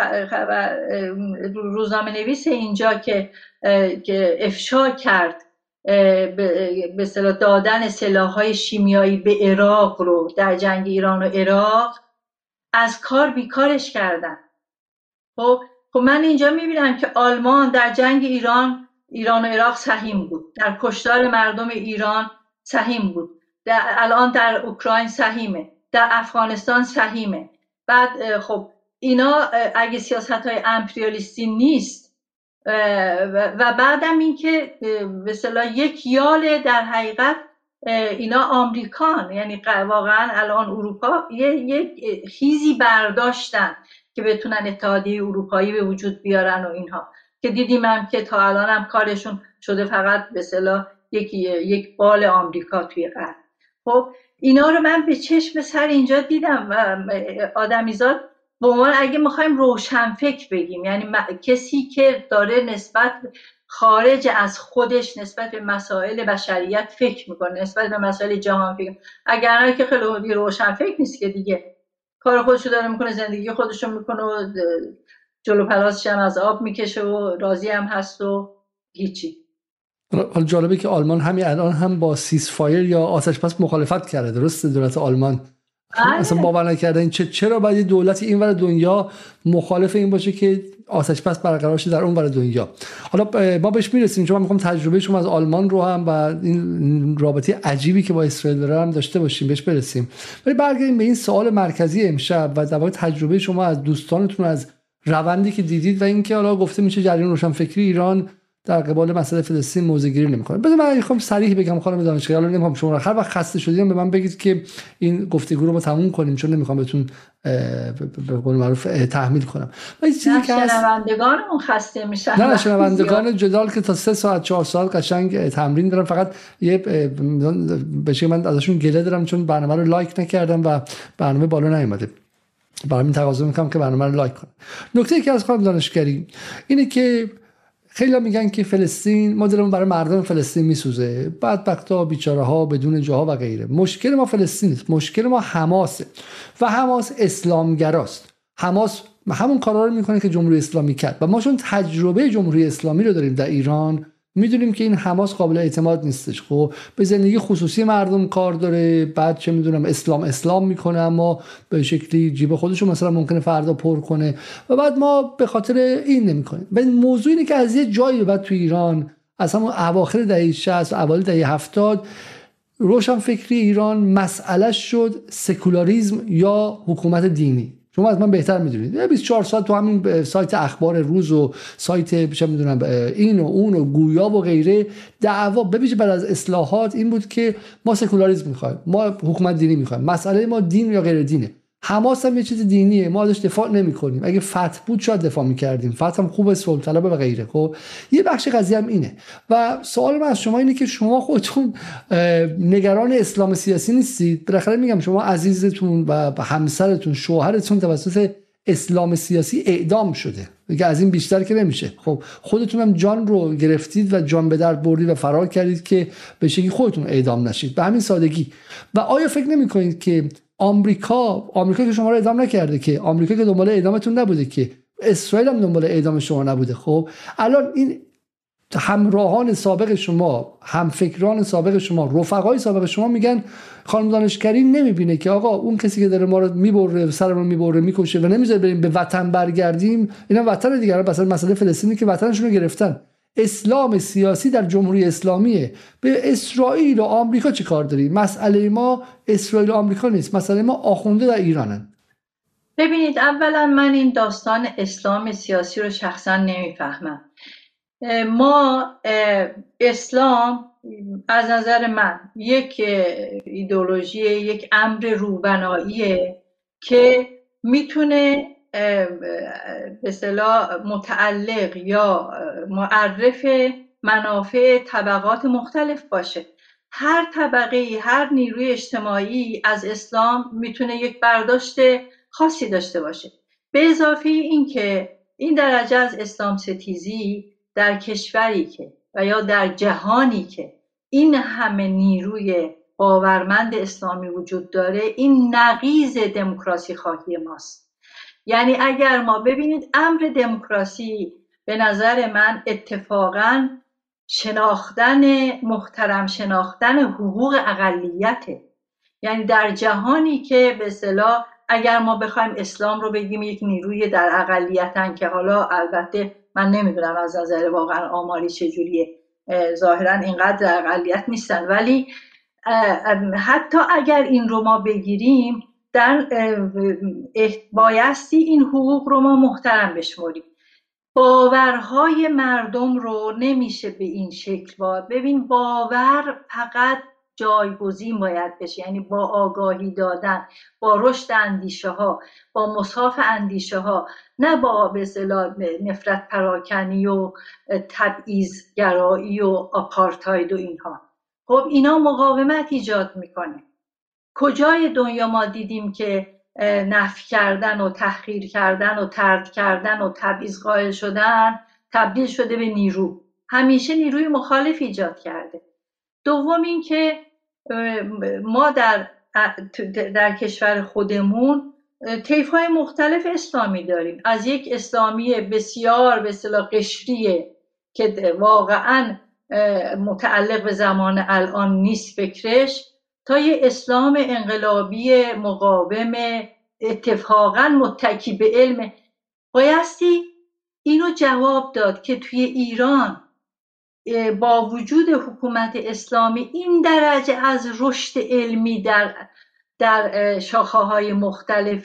روزنامه نویس اینجا که افشا کرد به اصطلاح دادن سلاح‌های شیمیایی به عراق رو در جنگ ایران و عراق، از کار بیکارش کردن. خب من اینجا میبینم که آلمان در جنگ ایران و عراق سهیم بود، در کشتار مردم ایران سهیم بود، الان در اوکراین سهیمه، در افغانستان سهیمه. بعد خب اینا اگه سیاست‌های امپریالیستی نیست و بعدم این که به اصطلاح یک یال در حقیقت اینا آمریکان، یعنی واقعا الان اروپا یک خیزی برداشتن که بتونن اتحادیه اروپایی به وجود بیارن و اینها، که دیدیم هم که تا الان هم کارشون شده فقط به اصطلاح یک بال آمریکا توی غرب. خب اینا رو من به چشم سر اینجا دیدم و آدمیزاد به عنوان اگه میخوایم روشنفکر بگیم، یعنی کسی که داره نسبت خارج از خودش نسبت به مسائل بشریت فکر میکنه، نسبت به مسائل جهان فکر، اگر نه که خیلی روشنفکر نیست که دیگه کار خودشو داره میکنه، زندگی خودشو میکنه و جلو پلاسش هم از آب میکشه و راضی هم هست و هیچی. حالا جالبه که آلمان همین الان هم با سیز فایر یا آتش بس مخالفت کرده، درسته؟ دولت آلمان اصلا باور نکرده این چرا باید دولتی اینور دنیا مخالف این باشه که آتش بس برقرار شه در اونور دنیا. حالا ما بهش میرسیم، چون من میخوام تجربه شما از آلمان رو هم و این رابطه عجیبی که با اسرائیل داره هم داشته باشیم، بهش برسیم. ولی برگردیم به این سوال مرکزی امشب و در واقع تجربه شما از دوستانتون، از روندی که دیدید و اینکه حالا گفته میشه جریان روشنفکری ایران در قبال مسئله فلسطین موضع گیری نمیکنه. بذار من میخوام صریح بگم خانم دانشگاه، الان نمیخوام شما هر وقت خسته شدین به من بگید که این گفتگو رو ما تموم کنیم، چون نمیخوام بهتون به قول معروف تحمیل کنم. نه شنوندگانمون خسته میشن. نه شنوندگان جدال که تا 3 ساعت 4 ساعت قشنگ تمرین دارن، فقط یه بشه من ازشون گله دارم چون برنامه رو لایک نکردم و برنامه بالا نیومده. برای این تقاضا میکنم که برنامه رو لایک کنن. نکته که از خانم دانشگری اینه که خیلی میگن که فلسطین، ما دلمون برای مردم فلسطین میسوزه، بدبختا بیچاره ها بدون جاها و غیره. مشکل ما فلسطین نیست، مشکل ما حماسه و حماس اسلامگراست. حماس همون کارا رو میکنه که جمهوری اسلامی کرد و ما چون تجربه جمهوری اسلامی رو داریم در ایران میدونیم که این حماس قابل اعتماد نیستش. خب به زندگی خصوصی مردم کار داره، بعد چه میدونم اسلام میکنه، اما به شکلی جیب خودشو مثلا ممکنه فردا پر کنه و بعد ما به خاطر این نمیکنیم. و موضوع اینه که از یه جایی بعد تو ایران از همون اواخر دهه 60 و اوایل دهه 70 روشن فکری ایران مسئله شد سکولاریسم یا حکومت دینی. شما از من بهتر میدونید 24 ساعت تو همین سایت اخبار روز و سایت چه میدونم این و اون و گویا و غیره دعوا ببینید بعد از اصلاحات این بود که ما سکولاریسم میخوایم، ما حکومت دینی میخوایم، مسئله ما دین یا غیر دینه. حماس هم یه چیز دینیه، ما ازش دفاع نمی‌کنیم. اگه فتح بود شاید دفاع می‌کردیم، فتح هم خوبه، صلح طلبه و غیره. خب یه بخش قضیه هم اینه و سوال من از شما اینه که شما خودتون نگران اسلام سیاسی نیستید؟ بالاخره میگم شما عزیزتون و همسرتون شوهرتون توسط اسلام سیاسی اعدام شده، دیگه از این بیشتر که نمیشه. خب خودتون هم جان رو گرفتید و جان به درد بردید و فرار کردید که به شکلی خودتون اعدام نشید، به همین سادگی. و آیا فکر نمی‌کنید که آمریکا که شما رو اعدام نکرده، که آمریکا که دنبال اعدامتون نبوده، که اسرائیل هم دنبال اعدام شما نبوده، خب الان این همراهان سابق شما، همفکران سابق شما، رفقای سابق شما میگن خانم دانشگری نمیبینه که آقا اون کسی که داره ما رو میبره، سرمون میبره، میکشه و نمیذاره بریم به وطن برگردیم، اینا وطن دیگه. مثلا مسئله فلسطینی که وطنشون رو گرفتن. اسلام سیاسی در جمهوری اسلامیه. به اسرائیل و آمریکا چه کار داری؟ مسئله ما اسرائیل و آمریکا نیست، مسئله ما آخونده در ایرانن. ببینید اولا من این داستان اسلام سیاسی رو شخصا نمیفهمم. ما اسلام از نظر من یک ایدئولوژی، یک امر روبناییه که میتونه به اصطلاح متعلق یا معرف منافع طبقات مختلف باشه. هر طبقه، هر نیروی اجتماعی از اسلام میتونه یک برداشت خاصی داشته باشه. به اضافه این که این درجه از اسلام ستیزی در کشوری که و یا در جهانی که این همه نیروی باورمند اسلامی وجود داره، این نقیض دموکراسی خواهی ماست. یعنی اگر ما ببینید امر دموکراسی به نظر من اتفاقاً محترم شناختن حقوق اقلیته. یعنی در جهانی که به اصطلاح اگر ما بخوایم اسلام رو بگیم یک نیروی در اقلیتن، که حالا البته من نمیدونم از نظر واقعا آماری چجوریه، ظاهرا اینقدر در اقلیت نیستن، ولی حتی اگر این رو ما بگیریم بایستی این حقوق رو ما محترم بشمریم. باورهای مردم رو نمیشه به این شکل ببین. باور فقط جایگزین باید بشه، یعنی با آگاهی دادن، با رشد اندیشه ها، با مصاف اندیشه ها، نه با به اصطلاح نفرت پراکنی و تبعیض‌گرایی و آپارتاید و اینها. خب اینا مقاومت ایجاد میکنه. کجای دنیا ما دیدیم که نفی کردن و تحقیر کردن و طرد کردن و تبعیض قائل شدن تبدیل شده به نیرو؟ همیشه نیروی مخالف ایجاد کرده. دوم این که ما در کشور خودمون طیف‌های مختلف اسلامی داریم، از یک اسلامی بسیار به اصطلاح قشریه که واقعاً متعلق به زمان الان نیست فکرش، تا یه اسلام انقلابی مقاوم اتفاقاً متکی به علم. بایستی اینو جواب داد که توی ایران با وجود حکومت اسلامی این درجه از رشد علمی در شاخه‌های مختلف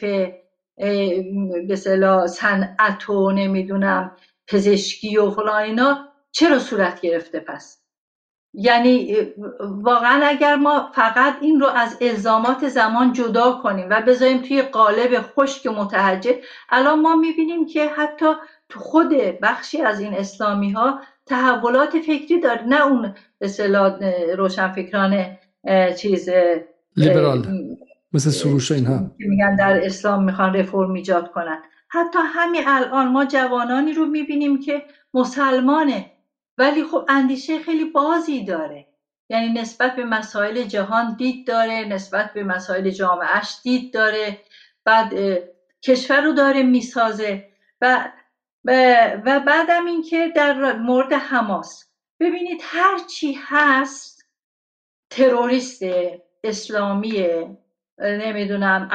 به اصطلاح صنعت و نمیدونم پزشکی و فلان اینا چرا صورت گرفته پس؟ یعنی واقعا اگر ما فقط این رو از الزامات زمان جدا کنیم و بذاریم توی قالب خشک متحجر، الان ما میبینیم که حتی تو خود بخشی از این اسلامی ها تحولات فکری داره، نه اون به اصطلاح روشنفکران چیز لیبرال مثل سروش و اینها که میگن در اسلام میخوان رفرم ایجاد کنن. حتی همین الان ما جوانانی رو میبینیم که مسلمانه ولی خب اندیشه خیلی بازی داره، یعنی نسبت به مسائل جهان دید داره، نسبت به مسائل جامعهش دید داره، بعد کشور رو داره میسازه و بعدم این که در مورد حماس ببینید هر چی هست تروریست اسلامیه، نمیدونم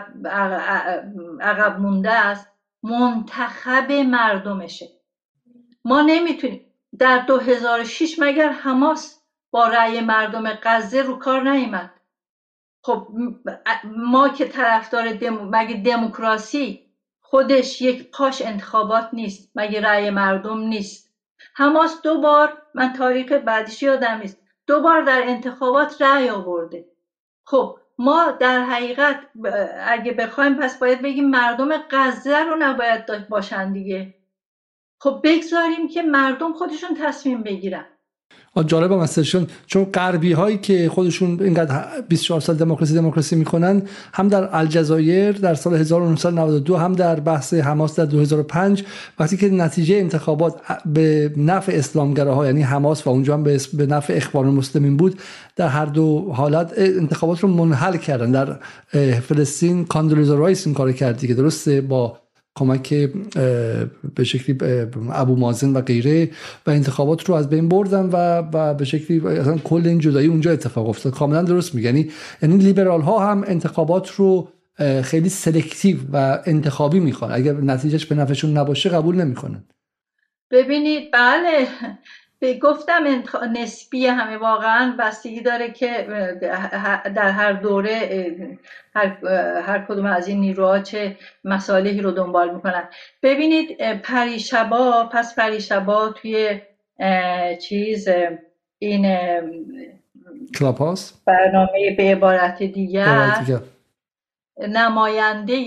عقب مونده است، منتخب مردمشه. ما نمیتونیم در 2006 مگر حماس با رأی مردم غزه رو کار نیامد؟ خب ما که طرفدار مگه دموکراسی خودش یک پاش انتخابات نیست؟ مگه رأی مردم نیست؟ حماس 2 بار، من تاریخ بعدیش یادم نیست، 2 بار در انتخابات رأی آورده. خب ما در حقیقت اگه بخوایم پس باید بگیم مردم غزه رو نباید باشن دیگه. خب بگذاریم که مردم خودشون تصمیم بگیرن. جالبه مثلشون، چون غربی هایی که خودشون اینقدر 24 سال دموکراسی میکنن، هم در الجزایر در سال 1992 هم در بحث حماس در 2005 وقتی که نتیجه انتخابات به نفع اسلامگراها یعنی حماس و اونجا هم به نفع اخوان المسلمین بود، در هر دو حالت انتخابات رو منحل کردن. در فلسطین کاندولیزا رایس این کار کرد دیگه، درسته، با کمک به شکلی ابو مازن و غیره و انتخابات رو از بین بردن و به شکلی اصلا کل این جدایی اونجا اتفاق افتاد. کاملا درست میگی. یعنی لیبرال ها هم انتخابات رو خیلی سلکتیو و انتخابی میخوان، اگر نتیجهش به نفعشون نباشه قبول نمیکنن. ببینید بله گفتم نسبی همه، واقعا بستگی داره که در هر دوره هر کدوم از این نیروها چه مصالحی رو دنبال میکنن. ببینید پریشبا توی چیز این کلاب هاوس برنامه به عبارت دیگر نماینده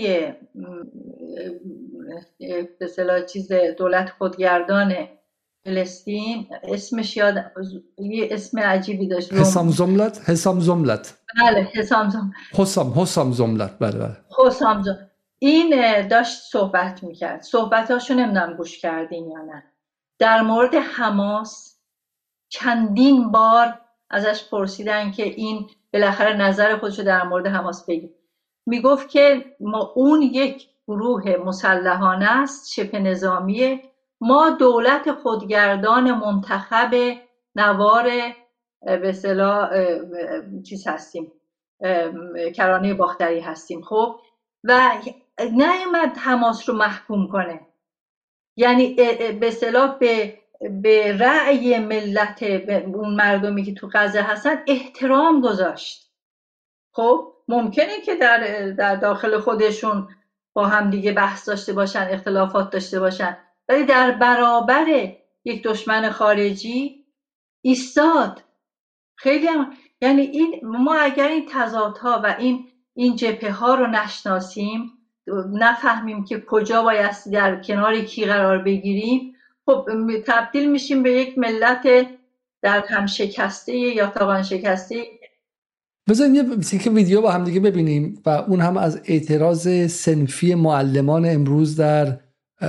به اصطلاح چیز دولت خودگردان فلسطین، اسمش یه اسم عجیبی داشت، حسام زملت بله حسام زملت بله این داشت صحبت میکرد، صحبتاشو نمیدونم گوش کردین یا نه، در مورد حماس. چندین بار ازش پرسیدن که این بالاخره نظر خودشو در مورد حماس بگه. میگفت که ما اون یک گروه مسلحانه است شبه نظامیه، ما دولت خودگردان منتخب نوار به اصطلاح چیز هستیم، کرانه باختری هستیم. خب و نیامد حماس رو محکوم کنه، یعنی به اصطلاح به رأی ملت، اون مردمی که تو غزه هستن احترام گذاشت. خب ممکنه که در داخل خودشون با هم دیگه بحث داشته باشن، اختلافات داشته باشن، ولی در برابر یک دشمن خارجی ایستاد. خیلی هم یعنی این ما اگر این تضادها و این جبهه ها رو نشناسیم، نفهمیم که کجا بایستی در کنار کی قرار بگیریم، خب تبدیل میشیم به یک ملت در هم شکسته یا تاوان شکسته. بذاریم یه ویدیو با هم دیگه ببینیم و اون هم از اعتراض صنفی معلمان امروز در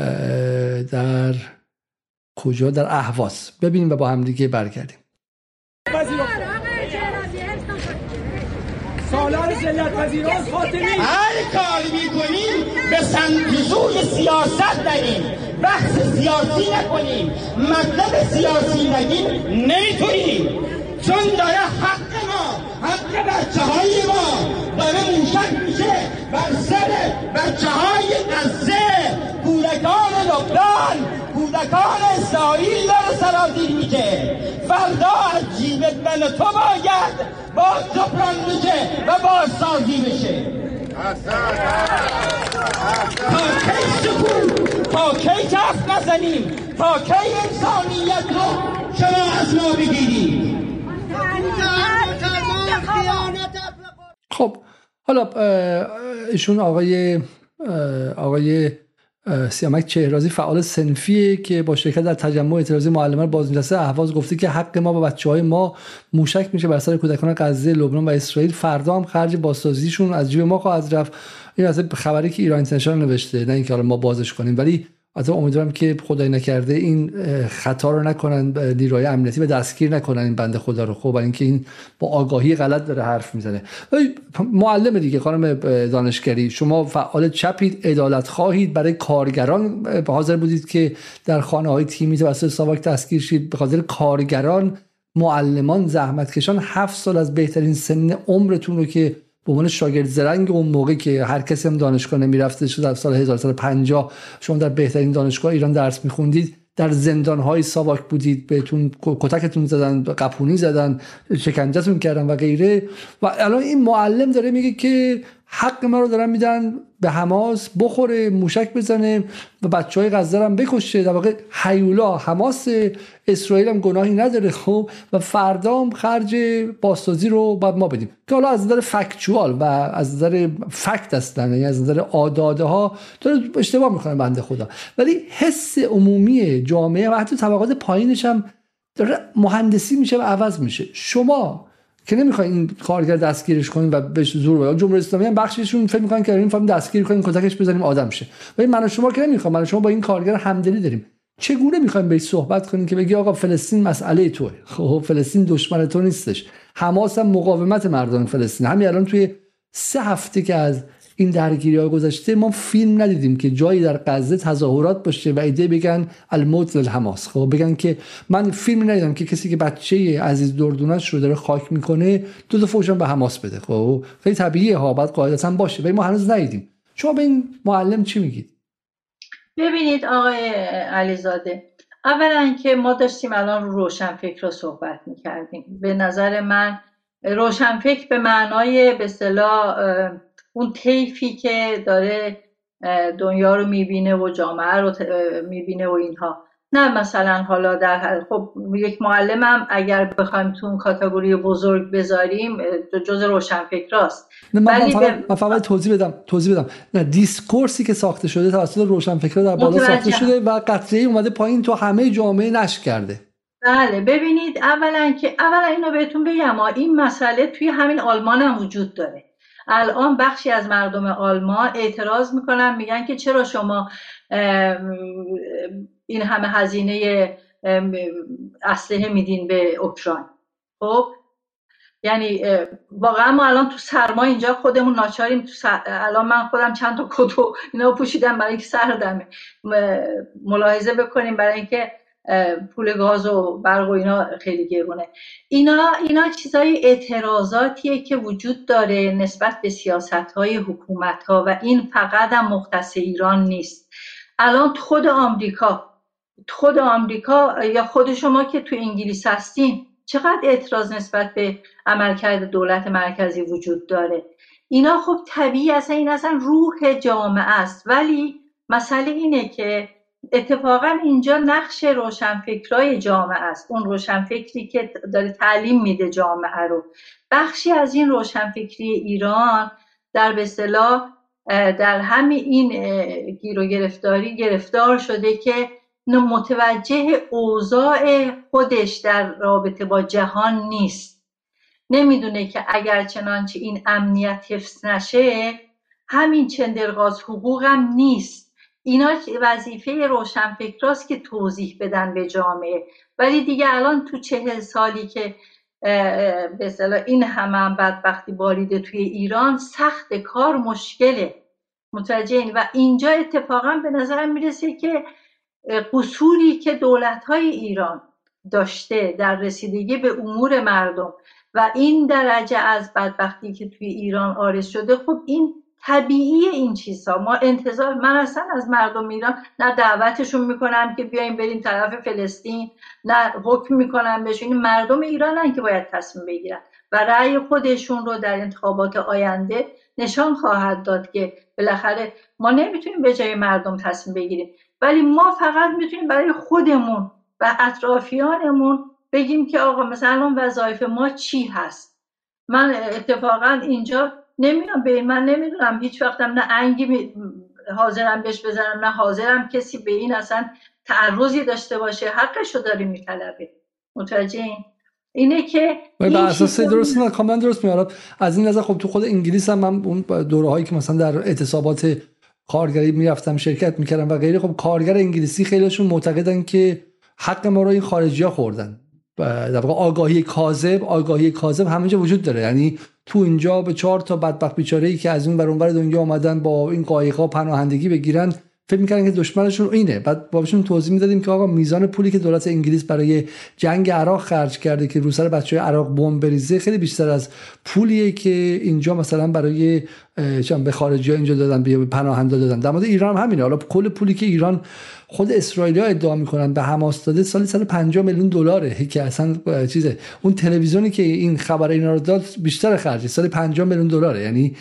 کجا، در اهواز ببینیم و با هم دیگه برگردیم. سالار ذلت‌پذیران خاتمی هر کار میکنیم به سمت سیاست نگیم، بحث سیاسی نکنیم، مطلب سیاسی نگیم، نمیتونیم، چون داره حق بچه های ما داره موشک میشه بر سر بچه های غزه، کودکان لبنان، کودکان اسرائیل داره سرازیر میشه. فردا از جیب من و تو باید باز جبران بشه و بازسازی بشه. تا کی سکوت تا کی دست نزنیم؟ تا کی انسانیت رو شما از ما بگیرید؟ خب حالا ایشون آقای سیامک چهرازی فعال صنفیه که با شرکت در تجمع اعتراضی معلمان بازنشسته اهواز گفته که حق ما و بچه‌های ما موشک میشه بر سر کودکان غزه، لبنان و اسرائیل. فردا هم خرج بازسازیشون از جیب ما خواهد رفت. این اصلا خبری که ایران اینترنشنال نوشته، نه اینکه حالا ما بازش کنیم، ولی البته امیدوارم که خدای نکرده این خطا رو نکنن نیروهای امنیتی و دستگیر نکنن این بنده خدا رو. خب برای اینکه این با آگاهی غلط داره حرف میزنه. معلم دیگه خانم دانشگری، شما فعال چپید، عدالت خواهید، برای کارگران حاضر بودید که در خانه‌های تیمی توسط ساواک دستگیر شید. به خاطر کارگران، معلمان، زحمتکشان 7 سال از بهترین سن عمرتون رو که به عنوان شاگرد زرنگ اون موقع که هر کسی هم دانشگاه نمیرفته، شد در سال 1950 شما در بهترین دانشگاه ایران درس میخوندید، در زندان‌های ساواک بودید، بهتون کتکتون زدن، قپونی زدن، شکنجهتون کردن و غیره. و الان این معلم داره میگه که حق ما رو دارن میدن به حماس بخوره، موشک بزنه و بچهای غزه هم بکشه. در واقع هیولا حماس، اسرائیل هم گناهی نداره. خب و فردا هم خرج بازسازی رو باید ما بدیم که حالا از نظر فکتوال و از نظر فکت هستن، یعنی از نظر آداده ها داره اشتباه میکنه بنده خدا. ولی حس عمومی جامعه و حتی طبقات پایینش هم داره مهندسی میشه و عوض میشه. شما که نمیخواین این کارگر دستگیرش کنین و بهش زور بدین، جمهوری اسلامی هم بخششون فکر میکنن که این فهم دستگیر کنیم، کتکش بزنیم آدم شه. ولی من و شما که نمیخوام، من و شما با این کارگر همدلی داریم. چگونه میخوایم بهش صحبت کنیم که بگی آقا فلسطین مسئله توئه؟ خب فلسطین دشمن تو نیستش. حماس هم مقاومت مردم فلسطین. همین الان توی 3 هفته که از این درگیری‌ها گذشته ما فیلم ندیدیم که جایی در غزه تظاهرات باشه و ایده بگن الموت للحماس. خب بگن که من فیلم ندیدم که کسی که بچه عزیز دردونش رو داره خاک میکنه 2 فوشم به حماس بده. خب خیلی طبیعیه ها، بعد قاعدتا باشه، ولی ما هنوز ندیدیم. شما به این معلم چی میگید؟ ببینید آقای علیزاده، اولا که ما داشتیم الان روشنفکر رو صحبت میکردیم. به نظر من روشنفکر به معنای به اصطلاح اون طیفی که داره دنیا رو میبینه و جامعه رو میبینه و اینها، نه مثلا حالا در خب یک معلمم اگر بخوایم تو اون کاتگوری بزرگ بذاریم جز روشنفکراست. من فقط توضیح بدم نه، دیسکورسی که ساخته شده توسط روشنفکرا در بالا ساخته شده و قطره‌ای اومده پایین تو همه جامعه نشر کرده. بله ببینید، اولا اینو بهتون بگم، این مسئله توی همین آلمان هم وجود داره. الان بخشی از مردم آلمان اعتراض میکنن، میگن که چرا شما این همه هزینه اسلحه میدین به اوکراین. خب یعنی واقعا ما الان تو سرما اینجا خودمون ناچاریم. الان من خودم چند تا کت و اینا پوشیدم برای اینکه سردمه. ملاحظه بکنیم برای اینکه پول گاز و برق و اینا خیلی گرونه. اینا چیزای اعتراضاتیه که وجود داره نسبت به سیاست‌های حکومت‌ها و این فقط هم مختص ایران نیست. الان خود آمریکا یا خود شما که تو انگلیس هستین چقدر اعتراض نسبت به عملکرد دولت مرکزی وجود داره. اینا خب طبیعی، این اصلا روح جامعه است. ولی مسئله اینه که اتفاقا اینجا نقش روشنفکرای جامعه است. اون روشنفکری که داره تعلیم میده جامعه رو. بخشی از این روشنفکری ایران در به اصطلاح در همین این گیر و گرفتاری گرفتار شده که متوجه اوضاع خودش در رابطه با جهان نیست. نمیدونه که اگر چنانچه این امنیت حفظ نشه همین چندرغاز حقوق هم نیست. اینا وظیفه روشنفکراست که توضیح بدن به جامعه. ولی دیگه الان تو 40 سالی که به اصطلاح این همه بدبختی باریده توی ایران، سخت کار مشکله. متوجه این و اینجا اتفاقا به نظرم میرسه که قصوری که دولت‌های ایران داشته در رسیدگی به امور مردم و این درجه از بدبختی که توی ایران آرز شده، خب این طبیعیه. این چیزها ما من اصلا از مردم ایران نه دعوتشون میکنم که بیایم بریم طرف فلسطین، نه حکم میکنم بهشون. مردم ایرانن که باید تصمیم بگیرن و رأی خودشون رو در انتخابات آینده نشان خواهد داد که بالاخره ما نمیتونیم به جای مردم تصمیم بگیریم. ولی ما فقط میتونیم برای خودمون و اطرافیانمون بگیم که آقا مثلا وظایف ما چی هست. من اتفاقا اینجا نمیام به من نمیدونم هیچ وقتم نه انگی حاضرم بهش بزنم، نه حاضرم کسی به این اصلا تعرضی داشته باشه، حقشو داره میطلبه. متوجه اینه که بر اساس درست نه کاملا درست میاد. از این نظر خب تو خود انگلیس هم من اون دوره‌هایی که مثلا در اعتصابات کارگری میرفتم شرکت میکردم و غیره، خب کارگر انگلیسی خیلیشون معتقدن که حق ما رو این خارجی‌ها خوردن. در واقع آگاهی کاذب همینجا وجود داره. یعنی تو اینجا به 4 تا بدبخت بیچاره‌ای که از اون ور اونور دنیا اومدن با این قایق‌ها پناهندگی بگیرن فکر می‌کردن که دشمنشون اینه. بعد باشون توضیح میدادیم که آقا میزان پولی که دولت انگلیس برای جنگ عراق خرج کرده که رو سر بچه‌های عراق بمب بریزه خیلی بیشتر از پولیه که اینجا مثلا برای به خارجی‌ها اینجا دادن، به پناهندا دادن. در مورد ایران هم همینه. حالا کل پولی که ایران خود اسرائیلی‌ها ادعا میکنن به حماس داده سالی 150 میلیون دلاره که اصلا چیزه. اون تلویزیونی که این خبر اینا رو داد بیشتر خرجه، سالی 50 میلیون دلاره، یعنی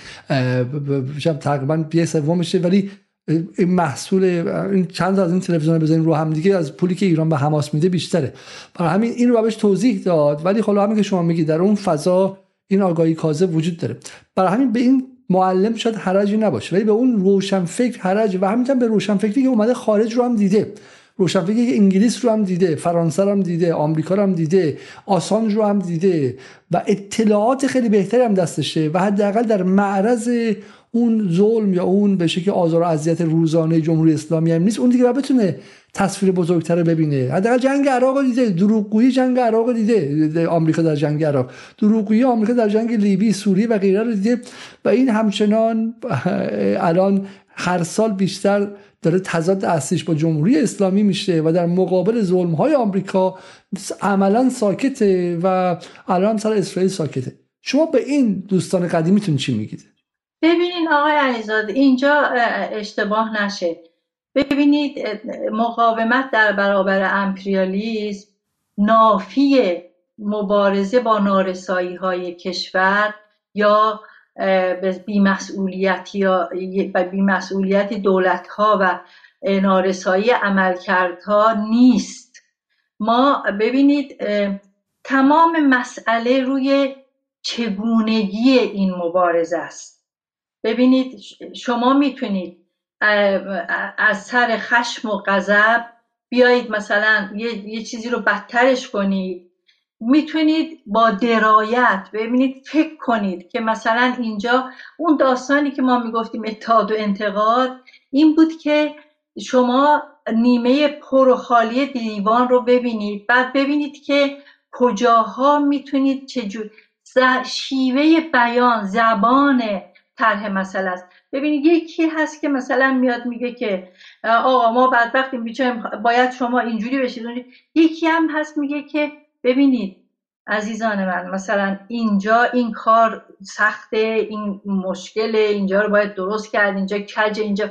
تقریبا 1/3 میشه. ولی این محصول این چند تا از این تلویزیون بزنین رو هم دیگه از پولی که ایران به حماس میده بیشتره. برای همین این رو بهش توضیح داد. ولی حالا همین که شما میگی در اون فضا این آگاهی کاذب وجود داره. برای همین به این معلم شاید حرجی نباشه، ولی به اون روشنفکر حرج، و همینطور به روشنفکری که اومده خارج رو هم دیده، روشنفکری که انگلیس رو هم دیده، فرانسه رو هم دیده، آمریکا رو هم دیده، آسانج رو هم دیده و اطلاعات خیلی بهتری هم دستشه و حداقل در معرض اون ظلم یا اون به شکل آزار و اذیت روزانه جمهوری اسلامی هم نیست. اون دیگه بتونه تصویر بزرگتر ببینه. حداقل جنگ عراق رو دیده، دروغگویی جنگ عراق رو دیده، آمریکا در جنگ عراق، دروغگویی آمریکا در جنگ لیبی، سوریه و غیره رو دیده و این همچنان الان هر سال بیشتر داره تضاد اصلیش با جمهوری اسلامی میشه و در مقابل ظلم‌های آمریکا عملاً ساکته و الان سر اسرائیل ساکته. شما به این دوستان قدیمیتون چی میگید؟ ببینید آقای علیزاده، اینجا اشتباه نشه. ببینید مقاومت در برابر امپریالیسم نافی مبارزه با نارسایی های کشور یا بی‌مسئولیت دولت ها و نارسایی عملکردها نیست. ما ببینید تمام مسئله روی چگونگی این مبارزه است. ببینید شما میتونید از سر خشم و غضب بیایید مثلا یه چیزی رو بدترش کنید، میتونید با درایت ببینید فکر کنید که مثلا اینجا اون داستانی که ما میگفتیم اتحاد و انتقاد این بود که شما نیمه پر و خالی دیوان رو ببینید، بعد ببینید که کجاها میتونید چجور شیوه بیان زبان طرح مسئله است. ببینید یکی هست که مثلا میاد میگه که آقا ما بدبختیم بیچاریم باید شما اینجوری بشید، یکی هم هست میگه که ببینید عزیزان من مثلا اینجا این کار سخته، این مشکله، اینجا رو باید درست کرد، اینجا کج، اینجا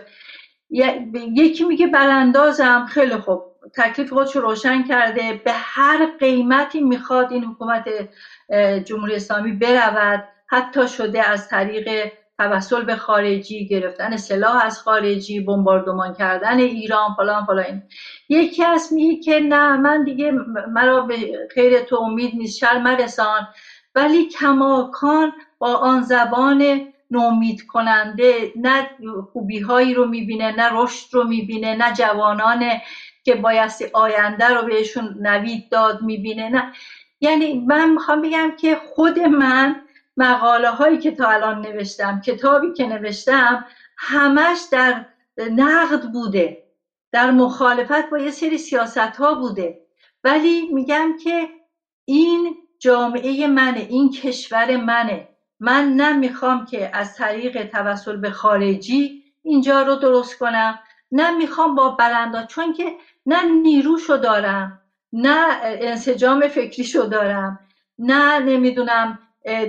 یکی میگه براندازم، خیلی خوب تکلیف خودش رو روشن کرده، به هر قیمتی میخواد این حکومت جمهوری اسلامی برود، حتی شده از طریق توسل به خارجی، گرفتن سلاح از خارجی، بمباردمان کردن ایران، فلان فلان. یکی از میگه که نه من دیگه مرا به خیر تو امید نیست، شر مرسان، ولی کماکان با آن زبان نومید کننده نه خوبی هایی رو میبینه، نه رشد رو میبینه، نه جوانان که بایستی آینده رو بهشون نوید داد میبینه، نه. یعنی من میخوام بگم که خود من مقاله هایی که تا الان نوشتم، کتابی که نوشتم، همش در نقد بوده، در مخالفت با یه سری سیاست ها بوده، ولی میگم که این جامعه منه، این کشور منه، من نمیخوام که از طریق توسل به خارجی اینجا رو درست کنم، نمیخوام با برانداز، چون که نه نیروشو دارم، نه انسجام فکریشو دارم، نه نمیدونم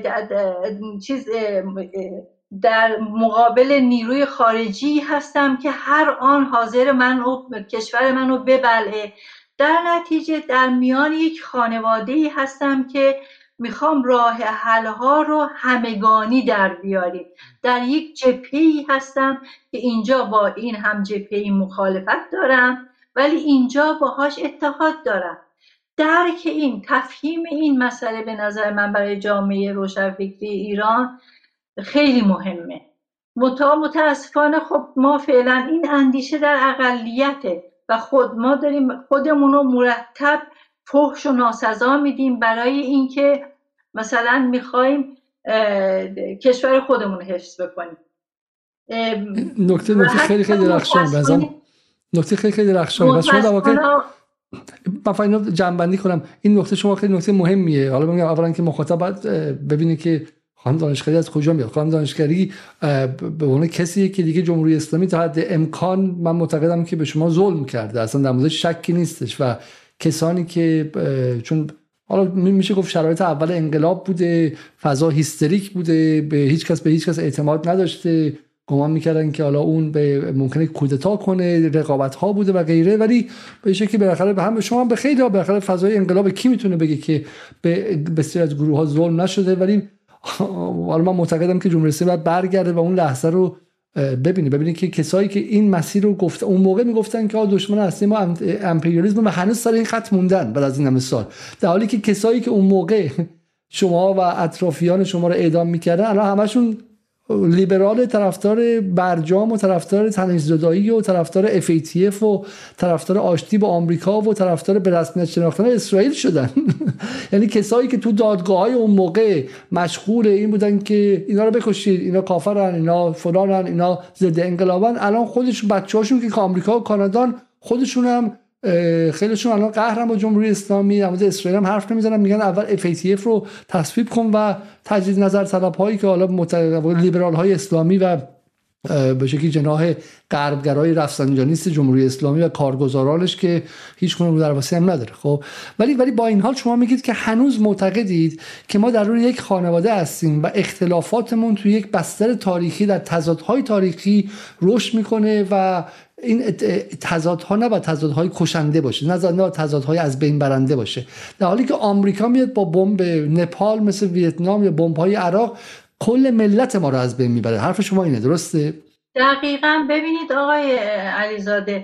چیز در مقابل نیروی خارجی هستم که هر آن حاضر کشور منو ببلعه. در نتیجه در میان یک خانواده‌ای هستم که میخوام راه حل‌ها رو همگانی در بیاریم. در یک جبهه‌ای هستم که اینجا با این هم جبهه‌ای مخالفت دارم ولی اینجا باهاش اتحاد دارم. درک این، تفهیم این مسئله به نظر من برای جامعه روشنفکری ایران خیلی مهمه. متاسفانه خب ما فعلا این اندیشه در اقلیته و ما داریم خودمون رو مرتب فحش و ناسزا میدیم برای اینکه مثلا میخوایم کشور خودمون رو حفظ بکنیم. نکته خیلی خیلی درخشان بزن. نکته خیلی درخشان. شما در واقع من فاینا جنبندی کنم. این نکته شما خیلی نکته مهمیه. حالا میگم اولا که مخاطب باید ببینه که خانم دانشگری از کجا میاد. خانم دانشگری به عنوان کسی که دیگه جمهوری اسلامی تا حد امکان من معتقدم که به شما ظلم کرده، اصلا در موردش شکی نیستش، و کسانی که چون حالا میشه گفت شرایط اول انقلاب بوده، فضا هیستریک بوده، به هیچ کس اعتماد نداشته، گمان میکردن که حالا اون به ممکنه کودتا کنه، رقابت ها بوده و غیره، ولی به شکلی بالاخره به هم شما به خیلی ها بالاخره فضای انقلاب کی میتونه بگه که به بسیاری از گروه ها ظلم نشده، ولی حالا من معتقدم که جمهوری اسلامی باید برگرده و اون لحظه رو ببینه که کسایی که این مسیر رو گفت اون موقع میگفتن که دشمن اصلی ما امپریالیسم و هنوز سر این خط موندن بعد از این همه سال، در حالی که کسایی که اون موقع شما و اطرافیان شما رو اعدام میکردن الان همشون لیبرال، طرفدار برجام و طرفدار تنش‌زدایی و طرفدار FATF و طرفدار آشتی با آمریکا و طرفدار به رسمیت شناختن اسرائیل شدن. یعنی کسایی که تو دادگاه‌های اون موقع مشغول این بودن که اینا رو بکشید، اینا کافرن، اینا فلانن، اینا ضد انقلابن، الان خودشون بچه‌هاشون که آمریکا و کانادا خودشون هم خیلیشون الان قهرن با جمهوری اسلامی، در مورد اسرائیل هم حرف نمیزنن، میگن اول FATF رو تصویب کن و تجدید نظر طلب هایی که حالا لیبرال های اسلامی و به شکلی جناح غربگرای رفسنجانیست جمهوری اسلامی و کارگزارانش که هیچ گونه رو درواسی هم نداره. خب ولی با این حال شما میگید که هنوز معتقدید که ما درون یک خانواده هستیم و اختلافاتمون توی یک بستر تاریخی در تضادهای تاریخی رشد میکنه و این تضادها نباید تضادهای کشنده باشه، نه تضادهای از بین برنده باشه، در حالی که آمریکا میاد با بمب نپال مثل ویتنام یا بمب‌های عراق کل ملت ما رو از بین میبره. حرف شما اینه، درسته؟ دقیقاً. ببینید آقای علیزاده،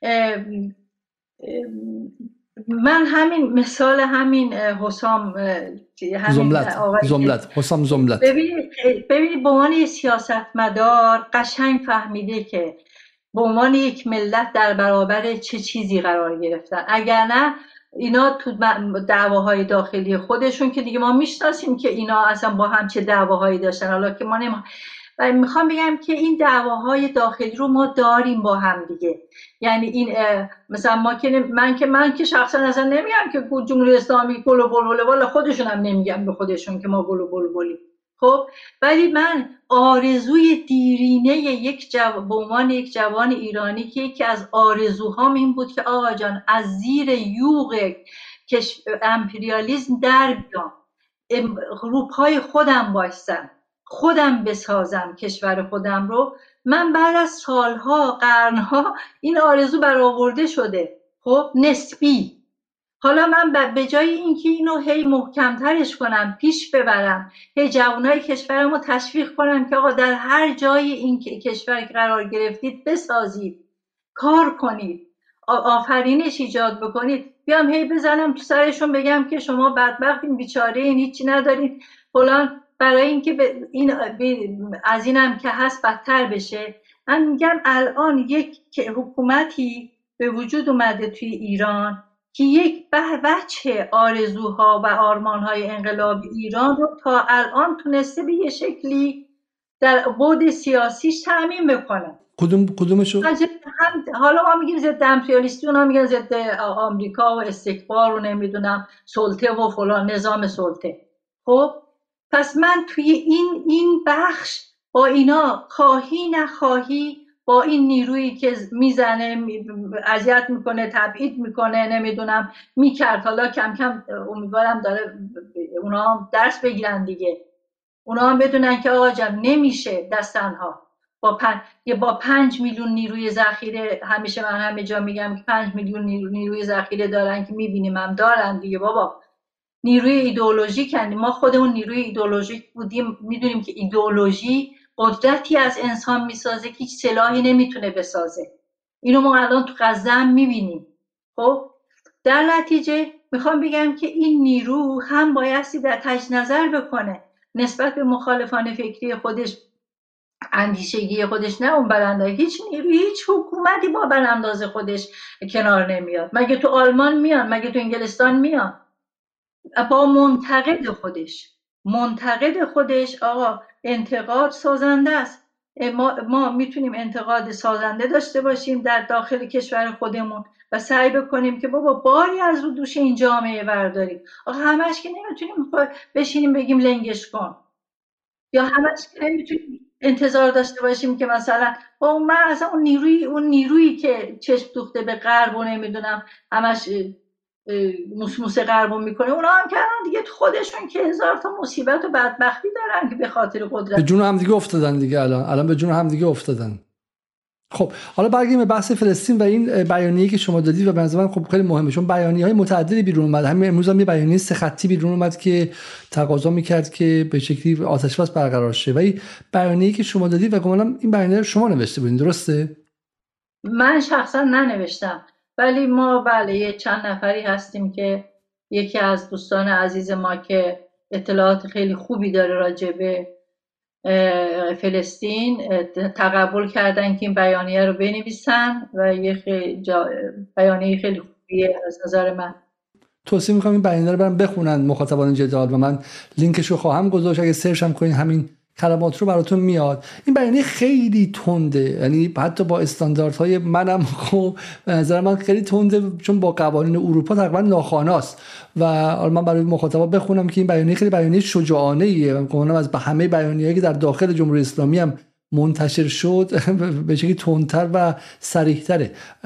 من همین مثال همین حسام زملت ببینید به عنوان سیاستمدار قشنگ فهمیده که به عنوان یک ملت در برابر چه چیزی قرار گرفتن، اگر نه اینا تو دعواهای داخلی خودشون که دیگه ما میشناسیم که اینا اصلا با هم چه دعواهایی داشتن، حالا که ما میخوام بگم که این دعواهای داخلی رو ما داریم با هم دیگه. یعنی این مثلا من که شخصا اصلا نمیگم که جمهوری اسلامی گل و بلبله، والا خودشون هم نمیگم به خودشون که ما گل و بلبلی. خب ولی من آرزوی دیرینه به عنوان یک جوان ایرانی که یکی از آرزوهام این بود که آقا جان از زیر یوغ امپریالیسم در بیام، رو پای خودم بایستم، خودم بسازم کشور خودم رو. من بعد از سالها، قرنها این آرزو برآورده شده، خب نسبی. حالا من به جای اینکه اینو هی محکمترش کنم، پیش ببرم، هی جوانای کشورمو تشویق کنم که آقا در هر جای این کشور قرار گرفتید بسازید، کار کنید، آفرینش ایجاد بکنید، بیام هی بزنم تو سرشون بگم که شما بدبختین، بیچاره‌ین، هیچی ندارین فلان، برای اینکه از اینم که هست بدتر بشه. من میگم الان یک حکومتی به وجود اومده توی ایران که یک بچه آرزوها و آرمانهای انقلاب ایران رو تا الان تونسته به یه شکلی در بعد سیاسیش تأمین بکنه. کدومشو؟ حالا ما میگیم ضد امپریالیستی، اونا میگن ضد آمریکا و استکبار و نمیدونم سلطه و فلان، نظام سلطه. خب پس من توی این بخش با اینا خواهی نخواهی، با این نیرویی که میزنه، اذیت میکنه، تبعید میکنه، نمیدونم میکرد، حالا کم کم امیدوارم داره اونا هم درس بگیرن دیگه، اونا هم بدونن که آقا جان نمیشه دست تنها با 5 میلیون نیروی ذخیره. همیشه من همه جا میگم که 5 میلیون نیروی ذخیره دارن که میبینیم هم دارن دیگه بابا. نیروی ایدئولوژیک هستیم. ما خودمون نیروی ایدئولوژیک بودیم، میدونیم که ایدئولوژی قدرتی از انسان میسازه که هیچ سلاحی نمیتونه بسازه. اینو ما الان تو غزه هم میبینیم. خب در نتیجه میخوام بگم که این نیرو هم بایستی در تجدید نظر بکنه نسبت به مخالفان فکری خودش، اندیشگی خودش، نه اون برانداز. هیچ نیروی، هیچ حکومتی با برانداز خودش کنار نمیاد. مگه تو آلمان میان؟ مگه تو انگلستان میان؟ با منتقد خودش آقا انتقاد سازنده است. ما میتونیم انتقاد سازنده داشته باشیم در داخل کشور خودمون و سعی بکنیم که بابا باری از رو دوش این جامعه برداریم. آقا همش که نمیتونیم بشینیم بگیم لنگش کن، یا همش که نمیتونیم انتظار داشته باشیم که مثلا با من اصلا اون نیرویی که چشم دوخته به غرب و نمیدونم همش موس غربو میکنه، اونا هم کردن دیگه خودشون که هزار تا مصیبت و بدبختی دارن که به خاطر قدرت به جون هم دیگه افتادن دیگه. الان به جون هم دیگه افتادن. خب حالا برگردیم به بحث فلسطین و این بیانیه‌ای که شما دادید و به نظر من خب خیلی مهمه، چون بیانیه‌های متعددی بیرون اومد. همین امروز هم یه بیانیه 3 خطی بیرون اومد که تقاضا می‌کرد که به شکلی آتش‌بس برقرار شه. ولی بیانیه‌ای که شما دادید و گمانم این بیانیه رو شما نوشته بودین، درسته؟ من شخصا ننوشتم، ولی ما یه چند نفری هستیم که یکی از دوستان عزیز ما که اطلاعات خیلی خوبی داره راجع به فلسطین تقبل کردن که این بیانیه رو بنویسن و یه بیانیه خیلی خوبیه از نظر من. توصیه می‌کنم این بیانیه رو برام بخونن مخاطبان جدال و من لینکش رو خواهم گذاشت. اگه سرچ هم کنین همین کلمات رو براتون میاد. این بیانیه خیلی تنده، یعنی حتی با استانداردهای منم خب به نظر من خیلی تنده، چون با قوانین اروپا تقریبا ناخواناست. و من برای مخاطبا بخونم که این بیانیه خیلی بیانیه شجاعانه ایه. من گفتم از همه بیانیه‌ای که در داخل جمهوری اسلامی هم منتشر شد به شکلی تندتر و صریح‌تره.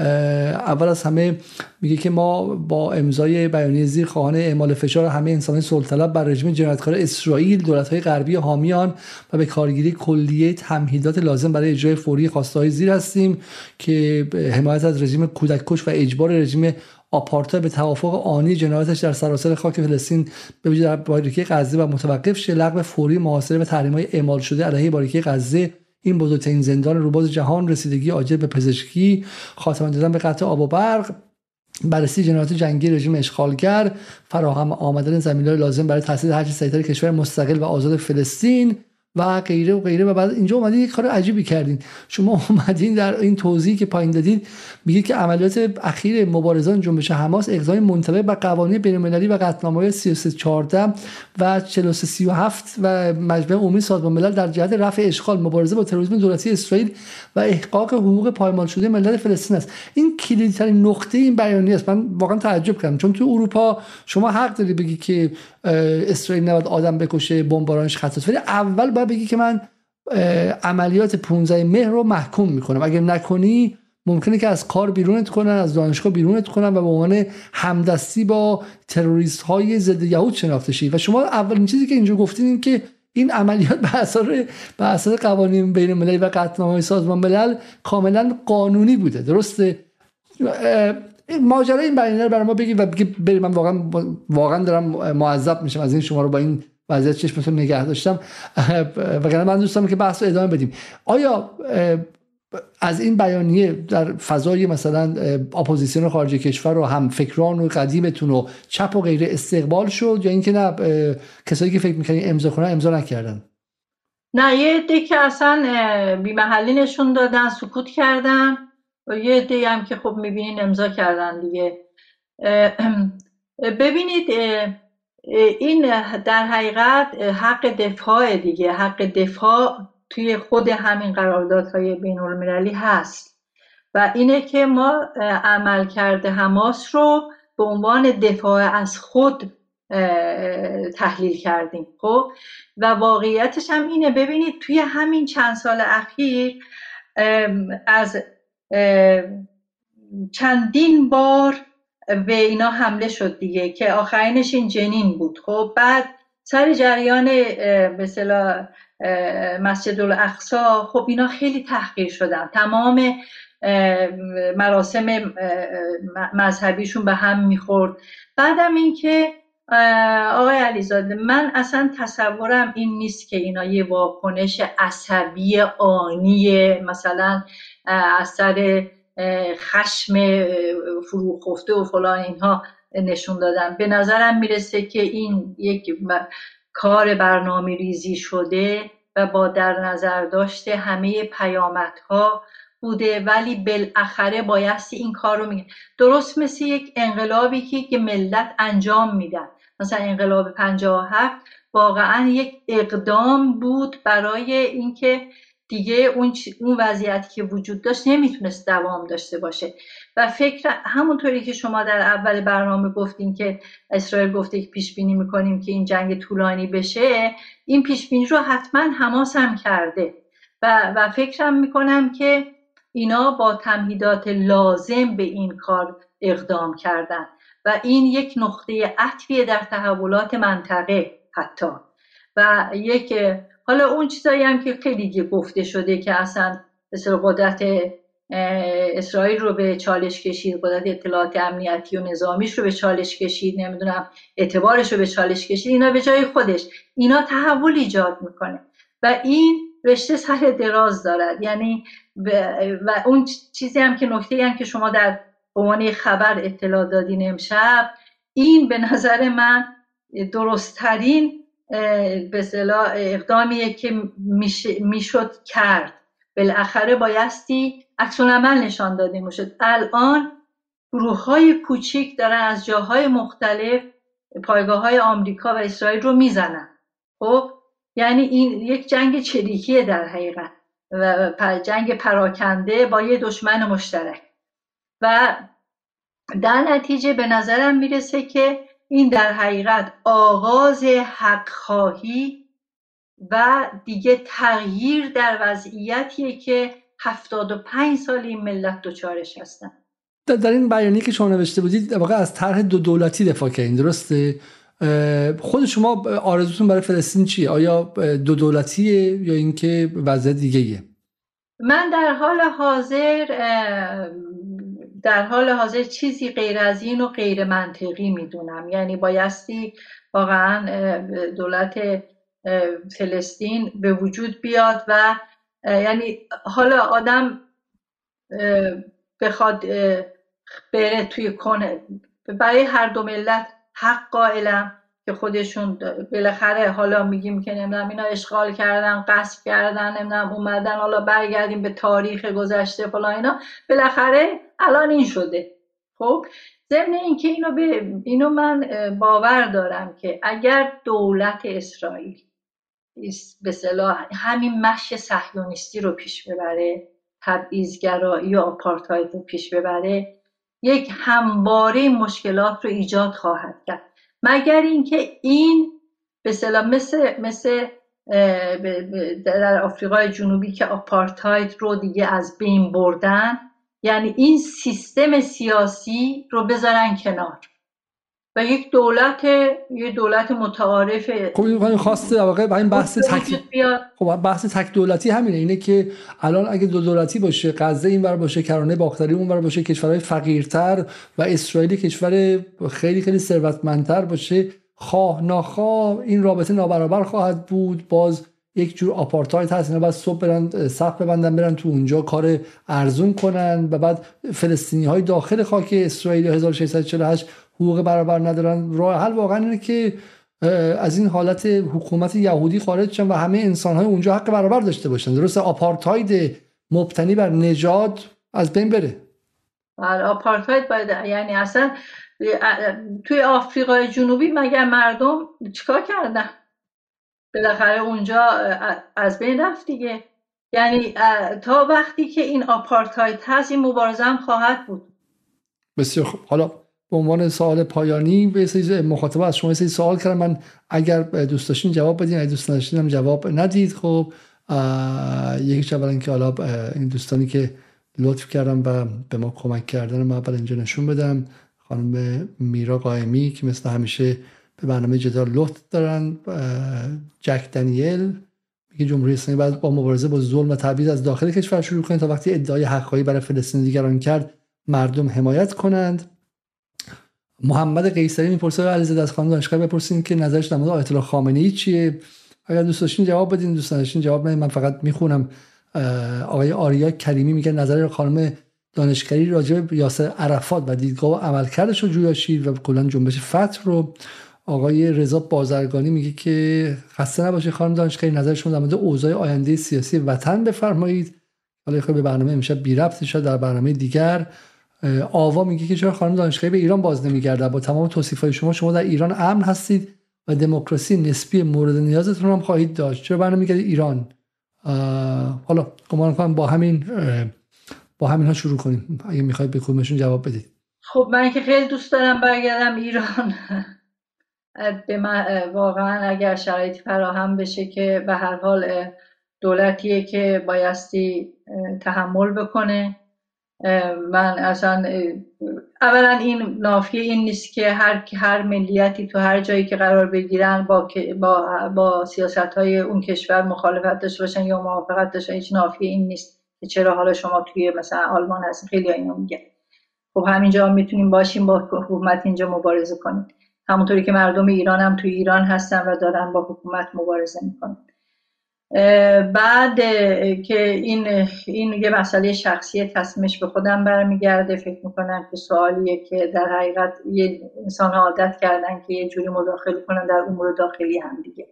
اول از همه میگه که ما با امضای بیانیه زیر خواهان اعمال فشار همه انسان‌های صلح‌طلب بر رژیم جنایتکار اسرائیل، دولت‌های غربی حامیان و به کارگیری کلیه تمهیدات لازم برای اجرای فوری خواسته‌های زیر هستیم که حمایت از رژیم کودک‌کش و اجبار رژیم آپارتاید به توافق آنی جنایاتش در سراسر خاک فلسطین به ویژه در باریکه غزه و متوقف شه، لغو فوری محاصره و تحریم‌های اعمال شده علیه باریکه غزه، این بزرگترین زندان روباز جهان، رسیدگی عاجل به پزشکی، خاتمه دادن به قطع آب و برق، بررسی جنایات جنگی رژیم اشغالگر، فراهم آمدن زمینه‌های لازم برای تأسیس هر چه سریعتر کشور مستقل و آزاد فلسطین و غیره و غیره. و بعد اینجا اومدین یک کار عجیبی کردین. شما اومدین در این توضیحی که پایین دادین میگید که عملیات اخیر مبارزان جنبش حماس اقضای منطبق بر قوانین بین‌المللی و قطعنامه‌های 3314 و 4337 و مجمع عمومی سازمان ملل در جهت رفع اشغال، مبارزه با تروریسم دولتی اسرائیل و احقاق حقوق پایمال شده ملت فلسطین است. این کلیدترین نقطه این بیانیه است. من واقعا تعجب کردم، چون تو اروپا شما حق داری بگی که اسرائیل نباید آدم بکشه، بمبارانش خطاست، ولی اول باید بگی که من عملیات 15 مهر رو محکوم میکنم، اگر نکنی ممکنه که از کار بیرونت کنن، از دانشگاه بیرونت کنن و به عنوان همدستی با تروریست های ضد یهود شناخته شی. و شما اولین چیزی که اینجا گفتین این که این عملیات به اساس قوانین بین المللی و قطعنامه‌های سازمان ملل کاملا قانونی بوده، درسته؟ ماجرای این بیانیه رو برای ما بگید و بریم. من واقعا دارم معذب میشم از این شما رو با این وضعیت چشمتون نگه داشتم، وگرنه من دوست دارم که بحث رو ادامه بدیم. آیا از این بیانیه در فضای مثلا اپوزیسیون خارج کشور و هم فکران و قدیمتون و چپ و غیره استقبال شد، یا اینکه نه کسایی که فکر می‌کنن امضا کنن امضا نکردن؟ نه، یه عده که اصلا بی محلی نشون دادن، سکوت کردن، و یه عده‌ای هم که خب می‌بینین امضا کردن دیگه. ببینید این در حقیقت حق دفاع دیگه، حق دفاع توی خود همین قراردادهای بین‌المللی هست و اینه که ما عملکرد حماس رو به عنوان دفاع از خود تحلیل کردیم. خب و واقعیتش هم اینه. ببینید توی همین چند سال اخیر از چندین بار به اینا حمله شد دیگه، که آخرینش این جنین بود. خب بعد سر جریان به اصطلاح مسجد الاقصی، خب اینا خیلی تحقیر شدن، تمام مراسم مذهبیشون به هم میخورد. بعدم این که آقای علیزاده، من اصلا تصورم این نیست که اینا یه واکنش عصبی آنی مثلا اثر خشم فروخفته و فلان اینها نشون دادن. به نظرم میرسه که این یک کار برنامه ریزی شده و با در نظر داشته همه پیامدها بوده، ولی بالاخره بایستی این کار رو میگه. درست مثل یک انقلابی که ملت انجام میدن، مثلا انقلاب 57 واقعا یک اقدام بود برای اینکه دیگه اون وضعیتی که وجود داشت نمیتونست دوام داشته باشه. و فکر همونطوری که شما در اول برنامه گفتین که اسرائیل گفته که پیش بینی میکنیم که این جنگ طولانی بشه، این پیش بینی رو حتما حماس هم کرده و فکرم میکنم که اینا با تمهیدات لازم به این کار اقدام کردن و این یک نقطه عطفیه در تحولات منطقه حتی. و یک حالا اون چیزایی هم که خیلی گفته شده که اصلا مثل قدرت اسرائیل رو به چالش کشید، قدرت اطلاعات امنیتی و نظامیش رو به چالش کشید، نمیدونم اعتبارش رو به چالش کشید، اینا به جای خودش اینا تحول ایجاد میکنه و این رشته سر دراز دارد. یعنی و اون چیزی هم که نکته‌ای هم که شما در عنوان خبر اطلاع دادین امشب، این به نظر من درست‌ترین به اصطلاح اقدامیه که میشد کرد. بالاخره بایستی عکس العمل نشان داده میشد. الان گروه‌های کوچیک دارن از جاهای مختلف پایگاه‌های آمریکا و اسرائیل رو میزنن. خب یعنی این یک جنگ چریکیه در حقیقت و جنگ پراکنده با یه دشمن مشترک و در نتیجه به نظرم میرسه که این در حقیقت آغاز حق خواهی و دیگه تغییر در وضعیتیه که 75 سال این ملت دوچارش هستن. در این بیانیه که شما نوشته بودید واقعا از طرح دو دولتی دفاع کردین، درسته؟ خود شما آرزوتون برای فلسطین چیه؟ آیا دو دولتیه یا اینکه وضع دیگه‌ایه؟ من در حال حاضر چیزی غیر از این و غیر منطقی میدونم. یعنی بایستی واقعا دولت فلسطین به وجود بیاد و یعنی حالا آدم بخواد بره توی کنه، برای هر دو ملت حق قائلم که خودشون بالاخره حالا میگیم که نمیدونم اینا اشغال کردن، غصب کردن، نمیدونم اومدن، حالا برگردیم به تاریخ گذشته فلان اینا، بالاخره الان این شده. خب ضمن اینکه اینو من باور دارم که اگر دولت اسرائیل به اصطلاح همین مشی صهیونیستی رو پیش ببره، تبعیض‌گرایی یا آپارتاید رو پیش ببره، یک همواره مشکلات رو ایجاد خواهد کرد. مگر اینکه این به اصطلاح مثل در آفریقای جنوبی که آپارتاید رو دیگه از بین بردن، یعنی این سیستم سیاسی رو بذارن کنار و یک دولت متعارف. خب این خواسته واقعا این بحث تک دولتی همینه، اینه که الان اگه دو دولتی باشه، غزه اینور باشه، کرانه باختری اونور باشه، کشورهای فقیرتر و اسرائیل کشور خیلی خیلی ثروتمندتر باشه، خواه ناخواه این رابطه نابرابر خواهد بود. باز یک جور آپارتاید هست، اینا بعد صبح برن صف ببندن برن تو اونجا کار ارزون کنن و بعد فلسطینی‌های داخل خاک اسرائیل 1648 حقوق برابر ندارن. راه حل واقعا اینه که از این حالت حکومت یهودی خارج شن و همه انسان‌های اونجا حق برابر داشته باشن. درسته آپارتاید مبتنی بر نژاد از بین بره. آپارتاید باید، یعنی اصلا توی آفریقای جنوبی مگر مردم چیکار کردن؟ بالاخره اونجا از بین رفت دیگه. یعنی تا وقتی که این آپارتاید هست این مبارزه هم خواهد بود. بسیار خوب. حالا به عنوان سوال پایانی به سری مخاطب از شما سری سوال کردم، من اگر دوست داشتین جواب بدین، اگر دوست نداشتین هم جواب ندید. خب یکیش اولا که حالا این دوستانی که لطف کردن و به ما کمک کردن من اول اینجا نشون بدم. خانم میرا قائمی که مثل همیشه به برنامه جدال لطف دارن. جک دانیل میگه جمهوری اسلامی باید با مبارزه با ظلم و تبعیض از داخل کشور شروع کنه تا وقتی ادعای حق‌خواهی برای فلسطین دیگران کرد مردم حمایت کنند. محمد قیصری میپرسه علیزاده از خانم دانشگاه بپرسین که نظرش در مورد آیت الله خامنه‌ای چیه. اگر دوست داشتین جواب بدین، دوست داشتین جواب ندین. من فقط میخونم. آقای آریا کریمی میگه نظر خانم دانشگری راجع به یاسر عرفات و دیدگاه و عملکردش رو جویاشید و کلا جنبش فتح رو. آقای رضا بازرگانی میگه که خسته نباشه خانم دانشگری، نظرشون در مورد اوضاع آینده سیاسی وطن بفرمایید. حالا خیلی به برنامه امشب بی ربط شد، در برنامه دیگر. آوا میگه که چرا خانم دانشگاهی به ایران باز نمیگرده؟ با تمام توصیف‌های شما در ایران امن هستید و دموکراسی نسبی مورد نیازتون هم خواهید داشت، چرا برنمیگردید ایران؟ حالا گمان کنم با همینها شروع کنیم اگه میخواید به کدومشون جواب بدید. خب من که خیلی دوست دارم برگردم ایران. به من واقعا اگر شرایطی فراهم بشه که به هر حال دولتیه که بایستی تحمل بکنه. من اصلا اولا این نافیه این نیست که هر ملیتی تو هر جایی که قرار بگیرن با سیاست‌های اون کشور مخالفت داشته باشن یا موافقت داشته. هیچ نافیه این نیست که چرا حالا شما توی مثلا آلمان هستین، خیلی اینو میگن. خب همینجا میتونیم باشیم با حکومت اینجا مبارزه کنیم، همونطوری که مردم ایران هم توی ایران هستن و دارن با حکومت مبارزه میکنن. بعد که این یه مسئله شخصی، تصمیمش به خودم برمیگرده. فکر میکنم که سوالیه که در حقیقت یه انسان عادت کردن که یه جوری مداخله کنن در امور داخلی هم دیگه.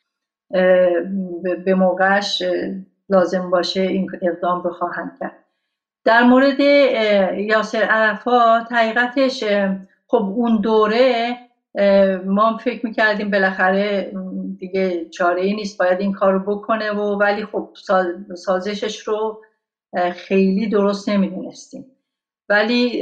به موقعش لازم باشه این اقدام رو خواهند کرد. در مورد یاسر عرفات حقیقتش خب اون دوره ما فکر میکردیم بالاخره دیگه چاره‌ای نیست، باید این کار رو بکنه ولی خب سازشش رو خیلی درست نمیدونستیم. ولی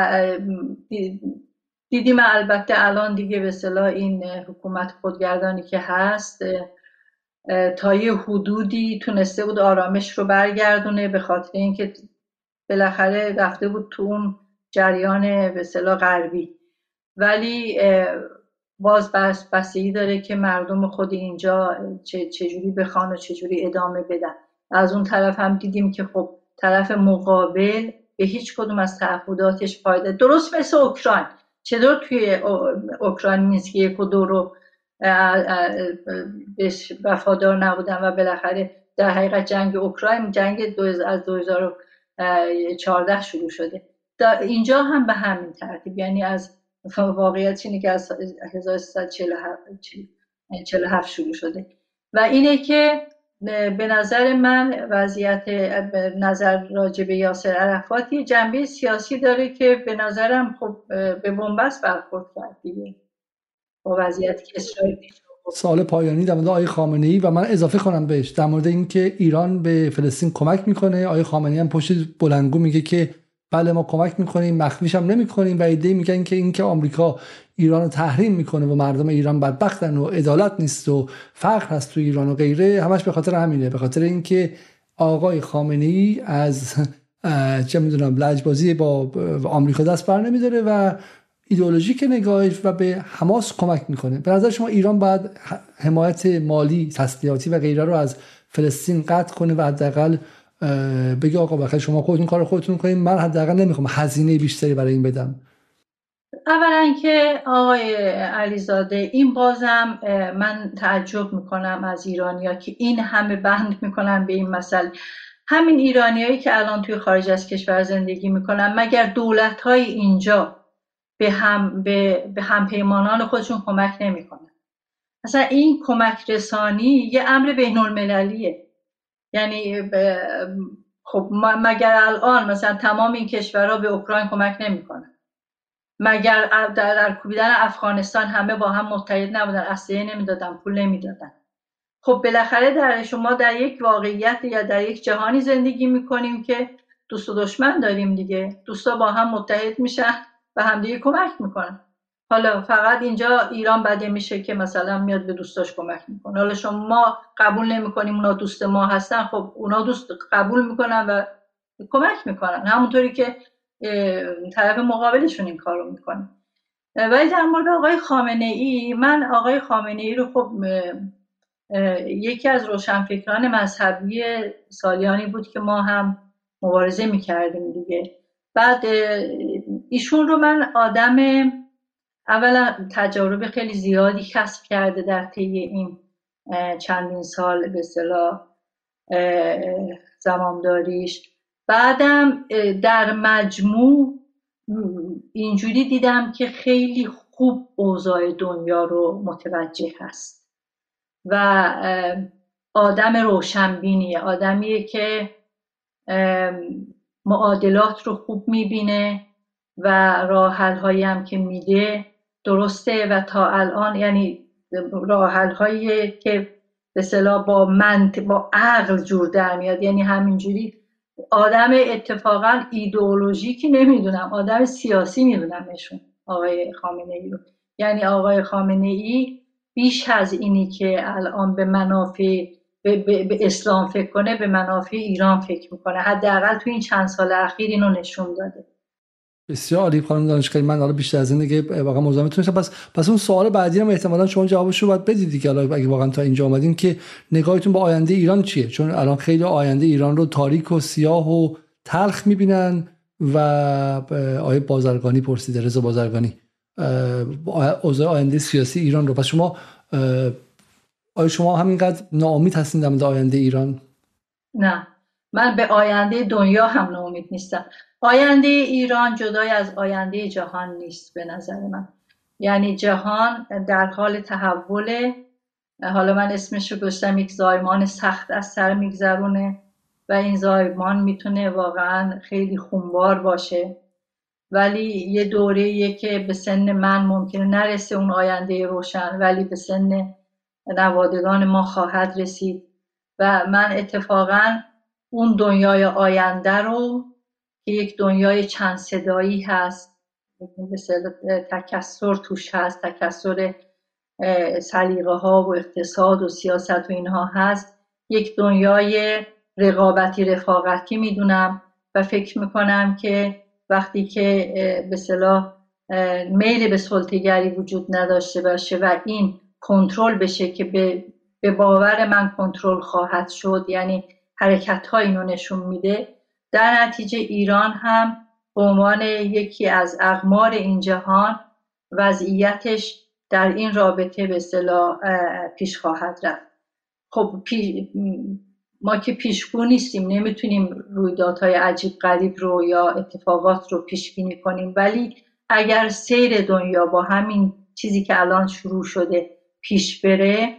دیدیم البته الان دیگه به اصطلاح این حکومت خودگردانی که هست تا یه حدودی تونسته بود آرامش رو برگردونه، به خاطر اینکه بالاخره رفته بود تو اون جریان به اصطلاح غربی. ولی باز بستگی داره که مردم خود اینجا چجوری بخوان و چجوری ادامه بدن. از اون طرف هم دیدیم که خب طرف مقابل به هیچ کدوم از تعهداتش فایده، درست مثل اوکراین. چطور توی اوکراین نیست که یک و دو رو بهش وفادار نبودن و بالاخره در حقیقت جنگ اوکراین جنگ از 2014 شروع شده. اینجا هم به همین ترتیب، یعنی از واقعیت اینه که از 1347 شروع شده و اینه که به نظر من وضعیت نظر راجع به یاسر عرفات یه جنبه سیاسی داره که به نظرم خب به بنبست برخورد کرد دیگه با وضعیتی که اسرائیل پیش آورد. سوال پایانی در مورد آقای خامنه‌ای و من اضافه کنم بهش در مورد اینکه ایران به فلسطین کمک میکنه. آقای خامنه‌ای هم پشت بلندگو میگه که بله ما کمک میکنیم، مخفیش هم نمیکنیم و ایده میگن که اینکه آمریکا ایران رو تحریم میکنه و مردم ایران بدبختن و عدالت نیست و فقر هست تو ایران و غیره، همش به خاطر همینه، به خاطر اینکه آقای خامنه‌ای از چه میدونم لجبازی با آمریکا دست بر نمیداره و ایدئولوژیک نگاهش و به حماس کمک میکنه. به نظر شما ایران باید حمایت مالی، تسلیحاتی و غیره رو از فلسطین قطع کنه و حداقل بگه آقا بخیر شما خودتون کار خودتون کنین، من حداقل نمیخوام هزینه بیشتری برای این بدم؟ اولا که آقای علیزاده این بازم من تعجب میکنم از ایرانی‌ها که این همه بند میکنن به این مسئله. همین ایرانیایی که الان توی خارج از کشور زندگی میکنن مگر دولت‌های اینجا به همپیمانان خودشون کمک نمیکنن؟ اصلا این کمک رسانی یه امر بین‌المللیه. یعنی خب مگر الان مثلا تمام این کشورها به اوکراین کمک نمیکنن؟ مگر در کوبیدن افغانستان همه با هم متحد نبودن، اسلحه نمیدادن، پول نمیدادن؟ خب بالاخره شما در یک واقعیت یا در یک جهانی زندگی میکنیم که دوست و دشمن داریم دیگه. دوستا با هم متحد میشن و همدیگه کمک میکنن. حالا فقط اینجا ایران بده میشه که مثلا میاد به دوستاش کمک میکنه. حالا شما قبول نمیکنیم اونا دوست ما هستن، خب اونا دوست قبول میکنن و کمک میکنن، همونطوری که طرف مقابلشون این کارو میکنه. ولی در مورد آقای خامنه‌ای، من آقای خامنه‌ای رو خب یکی از روشنفکران مذهبی سالیانی بود که ما هم مبارزه میکردیم دیگه. بعد ایشون رو من آدم اولا تجارب خیلی زیادی کسب کرده در طی این چندین سال به اصطلاح زمامداریش. بعدم در مجموع اینجوری دیدم که خیلی خوب اوضاع دنیا رو متوجه هست و آدم روشنبینیه، آدمیه که معادلات رو خوب میبینه و راه حل هایی هم که میده درسته و تا الان یعنی راه حل هایی که به اصطلاح با عقل جور در میاد. یعنی همینجوری آدم اتفاقا ایدئولوژیکی نمیدونم، آدم سیاسی میدونمشون آقای خامنه ای رو. یعنی آقای خامنه ای بیش از اینی که الان به منافع به اسلام فکر کنه، به منافع ایران فکر میکنه. حداقل تو این چند سال اخیر اینو نشون داده. بسیار عالی خانم دانشگاهی. من حالا بیشتر از این دیگه واقعا موضوع میتونم پس اون سوال بعدی هم احتمالاً شما جوابش رو باید بدید دیگه. حالا اگه واقعا تا اینجا اومدین که نگاهتون به آینده ایران چیه؟ چون الان خیلی آینده ایران رو تاریک و سیاه و تلخ میبینن و آقای بازرگانی پرسیده، رضا بازرگانی، اوضاع آینده سیاسی ایران رو. پس شما آیا شما همینقدر ناامید هستین در مورد آینده ایران؟ نه، من به آینده دنیا هم ناامید نیستم. آینده ایران جدای از آینده جهان نیست به نظر من. یعنی جهان در حال تحوله. حالا من اسمش رو گذاشتم یک زایمان سخت از سر میگذرونه و این زایمان میتونه واقعا خیلی خونبار باشه، ولی یه دوره‌ایه که به سن من ممکنه نرسه اون آینده روشن، ولی به سن نوادگان ما خواهد رسید و من اتفاقا اون دنیای آینده رو که یک دنیای چند صدایی هست، مثل تکثر توش هست، تکثر سلیقه ها و اقتصاد و سیاست و اینها هست، یک دنیای رقابتی رفاقتی میدونم و فکر میکنم که وقتی که به اصطلاح میل به سلطه‌گری وجود نداشته باشه و این کنترل بشه که به باور من کنترل خواهد شد، یعنی حرکت ها اینو نشون میده، در نتیجه ایران هم به عنوان یکی از اقمار این جهان وضعیتش در این رابطه به اصطلاح پیش خواهد رفت. خب ما که پیشگو نیستیم، نمیتونیم رویدادهای عجیب غریب رو یا اتفاقات رو پیش بینی کنیم، ولی اگر سیر دنیا با همین چیزی که الان شروع شده پیش بره،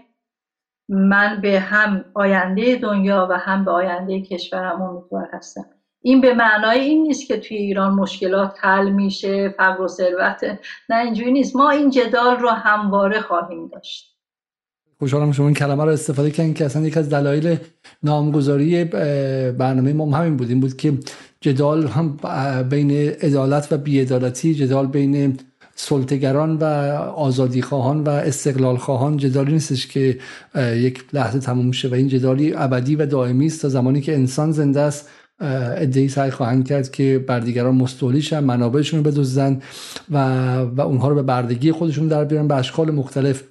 من به هم آینده دنیا و هم به آینده کشورم امیدوار هستم. این به معنای این نیست که توی ایران مشکلات حل میشه، فقر و ثروت، نه اینجوری نیست. ما این جدال رو همواره خواهیم داشت. خوشحالم شما این کلمه رو استفاده کردین که اصلا یک از دلایل نامگذاری برنامه ما همین بود، این بود که جدال هم بین عدالت و بی‌عدالتی، جدال بین سلطه‌گران و آزادیخواهان و استقلال خواهان جدالی نیستش که یک لحظه تموم شه و این جدالی ابدی و دائمی است. تا زمانی که انسان زنده است عده‌ای سعی خواهند کرد که بر دیگران مستولی شن، منابعشون رو بدزدن و اونها رو به بردگی خودشون در بیارن به اشکال مختلف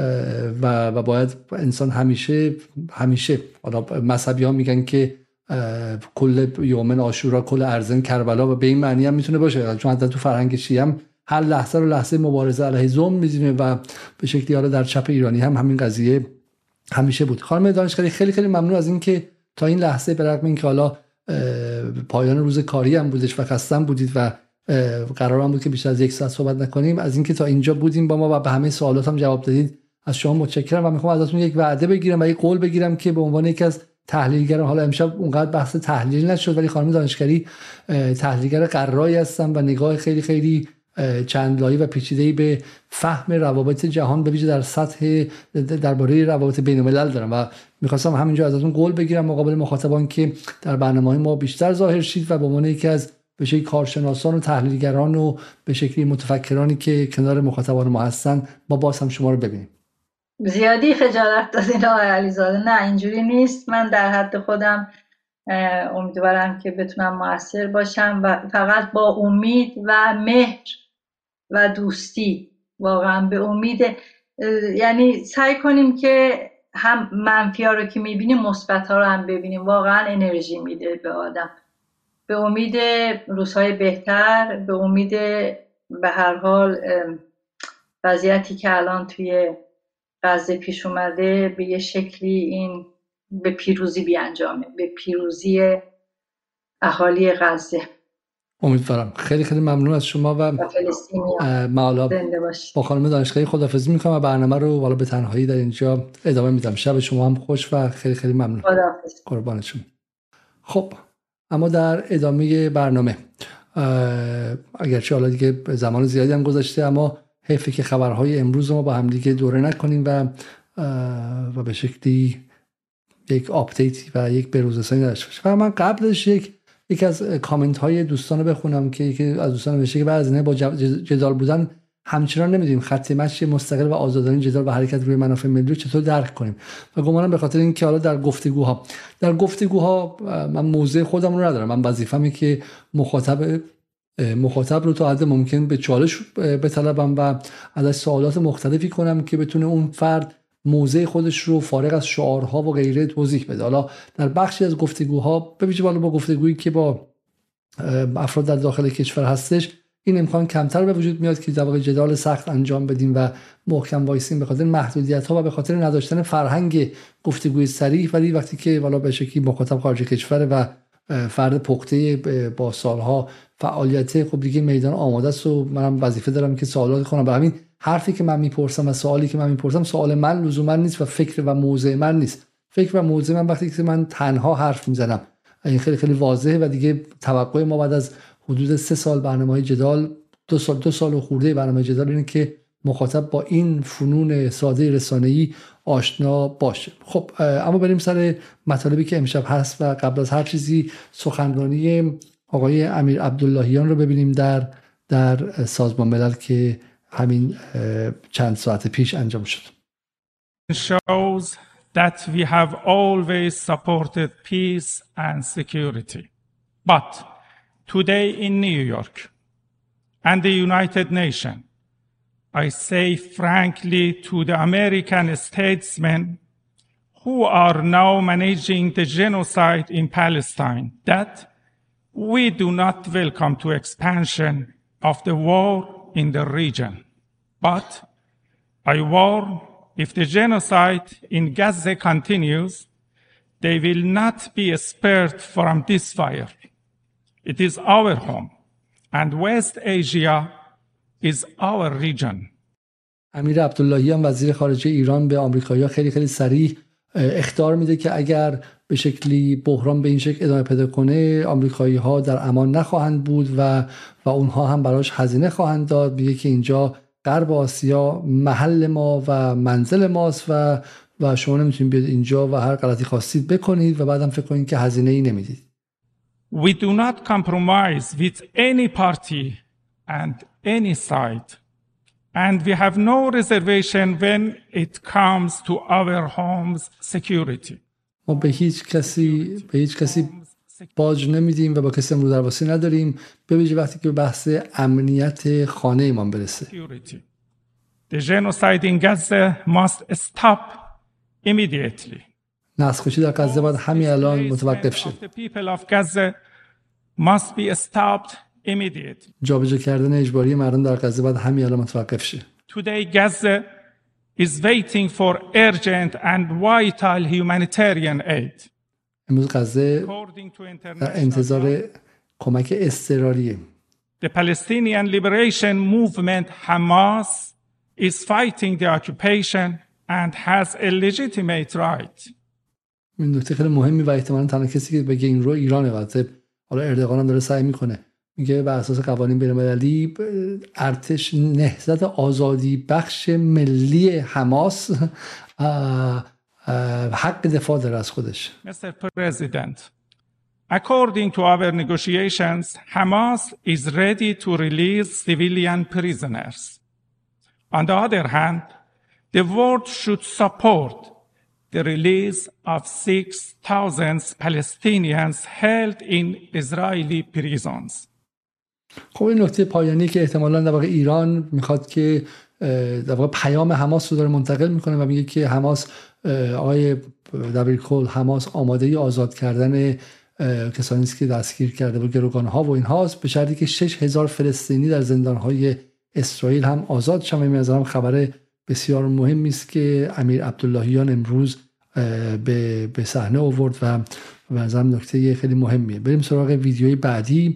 و باید انسان همیشه حالا مذهبی ها میگن که کل یومن عاشورا کل ارزن کربلا و به این معنی هم میتونه باشه، چون حتی تو فرهنگ شیعه هم هر لحظه رو لحظه مبارزه علیه ظلم میدونه و به شکلی حالا در چپ ایرانی هم همین قضیه همیشه بود. خانم دانشگاهی خیلی خیلی ممنون از اینکه تا این لحظه به رغم اینکه حالا پایان روز کاری هم بودش و خستم بودید و قرارم بود که بیشتر از یک ساعت صحبت نکنیم، از اینکه تا اینجا بودیم با ما و به همه سوالات هم جواب دادید از شما متشکرم و میخوام ازتون یک وعده بگیرم و یک قول بگیرم که به عنوان یکی از تحلیلگران، حالا امشب اونقدر بحث تحلیل نشد ولی خانم دانشگری تحلیلگر قرایی هستن و نگاه خیلی خیلی چند لایه و پیچیده‌ای به فهم روابط جهان به ویژه در سطح درباره روابط بین‌الملل دارم و می‌خواستم همینجا ازتون قول بگیرم مقابل مخاطبان که در برنامه‌های ما بیشتر ظاهر شید و به عنوان یکی از به شکلی کارشناسان و تحلیلگران و به شکلی متفکرانی که کنار مخاطبان ما هستن ما باز هم شما رو ببینیم. زیادی خجالت دادین آقای علیزاده. نه اینجوری نیست، من در حد خودم امیدوارم که بتونم مؤثر باشم و فقط با امید و مهر و دوستی، واقعا به امید، یعنی سعی کنیم که هم منفی ها رو که میبینیم مثبت ها رو هم ببینیم. واقعا انرژی میده به آدم، به امید روزهای بهتر، به امید به هر حال وضعیتی که الان توی غزه پیش اومده به یه شکلی این به پیروزی بیانجامه، به پیروزی اهالی غزه. امیدوارم. خیلی خیلی ممنون از شما و معالا با خانم دانشگاهی خداحافظی میکنم و برنامه رو والا به تنهایی در اینجا ادامه میدم. شب شما هم خوش و خیلی خیلی ممنون. قربانتون. خب اما در ادامه برنامه، اگرچه حالا دیگه زمان زیادی هم گذشته، اما حیفه که خبرهای امروز ما با هم دیگه دوره نکنیم و به شکلی یک آپدیتی و یک بروزرسانی داشته باشه. و من قبلش یک از کامنت های دوستان رو بخونم که یکی از دوستان نوشته که بعضی اینا با جدال بودن همچنان نمیدونیم خط مشی مستقل و آزادانه جدال و حرکت روی منافع ملی رو چطور درک کنیم. و گمانم به خاطر اینکه حالا در گفتگوها من موضع خودم رو ندارم. من وظیفه‌مه که مخاطب رو تا حد ممکن به چالش بطلبم و ازش سوالات مختلفی کنم که بتونه اون فرد موضع خودش رو فارغ از شعارها و غیره توضیح بده. حالا در بخشی از گفتگوها به ویژه با گفتگویی که با افراد در داخل کشور هستش این امکان کمتر به وجود میاد که در واقع جدال سخت انجام بدیم و محکم وایسیم به خاطر محدودیت‌ها و به خاطر نداشتن فرهنگ گفتگوی صریح. ولی وقتی که والا به شکلی مخاطب خارج کشور و فرد پخته با سالها فعالیت، خب دیگه میدان آماده است و منم وظیفه دارم که سوالات کنم. برای همین حرفی که من میپرسم و سوالی که من میپرسم سوال من لزوما نیست و فکر و موضع من نیست. فکر و موضع من وقتی که من تنها حرف میزنم این خیلی خیلی واضحه و دیگه توقع ما بعد از حدود 3 سال برنامه‌های جدال، 2 سال و خورده برنامه جدال اینه که مخاطب با این فنون ساده رسانه‌ای آشنا باشه. خب اما بریم سر مطالبی که امشب هست و قبل از هر چیزی سخنرانی آقای امیر عبداللهیان رو ببینیم در سازمان ملل که همین چند ساعت پیش انجام شد. shows that we have always supported peace and security. But today in New York and the United Nations, I say frankly to the American statesmen who are now managing the genocide in Palestine that we do not welcome to expansion of the war in the region. But I warn, if the genocide in Gaza continues, they will not be spared from this fire. It is our home, and West Asia is our region. امیر عبداللهیان وزیر خارجه ایران به آمریکایی‌ها خیلی خیلی صریح اخطار میده که اگر به شکلی بحران به این شکل ادامه پیدا کنه آمریکایی‌ها در امان نخواهند بود و اونها هم براش هزینه خواهند داد. میگه که اینجا غرب آسیا محل ما و منزل ماست و شما نمیتونید بیاد اینجا و هر غلطی خواستید بکنید و بعدم فکر کنید که هزینه‌ای نمیدید. We do not compromise with any party and any side. And we have no reservation when it comes to our home's security. ما به هیچ کسی باج نمیدیم و با کسی هم رودرواسی نداریم، به ویژه وقتی که به بحث امنیت خانه ایمان برسه. The genocide in Gaza must stop immediately. نسل‌کشی در غزه باید همین الان متوقف شه. The people of Gaza must be stopped immediately. جابجا کردن اجباری مردم در غزه باید همین الان متوقف شه. Today Gaza is waiting for urgent and vital humanitarian aid. امروز غزه در انتظار کمک اضطراریه. The Palestinian Liberation Movement Hamas is fighting the occupation and has a legitimate right. این نکته خیلی مهمی و احتمالاً تنها کسی که بگه این رو ایرانه. البته حالا اردوغان هم داره سعی میکنه، میگه بر اساس قوانین بین‌المللی ارتش نهضت آزادی بخش ملی حماس حق دفاع داره از خودش. Mr. President, according to our negotiations, Hamas is ready to release civilian prisoners. On the other hand, the world should support the release of 6,000 Palestinians held in Israeli prisons. خب این نکته پایانی که احتمالاً در واقع ایران میخواد که در واقع پیام حماس رو داره منتقل میکنه و میگه که حماس، آقای دبیرکل حماس آماده آزاد کردن کسانی است که دستگیر کرده و گروگانها و اینهاست، به شرطی که 6,000 فلسطینی در زندانهای اسرائیل هم آزاد شن. این از هم خبر بسیار مهمی است که امیر عبداللهیان امروز به صحنه آورد و از هم نکته خیلی مهمیه. بریم سراغ ویدیوی بعدی.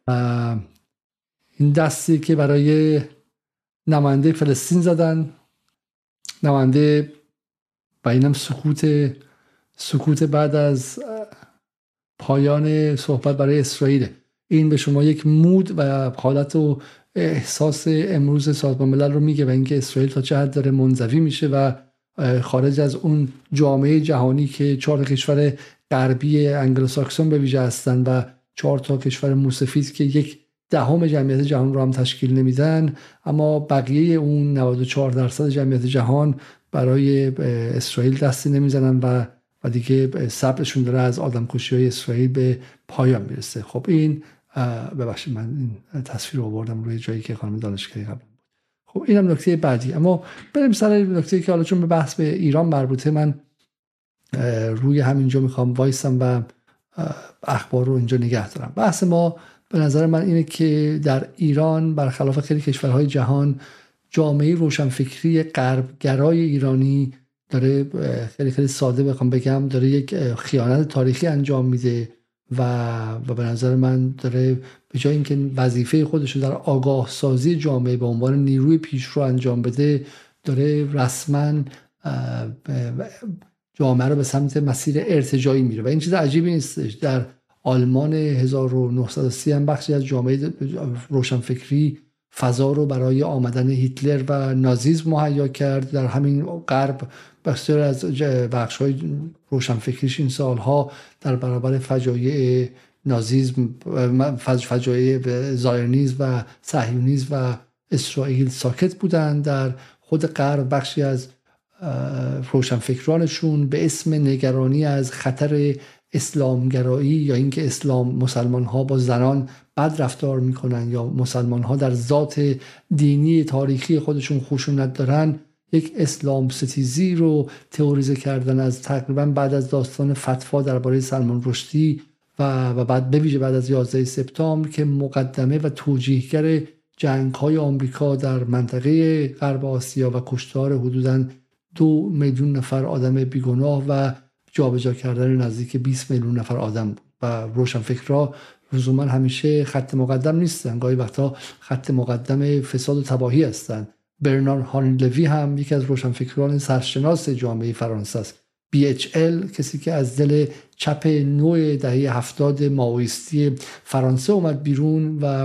این دستی که برای نماینده فلسطین زدن، نماینده و اینم سکوت بعد از پایان صحبت برای اسرائیل. این به شما یک مود و حالت و احساس امروز سازمان ملل رو میگه و اینکه اسرائیل تا چه حد داره منزوی میشه و خارج از اون جامعه جهانی که 4 کشور غربی انگلوساکسون به ویژه هستن و 4 کشور موسفید که 1/10 جمعیت جهان رو هم تشکیل نمیدن، اما بقیه اون 94% جمعیت جهان برای اسرائیل دستی نمیزنن و دیگه صبرشون داره از آدمکشی‌های اسرائیل به پایان میرسه. خب این ببخشید من این تصویر رو آوردم روی جایی که خانم دانشگاهی قبل بود. خب اینم نکته بعدی. اما بریم سر نکته که حالا چون به بحث به ایران مربوطه، من روی همینجا میخوام وایسم و اخبار رو اینجا نگه دارم. بحث ما به نظر من اینه که در ایران برخلاف خیلی کشورهای جهان جامعه روشنفکری غربگرای ایرانی داره خیلی خیلی ساده بخوام بگم داره یک خیانت تاریخی انجام میده و به نظر من داره به جای اینکه وظیفه خودش رو در آگاه سازی جامعه به عنوان نیروی پیشرو انجام بده، داره رسما جامعه رو به سمت مسیر ارتجاعی میره و این چیز عجیبی نیستش. در آلمان 1930 هم بخشی از جامعه روشنفکری فضا رو برای آمدن هیتلر و نازیسم مهیا کرد. در همین غرب بسیار از بخش‌های روشنفکریش این سالها در برابر فجایع نازیسم، فجایع زایونیسم و صهیونیسم و اسرائیل ساکت بودند. در خود غرب بخشی از روشنفکرانشون به اسم نگرانی از خطر اسلامگرایی یا اینکه مسلمان ها با زنان بد رفتار میکنن یا مسلمان ها در ذات دینی تاریخی خودشون خشونت دارن، یک اسلام ستیزی رو تئوریزه کردن از تقریبا بعد از داستان فتوا درباره سلمان رشدی و بعد به ویژه بعد از 11 سپتامبر که مقدمه و توجیهگر جنگ‌های آمریکا در منطقه غرب آسیا و کشتار حدوداً 2 میلیون نفر آدم بیگناه و جابجا کردن نزدیک 20 میلیون نفر آدم بود. و روشنفکرها لزوما همیشه خط مقدم نیستن، گاهی وقتا خط مقدم فساد و تباهی هستن. برنارد هانی لوی هم یکی از روشنفکران سرشناس جامعه فرانسه است. BHL کسی که از دل چپ نو دهه 70 ماویستی فرانسه اومد بیرون و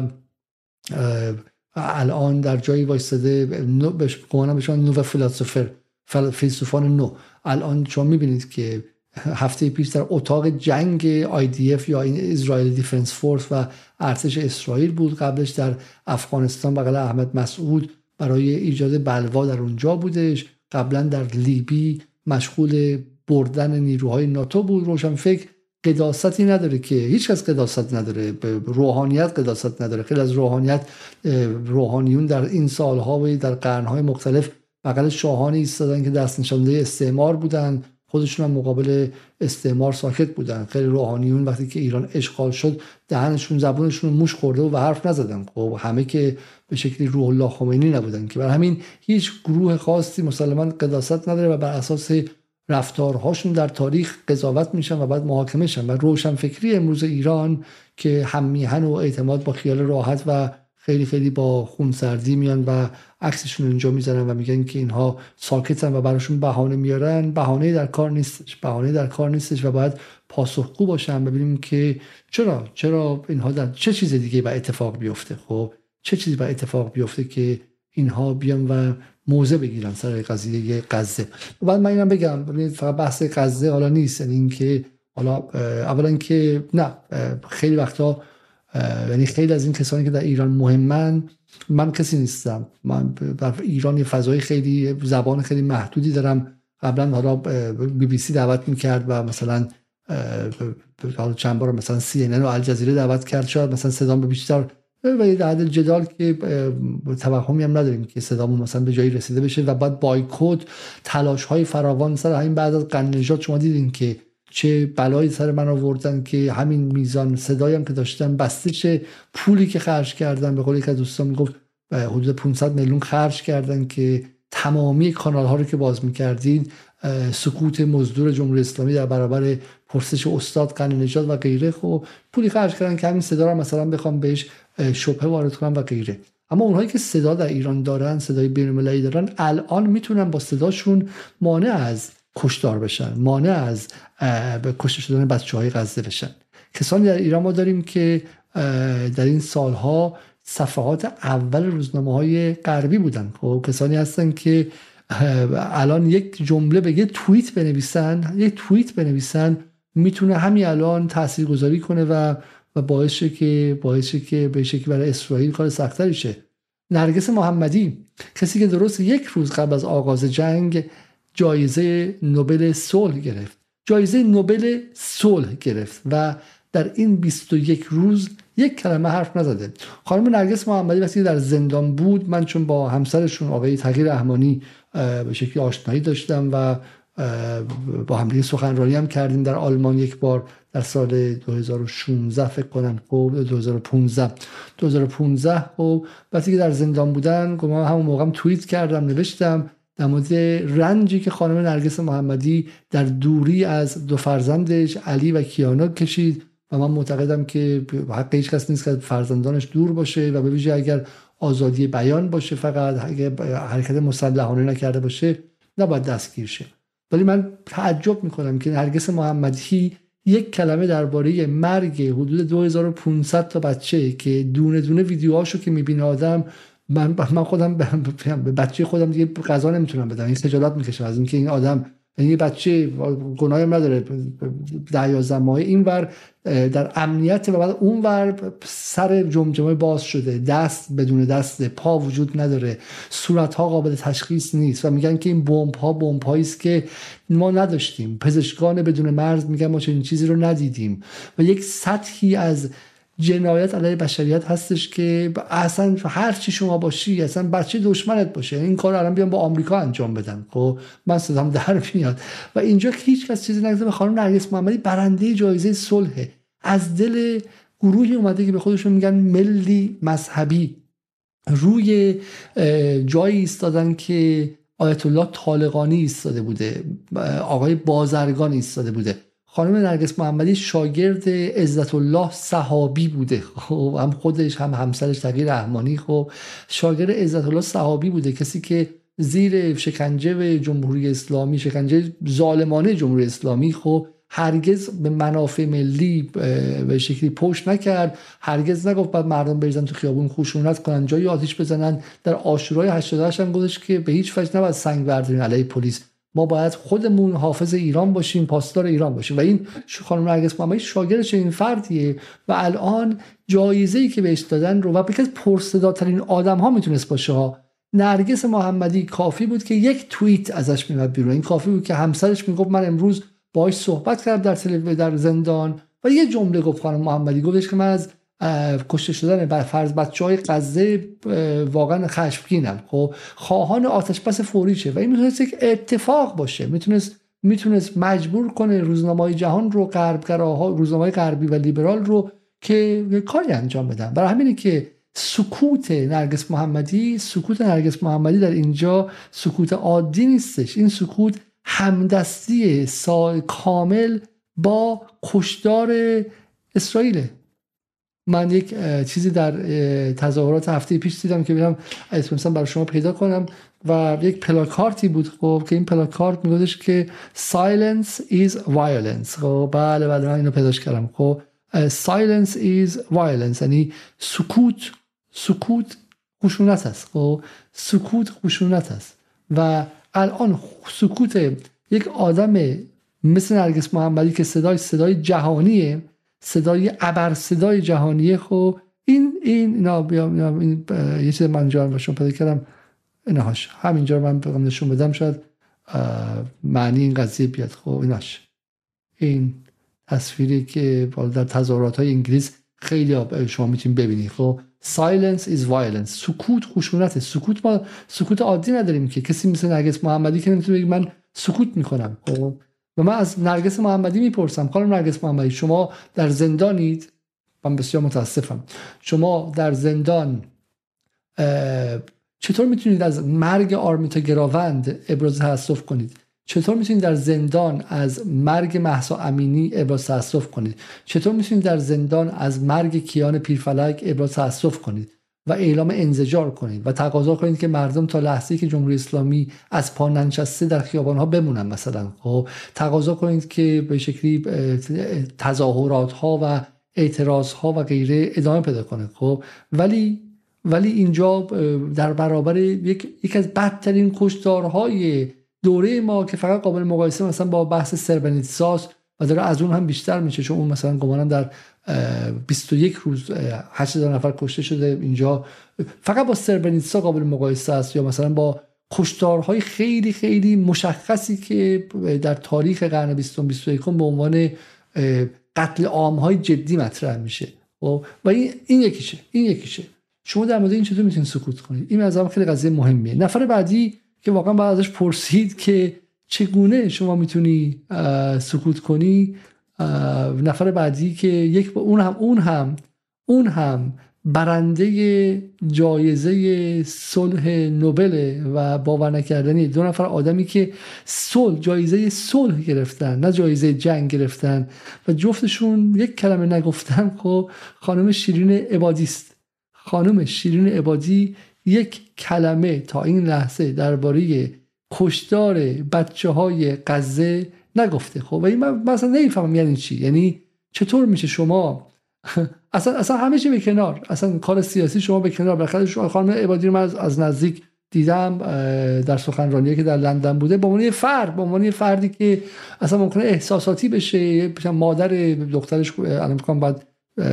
الان در جایی وایستاده بهشون نو فیلسوفان نو. الان شما میبینید که هفته پیش در اتاق جنگ IDF یا این اسرائیل دیفنس فورس و ارتش اسرائیل بود، قبلش در افغانستان بغل احمد مسعود برای ایجاد بلوا در اونجا بودش، قبلا در لیبی مشغول بردن نیروهای ناتو بود. روشنفکر قداستی نداره که هیچ کس قداست نداره، به روحانیت قداست نداره. خیلی از روحانیون در این سالها و در قرنهای مختلف بغل شاهانی ایستادن که دست نشانده استعمار بودن، خودشون هم مقابل استعمار ساکت بودن. خیلی روحانیون وقتی که ایران اشغال شد دهنشون زبونشون موش خورده و حرف نزدن. خب همه که به شکلی روح الله خمینی نبودن که، برای همین هیچ گروه خاصی مسلماً قداست نداره و بر اساس رفتارهاشون در تاریخ قضاوت میشن و بعد محاکمه شن. و روشنفکری امروز ایران که هم میهن و اعتماد با خیال راحت و خیلی خیلی با خونسردی میان و عکسشون اینجا میزنن و میگن که اینها ساکتن و براشون بهانه میارن، بهانه در کار نیستش و باید پاسخگو باشن. ببینیم که چرا اینها در چه چیز دیگه با اتفاق بیفته. خب چه چیزی با اتفاق بیفته که اینها بیان و موضع بگیرن سر قضیه غزه. و بعد من اینم بگم فقط بحث غزه حالا نیست، یعنی اینکه حالا اولا که نه خیلی وقتا یعنی خیلی از این کسانی که در ایران مهمن، من کسی نیستم، من در ایران یه فضای خیلی زبان خیلی محدودی دارم. قبلا حالا BBC دعوت میکرد و مثلا چند بار مثلا CNN و الجزیره دعوت کرد، شاید مثلا صدام به بیشتر و یه عدد جدال که توهمی هم نداریم که صدامون مثلا به جایی رسیده بشه و بعد بایکوت تلاش های فراوان سر همین بعد از قرن نژاد شما دیدین که چه بلایی سر من آوردن که همین میزان صدایم که داشتم بستش پولی که خرج کردم. به قول یک از دوستان میگفت حدود 500 میلیون خرج کردن که تمامی کانال ها رو که باز میکردید سکوت مزدور جمهوری اسلامی در برابر پرسش استاد غنی نژاد و غیره، خب پولی خرج کردن که همین صدا رو مثلا بخوام بهش شبهه وارد کنن و غیره. اما اونهایی که صدا در ایران دارن، صدای بین‌المللی دارن، الان میتونن با صداشون مانع از کشتار بشن، مانع از به کشته شدن بچه‌های غزه بشن. کسانی در ایران ما داریم که در این سالها صفحات اول روزنامه‌های غربی بودن. خب کسانی هستن که الان یک جمله به یه توییت بنویسن میتونه همین الان تاثیرگذاری کنه و باعث شه که به شکلی برای اسرائیل کار سخت‌تری شه. نرگس محمدی، کسی که درست یک روز قبل از آغاز جنگ جایزه نوبل صلح گرفت و در این 21 روز یک کلمه حرف نزده. خانم نرگس محمدی وقتی در زندان بود، من چون با همسرشون آقای تغییر رحمانی به شکلی آشنایی داشتم و با همدیگه سخنرانی هم کردیم در آلمان یک بار در سال 2016 فکر کنم، خب 2015 خب وقتی که در زندان بودن، من همون موقع توییت کردم، نوشتم در مورد رنجی که خانم نرگس محمدی در دوری از دو فرزندش علی و کیانا کشید و من معتقدم که حق هیچ کس نیست که فرزندانش دور باشه و به ویژه اگر آزادی بیان باشه، فقط اگر حرکت مسلحانه نکرده باشه نباید دستگیر شه. ولی من تعجب میکنم که نرگس محمدی یک کلمه درباره مرگ حدود 2500 تا بچه که دونه دونه ویدیوهاشو که میبینه آدم، من خودم به بچه خودم دیگه غذا نمیتونم بدم، این خجالت میکشم از اینکه این آدم، یعنی بچه گناهی نداره 10-11 ماه اینور در امنیت و بعد اونور سر جمجمه باز شده، دست بدون دست، پا وجود نداره، صورتها قابل تشخیص نیست و میگن که این بمب‌هایی است که ما نداشتیم. پزشکان بدون مرز میگن ما چنین چیزی رو ندیدیم و یک سطحی از جنایت علیه بشریت هستش که اصلا هر چی شما باشی، اصلا بچه دشمنت باشه، این کار الان بیان با آمریکا انجام بدن. خب من صدام در میاد و اینجا هیچ کس چیزی نگفته. خانم نرگس محمدی برنده جایزه صلح، از دل گروهی اومده که به خودشون میگن ملی مذهبی، روی جایی ایستادن که آیت الله طالقانی ایستاده بوده، آقای بازرگان ایستاده بوده. خانم نرگس محمدی شاگرد عزت الله صحابی بوده، خب هم خودش هم همسرش تغییر رحمانی خب شاگرد عزت الله صحابی بوده، کسی که زیر شکنجه جمهوری اسلامی، شکنجه ظالمانه جمهوری اسلامی خب هرگز به منافع ملی به شکلی پشت نکرد، هرگز نگفت بعد مردم بریزن تو خیابون خشونت کنن، جایی آتش بزنن. در عاشورای 88 هم گفتش که به هیچ وجه نباید سنگ برداریم علیه پلیس، ما باید خودمون حافظ ایران باشیم، پاسدار ایران باشیم. و این خانم نرگس محمدی شاگرد این فردیه و الان جایزه‌ای که بهش دادن رو، و یکی از پرصداترین آدم‌ها میتونست باشه. نرگس محمدی کافی بود که یک توییت ازش میاد بیرون، این کافی بود که همسرش میگفت من امروز باهاش صحبت کردم در زندان و یه جمله گفت خانم محمدی، گفتش که من از کشته شدن بچه‌های غزه واقعا خشمگینم، خب خواهان آتش بس فوری شه. و این میتونست یک اتفاق باشه، میتونست مجبور کنه روزنامه‌های جهان رو، غربگراها، روزنامه‌های غربی و لیبرال رو که کاری انجام بدن. برای همینه که سکوت نرگس محمدی در اینجا سکوت عادی نیستش، این سکوت همدستی کامل با کشتار اسرائیل. من یک چیزی در تظاهرات هفته پیش دیدم که بیام اسمش برای شما پیدا کنم و یک پلاکارتی بود خب که این پلاکارت میگفتش که silence is violence. خب بله من اینو پیداش کردم. خب silence is violence یعنی سکوت خشونت است. خب سکوت خشونت است و الان سکوت یک آدم مثل نرگس محمدی که صدای جهانیه، صدای ابر صدای جهانیه، خب اینا یه چیز من جان باشم پیدا کردم، اینهاش همینجا من بگم نشون بدم شاید معنی این قضیه بیاد. خب ایناش این تصویری که در تظاهرات های انگلیس خیلی شما میتونید ببینید. خب silence is violence، سکوت خشونته. ما سکوت عادی نداریم که کسی مثل نرگس محمدی که نمیتونه بگه من سکوت میکنم. خب و من از نرگس محمدی میپرسم خانم نرگس محمدی شما در زندانید، من بسیار متاسفم، شما در زندان چطور میتونید از مرگ آرمیتا گراوند ابراز تأسف کنید؟ چطور میتونید در زندان از مرگ مهسا امینی ابراز تأسف کنید؟ چطور میتونید در زندان از مرگ کیان پیرفلک ابراز تأسف کنید و اعلام انزجار کنید و تقاضا کنید که مردم تا لحظه‌ای که جمهوری اسلامی از پا ننشسته در خیابان‌ها بمونن، مثلا خب تقاضا کنید که به شکلی تظاهرات‌ها و اعتراض‌ها و غیره ادامه پیدا کنه. خب ولی اینجا در برابر یک از بدترین کشتارهای دوره ما که فقط قابل مقایسه مثلا با بحث سربنیتساس و داره از اون هم بیشتر میشه، چون اون مثلا گمانم در 21 روز 8000 نفر کشته شده، اینجا فقط با سربنیتسا قابل مقایسه است، یا مثلا با کشتارهای خیلی خیلی مشخصی که در تاریخ قرن 20 21 به عنوان قتل عام‌های جدی مطرح میشه. و این یکیشه. شما در مورد این چطور میتونید سکوت کنید؟ این از خیلی قضیه مهمیه. نفر بعدی که واقعا باید ازش پرسید که چگونه شما میتونی سکوت کنی، نفر بعدی که اون هم برنده جایزه صلح نوبل و باور نکردنی، دو نفر آدمی که جایزه صلح گرفتن نه جایزه جنگ گرفتن و جفتشون یک کلمه نگفتن. خب خانم شیرین عبادی است. خانم شیرین عبادی یک کلمه تا این لحظه درباره کشتار بچه‌های غزه نگفته. خب و این من مثلا نمیفهمم یعنی چی. یعنی چطور میشه شما اصلا همه چی به کنار، اصلا کار سیاسی شما به کنار، بالاخره شما خانم عبادی رو من از نزدیک دیدم در سخنرانی که در لندن بوده، به عنوان فردی که اصلا ممکنه احساساتی بشه، مادر دخترش الان میگم بعد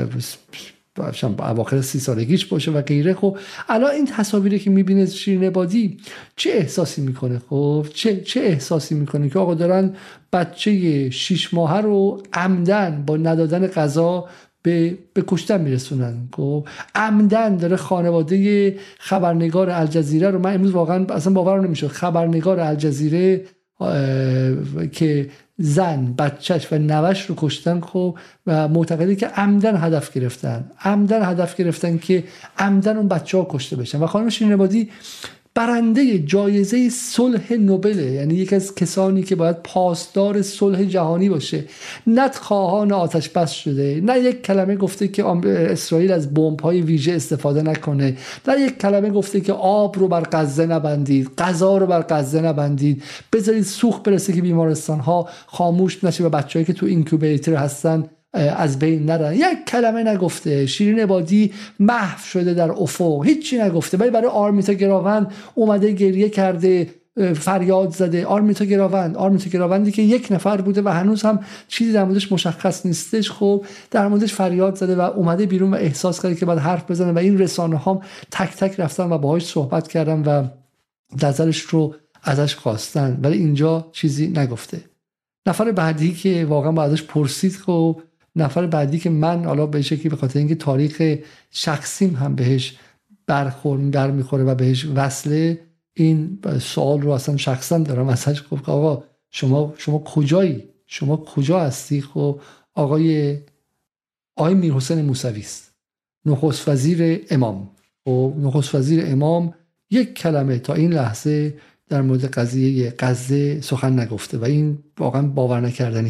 اواخر 30 سالگیش باشه و غیره. خب الان این تصاویری که میبینه شیرین عبادی چه احساسی میکنه؟ خب چه احساسی میکنه که آقا دارن بچه 6 ماهه رو عمدن با ندادن غذا به کشتن میرسونن؟ خب عمدن داره خانواده خبرنگار الجزیره رو، من امروز واقعا اصلا باور نمیشد، خبرنگار الجزیره که زن بچهش و نوش رو کشتن، خب و معتقده که عمدن هدف گرفتن که عمدن اون بچه ها کشته بشن. و خانم شیرین عبادی برنده جایزه صلح نوبل، یعنی یک از کسانی که باید پاسدار صلح جهانی باشه، نه خواهان آتش بس شده، نه یک کلمه گفته که اسرائیل از بمب‌های ویژه استفاده نکنه، نه یک کلمه گفته که آب رو بر غزه نبندید، غذا رو بر غزه نبندید، بذارید سوخت برسه که بیمارستان‌ها خاموش نشه و بچه‌ای که تو اینکوبیتر هستن از بین نرن. یک کلمه نگفته. شیرین عبادی محو شده در افق، هیچی نگفته، ولی برای آرمیتا گراوند اومده گریه کرده، فریاد زده. آرمیتا گراوندی که یک نفر بوده و هنوز هم چیزی در موردش مشخص نیستش، خب در موردش فریاد زده و اومده بیرون و احساس کرده که باید حرف بزنه و این رسانه ها تک تک رفتن و باهاش صحبت کردن و نظرش رو ازش خواستن، ولی اینجا چیزی نگفته. نفر بعدی که واقعا باید ازش پرسید، خب نفر بعدی که من حالا به شکلی به خاطر اینکه تاریخ شخصیم هم بهش برمیخوره و بهش وصله، این سوال رو اصلا شخصا دارم ازش. خب آقا شما کجایی؟ شما کجا هستی؟ خب آقای میرحسین موسوی است، نخست وزیر امام. خب نخست وزیر امام یک کلمه تا این لحظه در مورد قضیه غزه سخن نگفته و این واقعا باور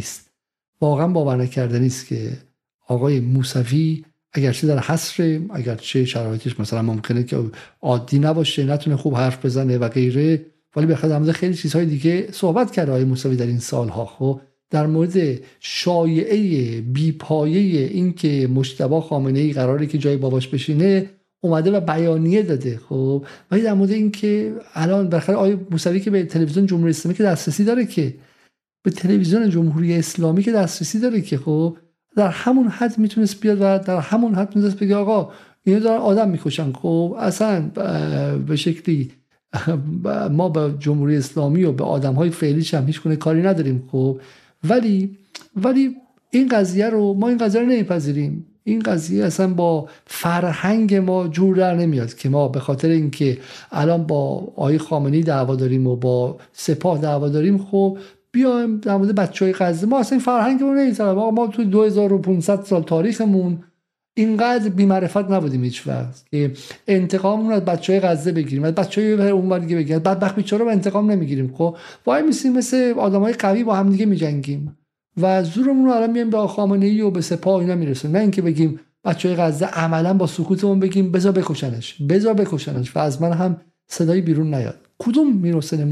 نکردنی است که آقای موسوی اگرچه در حصر، اگرچه شرایطش مثلا ممکنه که عادی نباشه، نتونه خوب حرف بزنه و غیره، ولی بخاطر در مورد خیلی چیزهای دیگه صحبت کرده آقای موسوی در این سالها. خب در مورد شایعه بیپایه این که مجتبی خامنه‌ای قراره که جای باباش بشینه اومده و بیانیه داده. خب ولی در مورد این که الان بالاخره آقای موسوی که به تلویزیون جمهوری اسلامی که دسترسی داره، که خب در همون حد میتونست بیاد و در همون حد میتونست بگه آقا اینا دارن آدم میکشن. خب اصلا به شکلی ما به جمهوری اسلامی و به آدمهای فعلیش هم هیچ گونه کاری نداریم. خب ولی این قضیه رو نمیپذیریم. این قضیه اصلا با فرهنگ ما جور در نمیاد که ما به خاطر اینکه الان با آقای خامنه‌ای دعوا داریم و با سپاه دعوا داریم، خب بیایم در مورد بچهای غزه. ما اصلا این فرهنگمون نیست. ما تو 2500 سال تاریخمون اینقدر بی‌معرفت نبودیم هیچ وقت که انتقاممون از بچهای غزه بگیریم، از بچهای اونور دیگه بگیریم، بدبخت بیچاره رو انتقام نمیگیریم. خب وای میسیم مثل آدمای قوی با هم دیگه میجنگیم و زورمون رو الان میایم به خامنه‌ای و به سپاه اینا میرسونیم، نه اینکه بگیم بچهای غزه عملا با سکوتمون بگیم بذار بکشنش و از من هم صدایی بیرون نیاد. کدوم میرحسین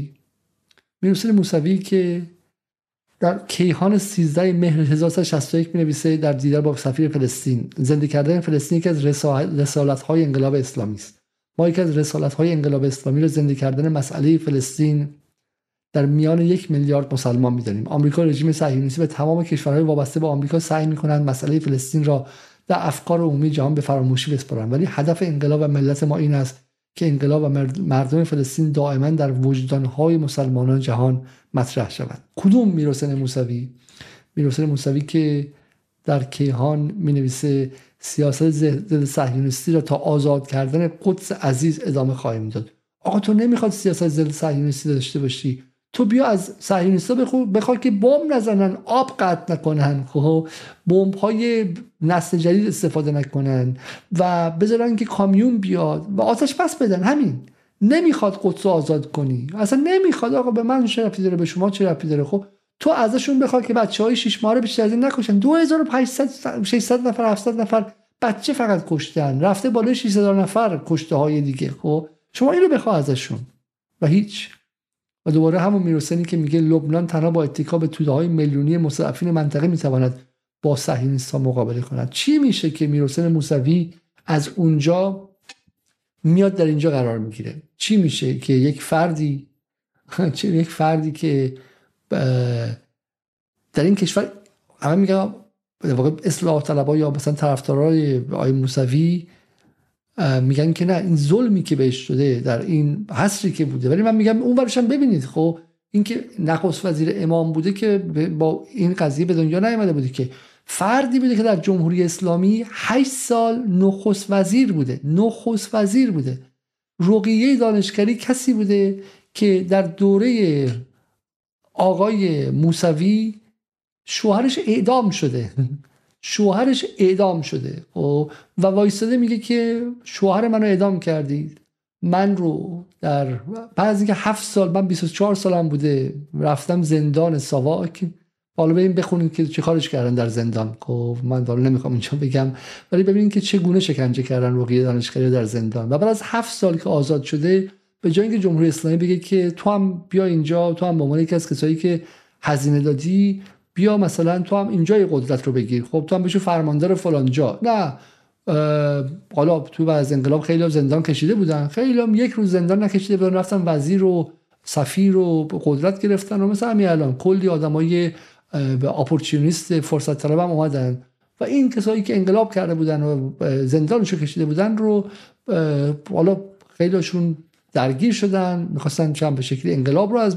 موسوی که در کیهان 13 مهر 1361 می‌نویسه در دیدار با سفیر فلسطین، زنده کردن فلسطین یکی از رسالت‌های انقلاب اسلامی است. ما یکی از رسالت‌های انقلاب اسلامی رو زنده کردن مسئله فلسطین در میان 1 میلیارد مسلمان می‌دانیم. آمریکا، رژیم صهیونیستی و تمام کشورهای وابسته به آمریکا سعی می‌کنند مسئله فلسطین را در افکار عمومی جهان به فراموشی بسپارند، ولی هدف انقلاب و ملت ما این است که انقلاب و مردم فلسطین دائما در وجدان‌های مسلمانان جهان مطرح شود. کدوم میرحسین موسوی که در کیهان می‌نویسه سیاست ضد صهیونیستی را تا آزاد کردن قدس عزیز ادامه خواهیم داد. آقا تو نمیخواد سیاست ضد صهیونیستی داشته باشی، تو بیا از صهیونیست‌ها بخوای که بمب نزنن، آب قطع نکنن، خب بمب‌های نسل جدید استفاده نکنن و بذارن که کامیون بیاد و آتش بس بدن. همین. نمیخواد قدس رو آزاد کنی، اصلا نمیخواد. آقا به من چه ربطی داره، به شما چه ربطی داره؟ خب تو ازشون بخواد که بچهای 6 ماهه بیشتر از این نکشن. 2500 600 نفر 700 نفر بچه فقط کشتن، رفته بالای 600 نفر کشته های دیگه. خب شما اینو بخواد ازشون و هیچ. و دوباره همون میرحسینی که میگه لبنان تنها با اتکا به توده‌های میلیونی مستضعفین منطقه میتواند با صهیونیست‌ها مقابله کند. چی میشه که میرحسین موسوی از اونجا میاد در اینجا قرار میگیره؟ چی میشه که یک فردی که در این کشور، همه میگن در واقع اصلاح طلبها یا مثلا طرفدارای آقای موسوی میگن که نه، این ظلمی که بهش شده در این حصری که بوده، ولی من میگم اون ورش هم ببینید. خب این که نخست وزیر امام بوده که با این قضیه به دنیا نیامده بوده، که فردی بوده که در جمهوری اسلامی 8 سال نخست وزیر بوده. رقیه دانشگری کسی بوده که در دوره آقای موسوی شوهرش اعدام شده و وایستاده میگه که شوهر منو اعدام کردید، من رو در بعد از اینکه 7 سال، من 24 سالم بوده رفتم زندان ساواک. حالا بریم بخونیم که چه کارش کردن در زندان. خب من حالا نمیخوام اینجا بگم، ولی ببینید که چگونه شکنجه کردن رقیه دانشگری در زندان. و بعد از 7 سال که آزاد شده، به جای اینکه جمهوری اسلامی بگه که تو هم بیا اینجا، تو هم به عنوان یکی از کسایی که هزینه دادی بیا مثلا تو هم اینجای قدرت رو بگیر، خب تو هم بشو فرماندار فلان جا، نه. حالا تو از انقلاب خیلی زندان کشیده بودن، خیلی هم 1 روز زندان نکشیده بودن، رفتن وزیر و سفیر و قدرت گرفتن. و مثلا همین الان کلی آدمای اپورتونیست فرصت طلب هم اومدن و این کسایی که انقلاب کرده بودن و زندانشو کشیده بودن رو حالا خیلیشون درگیر شدن، میخواستن چند به شکلی انقلاب رو از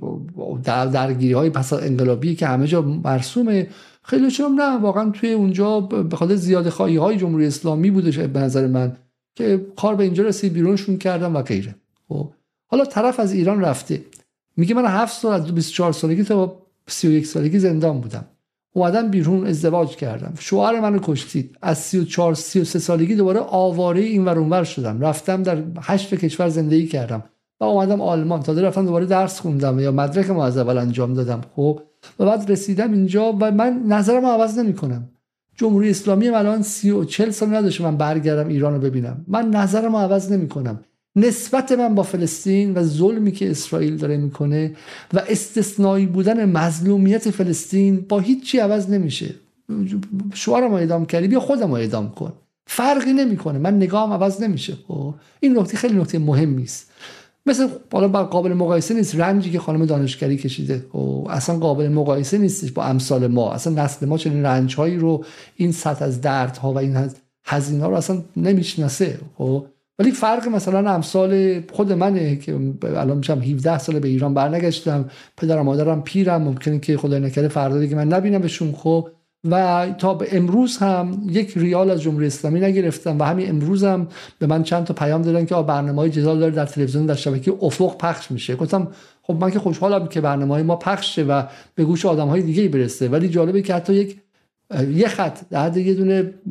درگیری های پس انقلابی که همه جا مرسومه. خیلیشون نه، واقعا توی اونجا به خاطر زیاده خواهی های جمهوری اسلامی بودش به نظر من که کار به اینجا رسید، بیرونشون کردن و غیره. خب حالا طرف از ایران رفته میگه من 7 سال از 24 سالگی تا 31 سالگی زندان بودم، اومدم بیرون، ازدواج کردم، شوهر منو کشتید، از 34 33 سالگی دوباره آواره این ور اونور شدم، رفتم در 8 کشور زندگی کردم و اومدم آلمان، تازه رفتم دوباره درس خوندم یا مدرکم از اول انجام دادم. خب و بعد رسیدم اینجا و من نظرمو عوض نمی‌کنم. جمهوری اسلامی الان 30-40 سال نداشته من برگردم ایران رو ببینم، من نظرمو عوض نمی‌کنم. نسبت من با فلسطین و ظلمی که اسرائیل داره میکنه و استثنایی بودن مظلومیت فلسطین با هیچی عوض نمیشه. شوهرم رو اعدام کردی، بیا خودم رو اعدام کن، فرقی نمیکنه، من نگاهم عوض نمیشه. این نکته خیلی نکته مهمی است. مثل حالا قابل مقایسه نیست رنجی که خانم دانشگری کشیده، اصلا قابل مقایسه نیستش با امثال ما. اصلا نسل ما چنین رنج‌هایی رو، این سطح از دردها و این هزینه‌ها رو اصلا نمیشناسه. ولی فرق مثلا امثال خود منه که الان میشم 17 سال به ایران برنگشتم، پدر و مادرم پیرم، ممکنه که خدای نکرده فردا دیگه من نبینمشون. خب و تا به امروز هم 1 ریال از جمهوری اسلامی نگرفتم و همین امروز هم به من چند تا پیام دادن که برنامه‌های جدال داره در تلویزیون در شبکه افق پخش میشه. گفتم خب من که خوشحالم که برنامه‌های ما پخش شه و به گوش آدم‌های دیگه برسه، ولی جالبه که حتی یه خط در حد یه دونه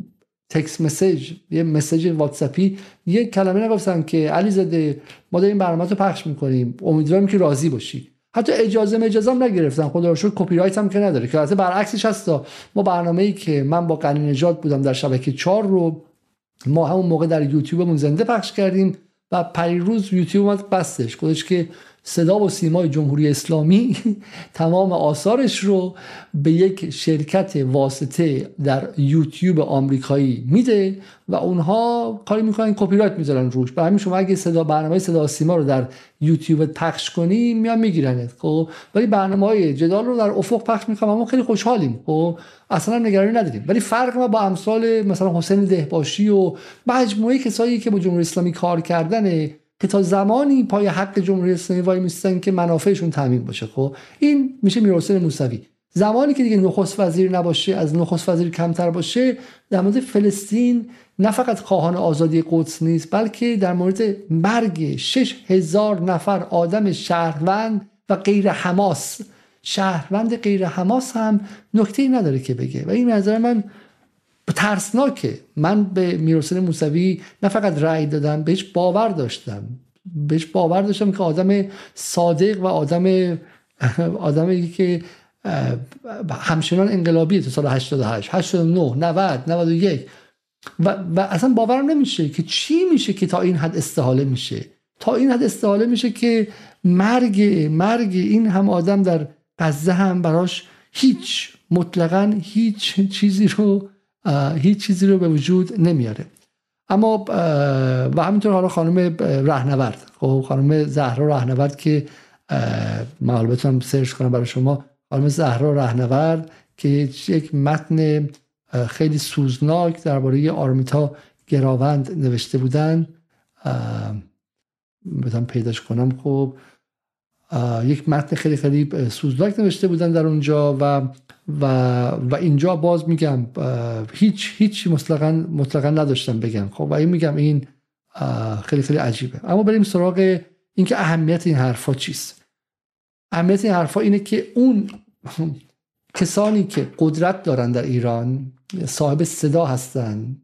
تکست مسیج، یه مسیج واتساپی، یه کلمه نگفتم که علیزاده ما داریم برنامه رو پخش میکنیم، امیدوارم که راضی باشی. حتی اجازه هم نگرفتن، خدا رو شکر کپی رایت هم که نداره، که البته برعکسش هستا. ما برنامه‌ای که من با غنی نژاد بودم در شبکه 4 رو ما همون موقع در یوتیوبمون زنده پخش کردیم و پریروز یوتیوب اومد بستش، گفتش که صدا و سیمای جمهوری اسلامی تمام آثارش رو به یک شرکت واسطه در یوتیوب آمریکایی میده و اونها کاری میکنن کپی رایت میذارن روش. برای همین شما اگه برنامه صدا و سیما رو در یوتیوب پخش کنی میان میگیرنت، خب ولی برنامه‌های جدال رو در افق پخش میکنن، ما خیلی خوشحالیم، خب اصلا نگرانی نداریم. ولی فرق ما با امثال مثلا حسین دهباشی و مجموعه کسایی که با جمهوری اسلامی کار کردن که تا زمانی پای حق جمهوری اسلامی وای میستن که منافعشون تامین باشه. خب این میشه میرحسین موسوی. زمانی که دیگه نخست وزیر نباشه، از نخست وزیر کمتر باشه، در مورد فلسطین نه فقط خواهان آزادی قدس نیست، بلکه در مورد مرگ 6000 نفر آدم شهروند و غیر حماس، شهروند غیر حماس هم نکته‌ای نداره که بگه. و این نظر من ترسناکه. من به میرحسین موسوی نه فقط رأی دادم، بهش باور داشتم که آدم صادق و آدمی که همچنان انقلابیه تو سال 88 89 90 91 و اصلا باورم نمیشه که چی میشه که تا این حد استحاله میشه که مرگ این هم آدم در غزه هم براش مطلقاً هیچ چیزی رو به وجود نمیاره. اما و همینطور حالا خانم رهنورد، خب خانم زهرا رهنورد که من حالا بتونم سرچ کنم برای شما، خانم زهرا رهنورد که یک متن خیلی سوزناک درباره آرمیتا گراوند نوشته بودن، بتونم پیداش کنم. خب یک متن خیلی خیلی سوزناک نوشته بودن در اونجا و اینجا باز میگم هیچ مطلقاً نداشتم بگم. خب و این میگم این خیلی خیلی عجیبه. اما بریم سراغ اینکه اهمیت این حرفا چیست. اهمیت این حرفا اینه که اون کسانی که قدرت دارن در ایران، صاحب صدا هستن،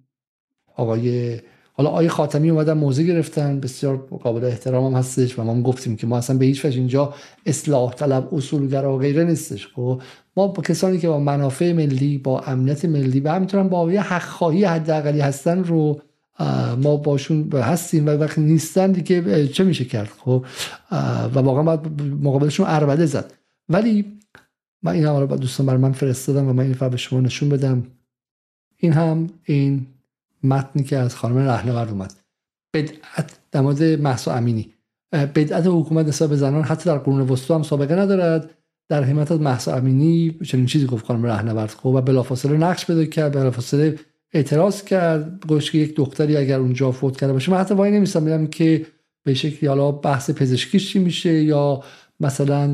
آقای خاتمی اومدن موضع گرفتن، بسیار قابل احترام هم هستش و ما هم گفتیم که ما اصلا به هیچ وجه اینجا اصلاح طلب اصولگرا و غیره نیستش. خب ما با کسانی که با منافع ملی، با امنیت ملی و همینطور با یه حق خواهی حداقلی هستن رو ما باشون هستیم و وقتی نیستن دیگه چه میشه کرد. خب و واقعا باید مقابلشون عربده زد. ولی من این هم با دوستان برای من فرستادم و من این به شما نشون بدم. این متنی که از خانم رهنورد اومد، بدعت در مورد مهسا امینی، بدعت حکومت نسبت به زنان حتی در قرون وسطا هم سابقه ندارد. در حمایت از مهسا امینی چنین چیزی گفت خانم رهنورد. خب و بلافاصله نقش پیدا کرد، بلافاصله اعتراض کرد، گفت که یک دختری اگر اونجا فوت کرده باشه، من حتی وای نمیستم میگم که به شکلی حالا بحث پزشکیش چی میشه یا مثلا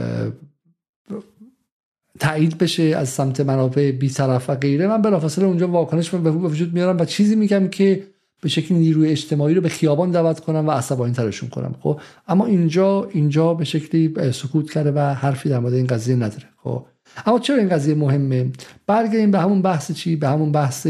تایید بشه از سمت منابع بی‌طرف و غیره. من بلافاصله اونجا واکنش به وجود میارم و چیزی میگم که به شکلی نیروی اجتماعی رو به خیابان دعوت کنم و عصبانی ترشون کنم. خب اما اینجا به شکلی سکوت کرده و حرفی در مورد این قضیه نداره. خب اما چرا این قضیه مهمه؟ برگردیم به همون بحث چی؟ به همون بحث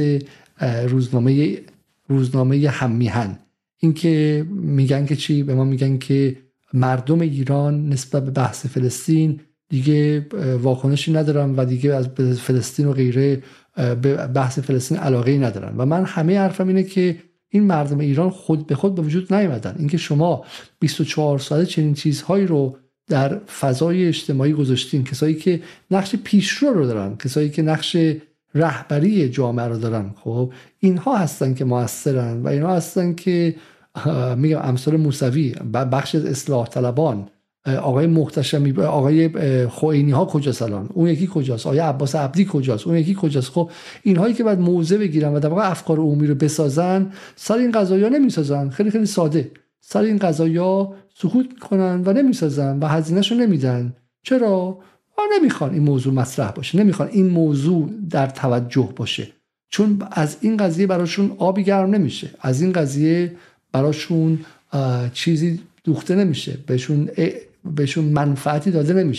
روزنامه هممیهن. این که میگن که چی؟ به ما میگن که مردم ایران نسبت به بحث فلسطین دیگه واکنشی ندارن و دیگه از فلسطین و غیره به بحث فلسطین علاقه‌ای ندارن. و من همه حرفم اینه که این مردم ایران خود به خود به وجود نیامدن. اینکه شما 24 ساعته چنین چیزهایی رو در فضای اجتماعی گذاشتین، کسایی که نقش پیشرو رو دارن، کسایی که نقش رهبری جامعه رو دارن، خب اینها هستن که موثرن و اینها هستن که میگم امثال موسوی، بخش از اصلاح طلبان، آقای محتشمی، آقای خوئینی ها کجاست الان؟ اون یکی کجاست؟ آقای عباس عبدی کجاست؟ اون یکی کجاست؟ خب اینهایی که باید موضع بگیرن و در واقع افکار عمومی رو بسازن، سر این قضایا نمیسازن. خیلی خیلی ساده سر این قضایا سکوت میکنن و نمیسازن و هزینه‌شو نمیدن. چرا؟ نمیخوان این موضوع مطرح باشه، نمیخوان این موضوع در توجه باشه، چون از این قضیه براشون آبی گرم نمیشه، از این قضیه براشون چیزی دوخته نمیشه، بهشون منفعتی داده نمیشه.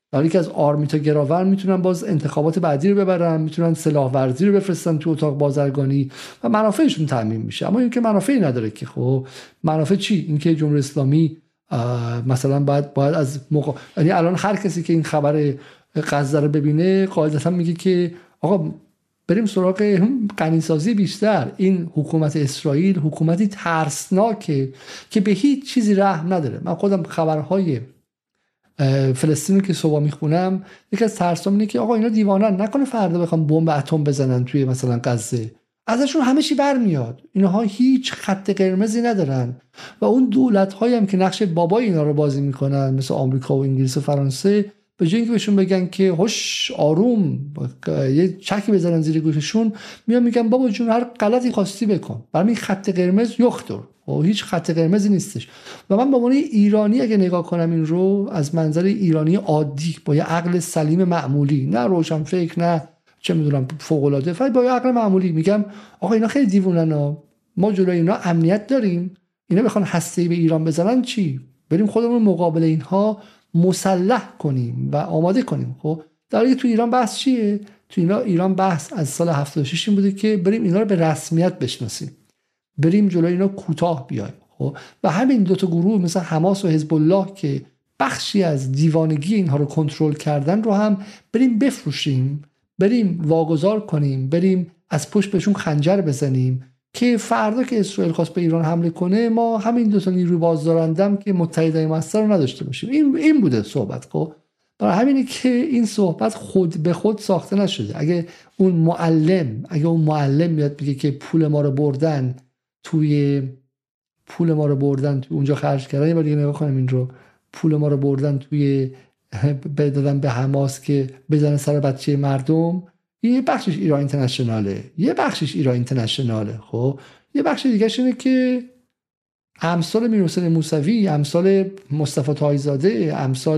در حالی که از آرمیتا گراور میتونن باز انتخابات بعدی رو ببرن، میتونن سلاح ورزی رو بفرستن تو اتاق بازرگانی و منافعشون تامین میشه. اما این که منافعی نداره که. خب منافع چی؟ اینکه جمهوری اسلامی مثلا باید از یعنی الان هر کسی که این خبر غزه رو ببینه قاعدتا میگه که آقا بریم سراغ غنیسازی بیشتر. این حکومت اسرائیل حکومتی ترسناکه که به هیچ چیزی رحم نداره. من خودم خبرهای فلسطین رو که صبح میخونم، یکی از ترسام اینه که آقا اینا دیوانن، نکنه فردا بخوام بمب اتم بزنن توی مثلا غزه. ازشون همه چی برمیاد. اینها هیچ خط قرمزی ندارن و اون دولت‌هایی هم که نقش بابای اینا رو بازی میکنن مثل آمریکا و انگلیس و فرانسه، به جای اینکه بهشون بگن که هوش آروم یه چکی بزنن زیر گوششون، میان میگن بابا جون هر غلطی خواستی بکن. برای این خط قرمز یختور و هیچ خط قرمزی نیستش. و من به عنوان ایرانی اگه نگاه کنم این رو از منظر ایرانی عادی با یه عقل سلیم معمولی، نه روشن فکر، نه چه میدونم فوق العاده، فقط با یه عقل معمولی میگم آقا اینا خیلی دیوونن ها. ما جلوی اینا امنیت داریم، اینا بخوان هسته‌ای به ایران بزنن چی؟ بریم خودمون مقابل اینها مسلح کنیم و آماده کنیم. خب در حالی تو ایران بحث چیه؟ تو ایران بحث از سال 76 این بوده که بریم اینا رو به رسمیت بشناسیم، بریم جلوی اینا کوتاه بیایم. خب و همین دو تا گروه مثل حماس و حزب الله که بخشی از دیوانگی اینها رو کنترل کردن رو هم بریم بفروشیم، بریم واگذار کنیم، بریم از پشت بهشون خنجر بزنیم که فردا که اسرائیل خواست به ایران حمله کنه ما همین دو تا نیروی بازدارندم که متحدای مصر رو نداشته باشیم. این بوده صحبت. خب برای همینه که این صحبت خود به خود ساخته نشده. اگه اون معلم میاد بگه که پول ما رو بردن توی اونجا خرج کردن، یه بار دیگه نگاه کنیم این رو، پول ما رو بردن توی دادن به حماس که بزنه سر بچه مردم، یه بخشش ایران اینترنشناله. خب یه بخش دیگه اینه که امثال میرحسین موسوی، امثال مصطفی طاهی‌زاده،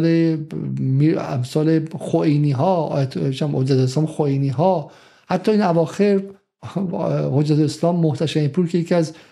امثال خوئینی ها، حجت اسلام خوئینی ها، حتی این اواخر حجت اسلام محتشمی پور که یکی از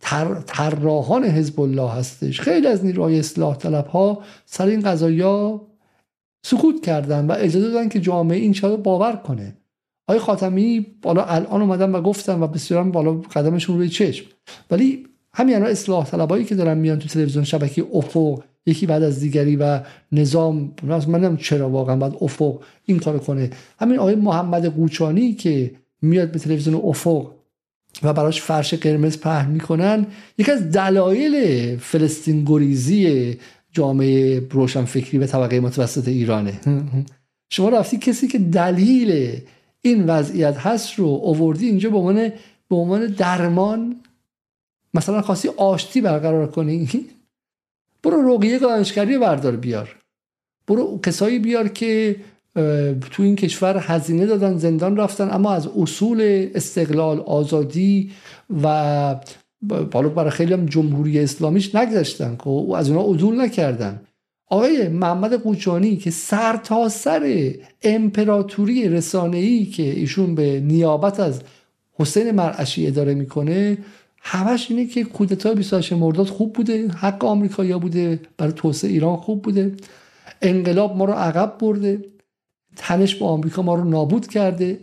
طراحان حزب الله هستش، خیلی از نیروهای اصلاح طلب ها سر این قضایا سکوت کردن و اجازه دادن که جامعه این چیزا رو باور کنه. آقای خاتمی بالا الان اومدن و گفتن و بسیارم بالا قدمشون روی چشم، ولی همین الان اصلاح طلبایی که دارن میان تو تلویزیون شبکه افق یکی بعد از دیگری و نظام، من نمیدونم چرا واقعا بعد افق این کارو کنه، همین آقای محمد قوچانی که میاد به تلویزیون افق و براش فرش قرمز پهن میکنن، یکی از دلایل فلسطین گریزی جامعه روشنفکری و طبقه متوسط ایرانه. شما رفتی کسی که دلیل این وضعیت هست رو آوردی اینجا به عنوان درمان، مثلا خواستی آشتی برقرار کنی، برو رقیه گزارشگری بردار بیار، برو کسایی بیار که تو این کشور هزینه دادن زندان رفتن اما از اصول استقلال، آزادی و بالا برای خیلی هم جمهوری اسلامیش نگذاشتن که از اونا عدول نکردن. آقای محمد قوچانی که سر تا سر امپراتوری رسانه‌ای که ایشون به نیابت از حسین مرعشی اداره میکنه، همش اینه که کودتای 28 مرداد خوب بوده، حق آمریکایی‌ها بوده، برای توسعه ایران خوب بوده، انقلاب ما رو عقب برده، تنش با آمریکا ما رو نابود کرده،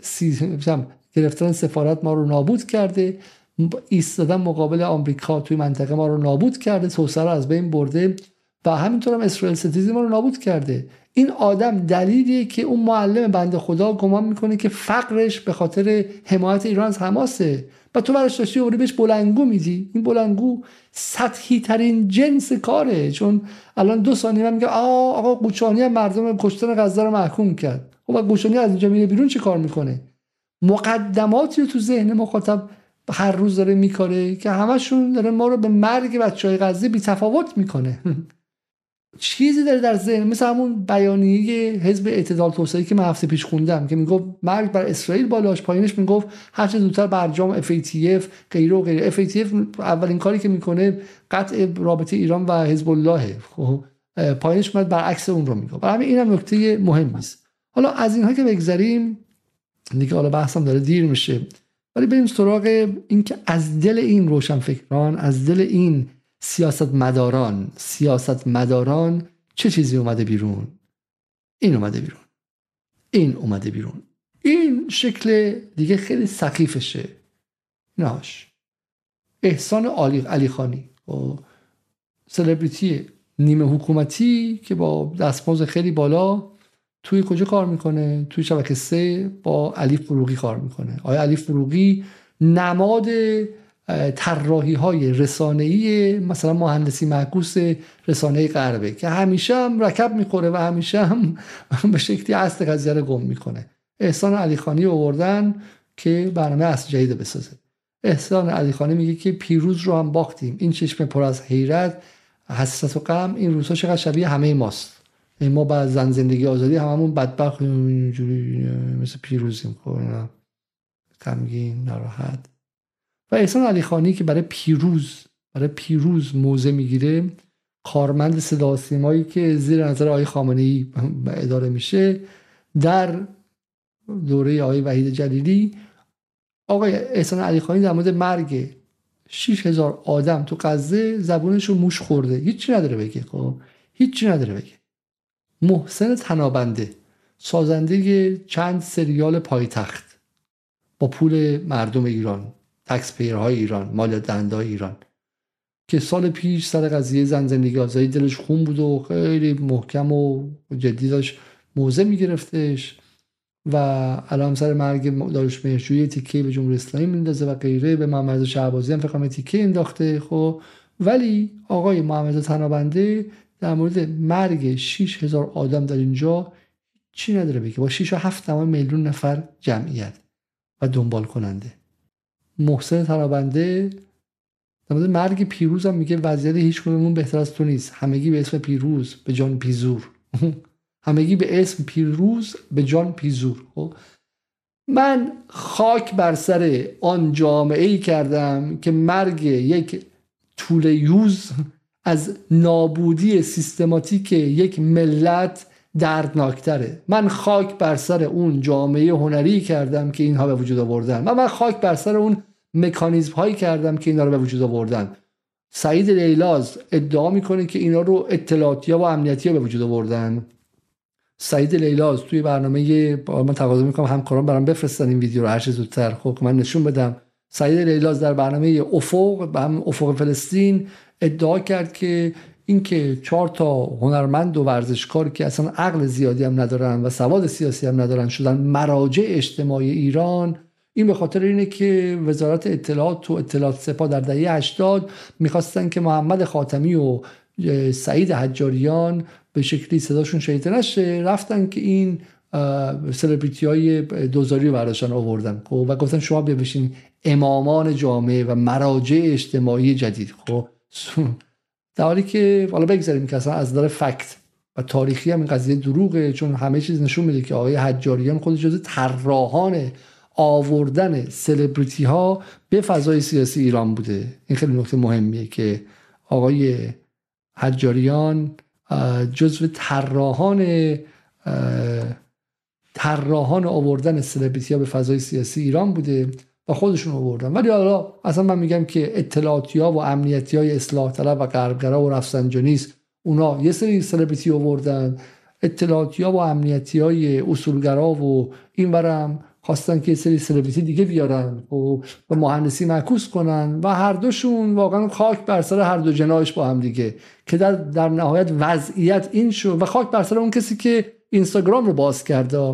گرفتن سفارت ما رو نابود کرده، ایستادن مقابل آمریکا توی منطقه ما رو نابود کرده، توسعه رو از بین برده و همینطور هم اسرائیل ستیزی ما رو نابود کرده. این آدم دلیلیه که اون معلم بنده خدا گمان میکنه که فقرش به خاطر حمایت ایران از حماسه و تو برش داشتی اوری بهش بلندگو میدی. این بلندگو سطحی ترین جنس کاره، چون الان 2 ثانیه من میگه آقا قوچانی هم مردم کشتن غزه رو محکوم کرد. خب قوچانی از اینجا میره بیرون چی کار میکنه؟ مقدماتی رو تو ذهن مخاطب هر روز داره میکاره که همشون داره ما رو به مرگ بچهای غزه بی تفاوت میکنه. چیزی داره در ذهن، مثل همون بیانیه حزب اعتدال توسعه که من هفته پیش خوندم که میگفت مرگ بر اسرائیل بالاش، پایینش میگفت هر چه زودتر برجام FATF غیره و غیره. FATF اولین کاری که میکنه قطع رابطه ایران و حزب الله، خب پایینش میاد برعکس اون رو میگه. برای همین اینم نکته مهمی است. حالا از اینها که بگذریم دیگه، حالا بحثم داره دیر میشه، ولی بریم سراغ این که از دل این روشنفکران، از دل این سیاستمداران چه چیزی اومده بیرون. این اومده بیرون. این شکل دیگه خیلی سخیفشه. ناش احسان علیخانی سلبریتی نیمه حکومتی که با دستمزد خیلی بالا توی کجا کار میکنه؟ توی شبکه 3 با علی فروغی کار میکنه. آیا علی فروغی نماد طراحی های رسانه‌ای مثلا مهندسی معکوس رسانه غربه که همیشه هم رکب میخوره و همیشه هم به شکلی اصل قضیه رو گم میکنه. احسان علیخانی آوردن که برنامه اصل جدید بسازه. احسان علیخانی میگه که پیروز رو هم باختیم، این چشم پر از حیرت، حسرت و غم این روزها چقدر شبیه همه ماست. ما بعد زن زندگی آزادی هممون بدبخت اینجوری مثل پیروزیم، غمگین، ناراحت. و احسان علیخانی که برای پیروز موضع میگیره، کارمند صدا و سیمایی که زیر نظر آقای خامنه‌ای اداره میشه، در دوره آقای وحید جلیلی آقای احسان علیخانی در مورد مرگ 6000 آدم تو غزه زبونش رو موش خورده، هیچی نداره بگه. خب هیچی نداره بگه. محسن تنابنده سازنده چند سریال پایتخت با پول مردم ایران، تکس پیرهای ایران، مالیات دهنده‌های ایران، که سال پیش سر قضیه زن زندگی آزادی دلش خون بود و خیلی محکم و جدی داشت موضع میگرفتش و الان سر مرگ داریوش مهرجویی تیکه به جمهوری اسلامی میندازه و غیره. به محمد شعبازی هم فکر تیکه انداخته. خب ولی آقای محمد تنابنده در مورد مرگ 6000 آدم در اینجا چی نداره بگه، با 6.7 میلیون نفر جمعیت و دنبال کننده. محسن تنابنده در مورد مرگ پیروز هم میگه وضعیت هیچ کدوممون بهتر از تو نیست، همگی به اسم پیروز به جان پیزور. همگی به اسم پیروز به جان پیزور. من خاک بر سر آن جامعه‌ای کردم که مرگ یک توله یوز از نابودی سیستماتیک یک ملت دردناکتره. من خاک بر سر اون جامعه هنری کردم که اینها به وجود آوردن و من خاک بر سر اون مکانیزم هایی کردم که اینا رو به وجود آوردن. سعید لیلاز ادعا میکنه که اینا رو اطلاعاتی ها و امنیتی ها به وجود آوردن. سعید لیلاز توی برنامه، من تقاضا میکنم همکاران برام بفرستن این ویدیو رو هر چه زودتر، خب من نشون بدم. سعید لیلاز در برنامه افق فلسطین ادعا کرد که اینکه 4 تا هنرمند و ورزشکار که اصلا عقل زیادی هم ندارن و سواد سیاسی هم ندارن شدن مراجع اجتماعی ایران، این به خاطر اینه که وزارت اطلاعات و اطلاعات سپاه در دهه 80 میخواستن که محمد خاتمی و سعید حجاریان به شکلی صداشون شنیده نشه، رفتن که این سلبریتی های دوزاری رو برداشتن آوردن و گفتن شما بشین امامان جامعه و مراجع اجتماعی جدید. خب در حالی که حالا بگذاریم که اصلا از نظر فکت و تاریخی هم این قضیه دروغه، چون همه چیز نشون میده که آقای حجاریان خودش جزو طراحان آوردن سلبریتی ها به فضای سیاسی ایران بوده. این خیلی نکته مهمیه که آقای حجاریان جزو طراحان آوردن سلبریتی ها به فضای سیاسی ایران بوده و خودشون آوردن. ولی حالا اصلا من میگم که اطلاعاتی ها و امنیتی های اصلاح طلب و غربگرا و رفسنجانیست اونا یه سری سلبریتی آوردن، اطلاعاتی ها و امنیتی های اصولگرا و این برم خواستن که یه سری سلبریتی دیگه بیارن و مهندسی معکوس کنن و هر دوشون واقعا خاک بر سر هر دو جناحش با هم دیگه، که در نهایت وضعیت این شد و خاک بر سر اون کسی که اینستاگرام رو باز کرده.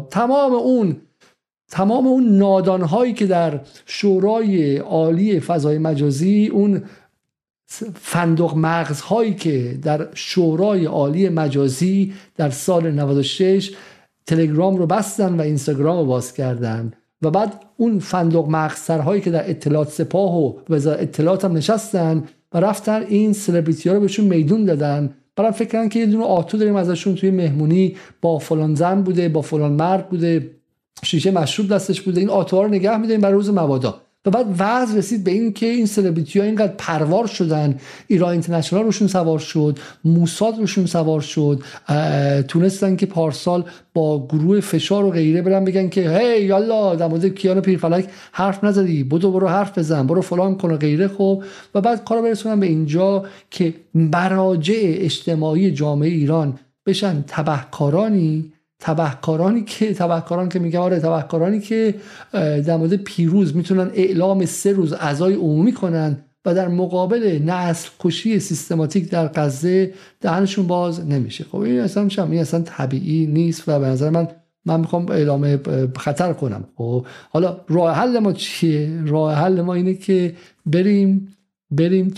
تمام اون نادانهایی که در شورای عالی فضای مجازی، اون فندق مغزهایی که در شورای عالی مجازی در سال 96 تلگرام رو بستن و اینستاگرام رو باز کردن و بعد اون فندق مغزسرهایی که در اطلاعات سپاه و وزارت اطلاعات هم نشستن و رفتن این سلبریتی ها رو بهشون میدون دادن. برام فکر کردن که یه دونه آتو داریم ازشون توی مهمونی، با فلان زن بوده، با فلان مرد بوده، شیشه مشروب دستش بوده، این آتوها رو نگه می‌داریم برای روز مبادا. و بعد وضع رسید به این که این سلبریتی ها اینقدر پروار شدن، ایران اینترنشنال روشون سوار شد، موساد روشون سوار شد، تونستن که پارسال با گروه فشار و غیره برن بگن که هی یالا در مورد کیان پیرفلک حرف نزدی، برو حرف بزن، برو فلان کن و غیره. خب و بعد کارو برسونن به اینجا که مراجع اجتماعی جامعه ایران بشن تبهکارانی تبهکارانی که میگم آره تبهکارانی که در مورد پیروز میتونن اعلام 3 روز عزای عمومی کنن و در مقابل نسل کشی سیستماتیک در غزه دهنشون باز نمیشه. خب این اصلا طبیعی نیست و به نظر من میخوام اعلام خطر کنم. خب حالا راه حل ما چیه؟ راه حل ما اینه که بریم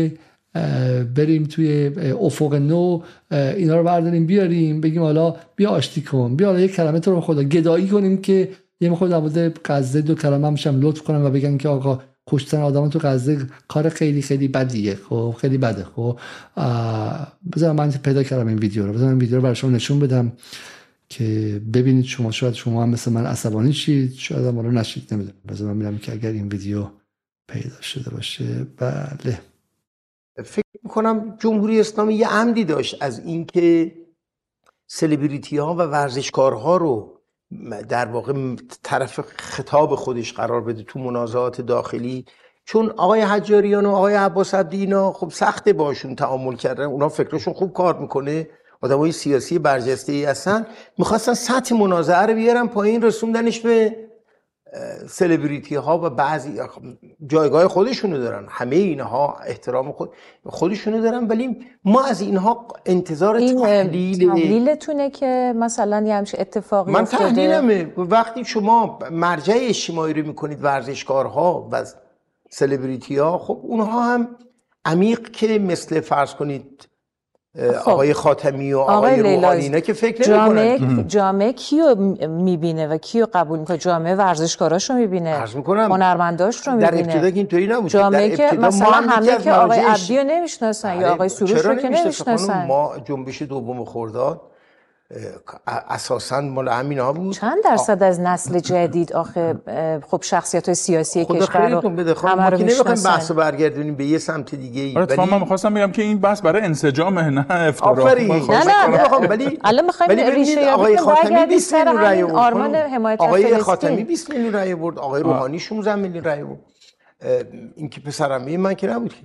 توی افق نو اینا رو برداریم بیاریم بگیم حالا بیا آشتی کن، بیا حالا یک کلمه تو رو خدا گدایی کنیم که یه مقدار در مورد غزه 2 کلمه هم لطف کنن و بگن که آقا کشتن آدم تو غزه کار خیلی خیلی بدیه. خب خیلی بده. خب بذارم من پیدا کردم این ویدیو رو برای شما نشون بدم که ببینید. شاید شما هم مثل من عصبانی شید، شاید هم الان نشید، نمیدونم. بذار من میرم که اگر این ویدیو پیدا شده باشه. بله فکر میکنم جمهوری اسلامی یه عمدی داشت از اینکه سلبریتی ها و ورزشکارها رو در واقع طرف خطاب خودش قرار بده تو منازعات داخلی، چون آقای حجاریان و آقای عباس عبدی اینا خب سخته باشون تعامل کردن، اونا فکرشون خوب کار میکنه، آدمای سیاسی برجسته‌ای هستن، میخواستن سطح منازعه رو بیارن پایین، رسوندنش به سلبریتی ها و بعضی جایگاه خودشونو دارن، همه اینها احترام خودشونو دارن، ولی ما از اینها انتظار تحلیلتونه که مثلا یه همچین اتفاقی من افتاده. تحلیلمه وقتی شما مرجع اجتماعی رو میکنید ورزشکارها و سلبریتی ها، خب اونها هم عمیق که مثل فرض کنید آقای خاتمی و آقای روحانی اینا که فکر نمی‌کنن. جامعه کیو میبینه و کیو قبول میکنه؟ جامعه ورزشکاراشو میبینه، هنرمنداش رو میبینه. در ابتدا که اینطوری نبود. جامعه که مثلا همه که آقای عبدی رو نمیشناسن یا آقای سروش رو که نمیشناسن. ما جنبش 2 خرداد اساساً مال همین ها بود. چند درصد از نسل جدید آخه خب شخصیت‌های سیاسی کشور رو همه رو نمی‌خوایم بحثو برگردونیم به یه سمت دیگه. آره من می‌خواستم بگم که این بحث برای انسجام نه افترا. نه ولی الان ریشه آقای خاتمی 20 میلیون رأی آورد، آرمان حمایت از آقای خاتمی 20 میلیون رأی آورد، آقای روحانی 16 میلیون رأی آورد. این که پسرعمه من که نبود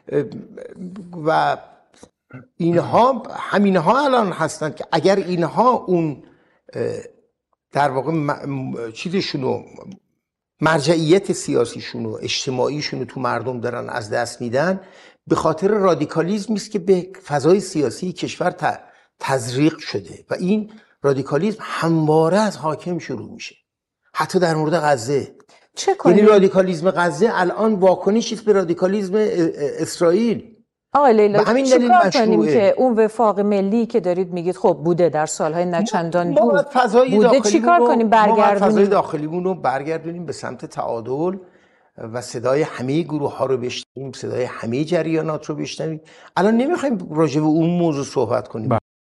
و اینها همینها الان هستن که اگر اینها اون در واقع چیزشونو مرجعیت سیاسیشونو اجتماعیشونو تو مردم دارن از دست میدن، به خاطر رادیکالیزمی است که به فضای سیاسی کشور تزریق شده و این رادیکالیزم همواره از حاکم شروع میشه، حتی در مورد غزه. چه کنیم؟ یعنی رادیکالیزم غزه الان واکنشی است به رادیکالیزم اسرائیل. آقای لیلا چیکار کنیم که اون وفاق ملی که دارید میگید خب بوده در سالهای نچندان دور بوده، چیکار کنیم برگردونیم؟ فضای داخلیمون رو برگردونیم به سمت تعادل و صدای همه گروه ها رو بشنویم، صدای همه جریانات رو بشنویم. الان نمیخوایم راجع به اون موضوع صحبت کنیم.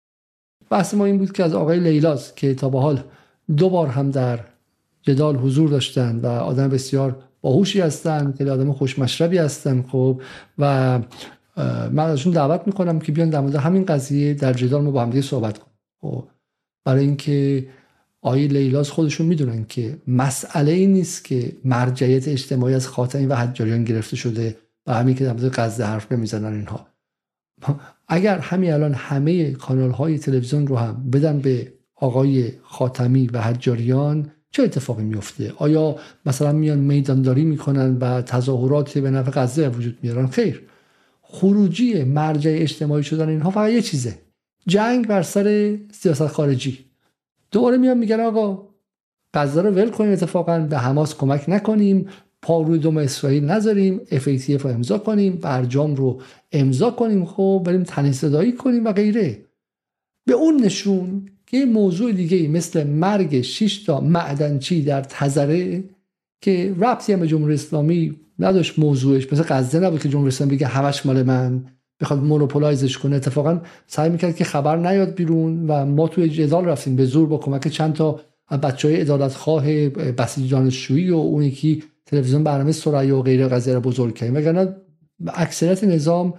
بحث ما این بود که از آقای لیلاس که تا به حال 2 بار هم در جدال حضور داشتن و آدم بسیار باهوشی هستن، خیلی آدم خوشمشربی هستن. خب و من ازشون دعوت میکنم که بیان در مورد همین قضیه در جدال ما با هم دیگه صحبت کنیم. خب برای اینکه آقای لیلاس خودشون میدونن که مسئله این نیست که مرجعیت اجتماعی از خاتمی و حجاریان گرفته شده و همین که در مورد غزه حرف نمیزنن اینها. اگر همین الان همه کانال های تلویزیون رو هم بدن به آقای خاتمی و حجاریان، چه اتفاقی میفته؟ آیا مثلا میان میدانداری میکنن و تظاهرات به نفع غزه وجود میارن؟ خیر، خروجی مرجع اجتماعی شدن اینها فقط یه چیزه، جنگ بر سر سیاست خارجی. دوباره میان میگن آقا غزه رو ول کنیم، اتفاقا به حماس کمک نکنیم، پا روی دم اسرائیل نذاریم، FATF رو امضا کنیم، برجام رو امضا کنیم، خب بریم تنیصدایی کنیم و غیره. به اون نشون که موضوع دیگه مثل مرگ 6 تا معدنچی در تزره که ربطی هم به جمهوری اسلامی نداشت، موضوعش مثل غزه نبود که جمهوری اسلامی بگه همش مال من، بخواد مونوپولایزش کنه. اتفاقا سعی میکرد که خبر نیاد بیرون و ما توی جدال رفتیم به زور با کمک چند تا بچهای عدالتخواه بسیج دانشجویی و اون یکی تلویزیون برنامه ثریا و غیره قضیه رو بزرگ کردیم، وگرنه اکثریت نظام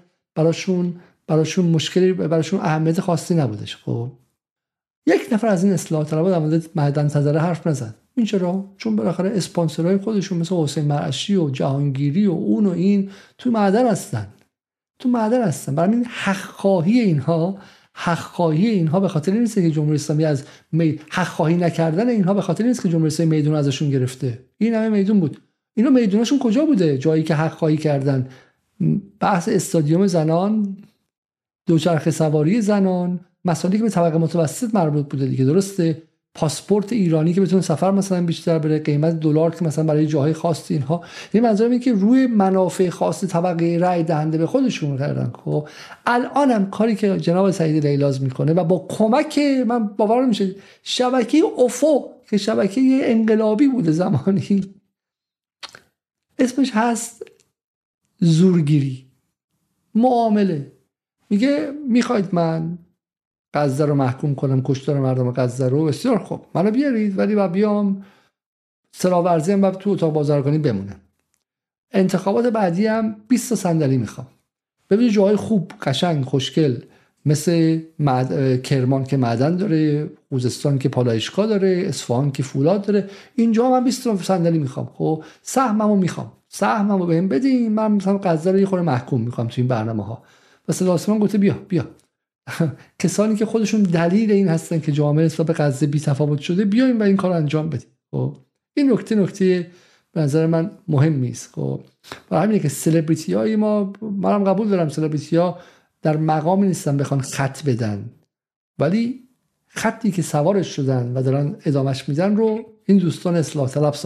براشون مشکلی، براشون اهمیت خاصی نبودش. خب یک نفر از این اصلاح طلبها در مورد معدن تزره حرف نزد. این چرا؟ چون بالاخره اسپانسرهای خودشون مثل حسین مرعشی و جهانگیری و اون و این تو معدن هستن. برای این حق خواهی اینها حق خواهی اینها به خاطر نیست که جمهوری اسلامی از حق خواهی نکردن اینها به خاطر نیست که جمهوری اسلامی میدون ازشون گرفته. این همه میدون بود. اینا میدونشون کجا بوده؟ جایی که حق خواهی کردن. بحث استادیوم زنان، دوچرخه سواری زنان، مسائلی که به طبقه متوسط مربوط بوده دیگه، درسته؟ پاسپورت ایرانی که بتونه سفر مثلا بیشتر بره، قیمت دلار که مثلا برای جاهای خاص اینها. این منظورم اینه که روی منافع خاص طبقه رای دهنده به خودشون کردن. خب الانم کاری که جناب سعید لیلاز میکنه و با کمک، من باور نمیشه، شبکه افق که شبکه انقلابی بوده زمانی، اسمش هست زورگیری، معامله. میگه میخواید من غزه رو محکوم کنم، کشتار مردم غزه رو، بسیار خوب، منو بیارید، ولی بعد بیام سراورزی هم بعد تو اتاق بازرگانی بمونه. انتخابات بعدی هم 20 تا صندلی میخوام. ببینید جاهای خوب، قشنگ، خوشگل، مثل کرمان که معدن داره، خوزستان که پالایشگاه داره، اصفهان که فولاد داره، اینجا من 20 تا صندلی میخوام. خب سهممو میخوام، سهممو بهم بدین، من مثلا غزه رو یه خورده محکوم میخوام تو این برنامه‌ها. واسه آسمان گفته بیا کسانی که خودشون دلیل این هستن که جامعه نسبت به غزه بی‌تفاوت شده، بیاین و این کارو انجام بدیم. خب این نکته به نظر من مهمی است. خب برای همینه که سلبریتی‌های ما، منم قبول دارم سلبریتی‌ها در مقامی نیستن بخوان خط بدن، ولی خطی که سوارش شدن و دارن ادامش میدن رو این دوستان اصلاح طلب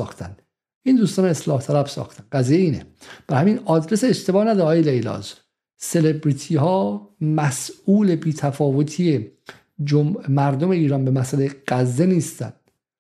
ساختن. قضیه اینه. برای همین آدرس اشتباه نده آقای لیلاز. سلبریتی ها مسئول بی‌تفاوتی مردم ایران به مسئله غزه نیستن.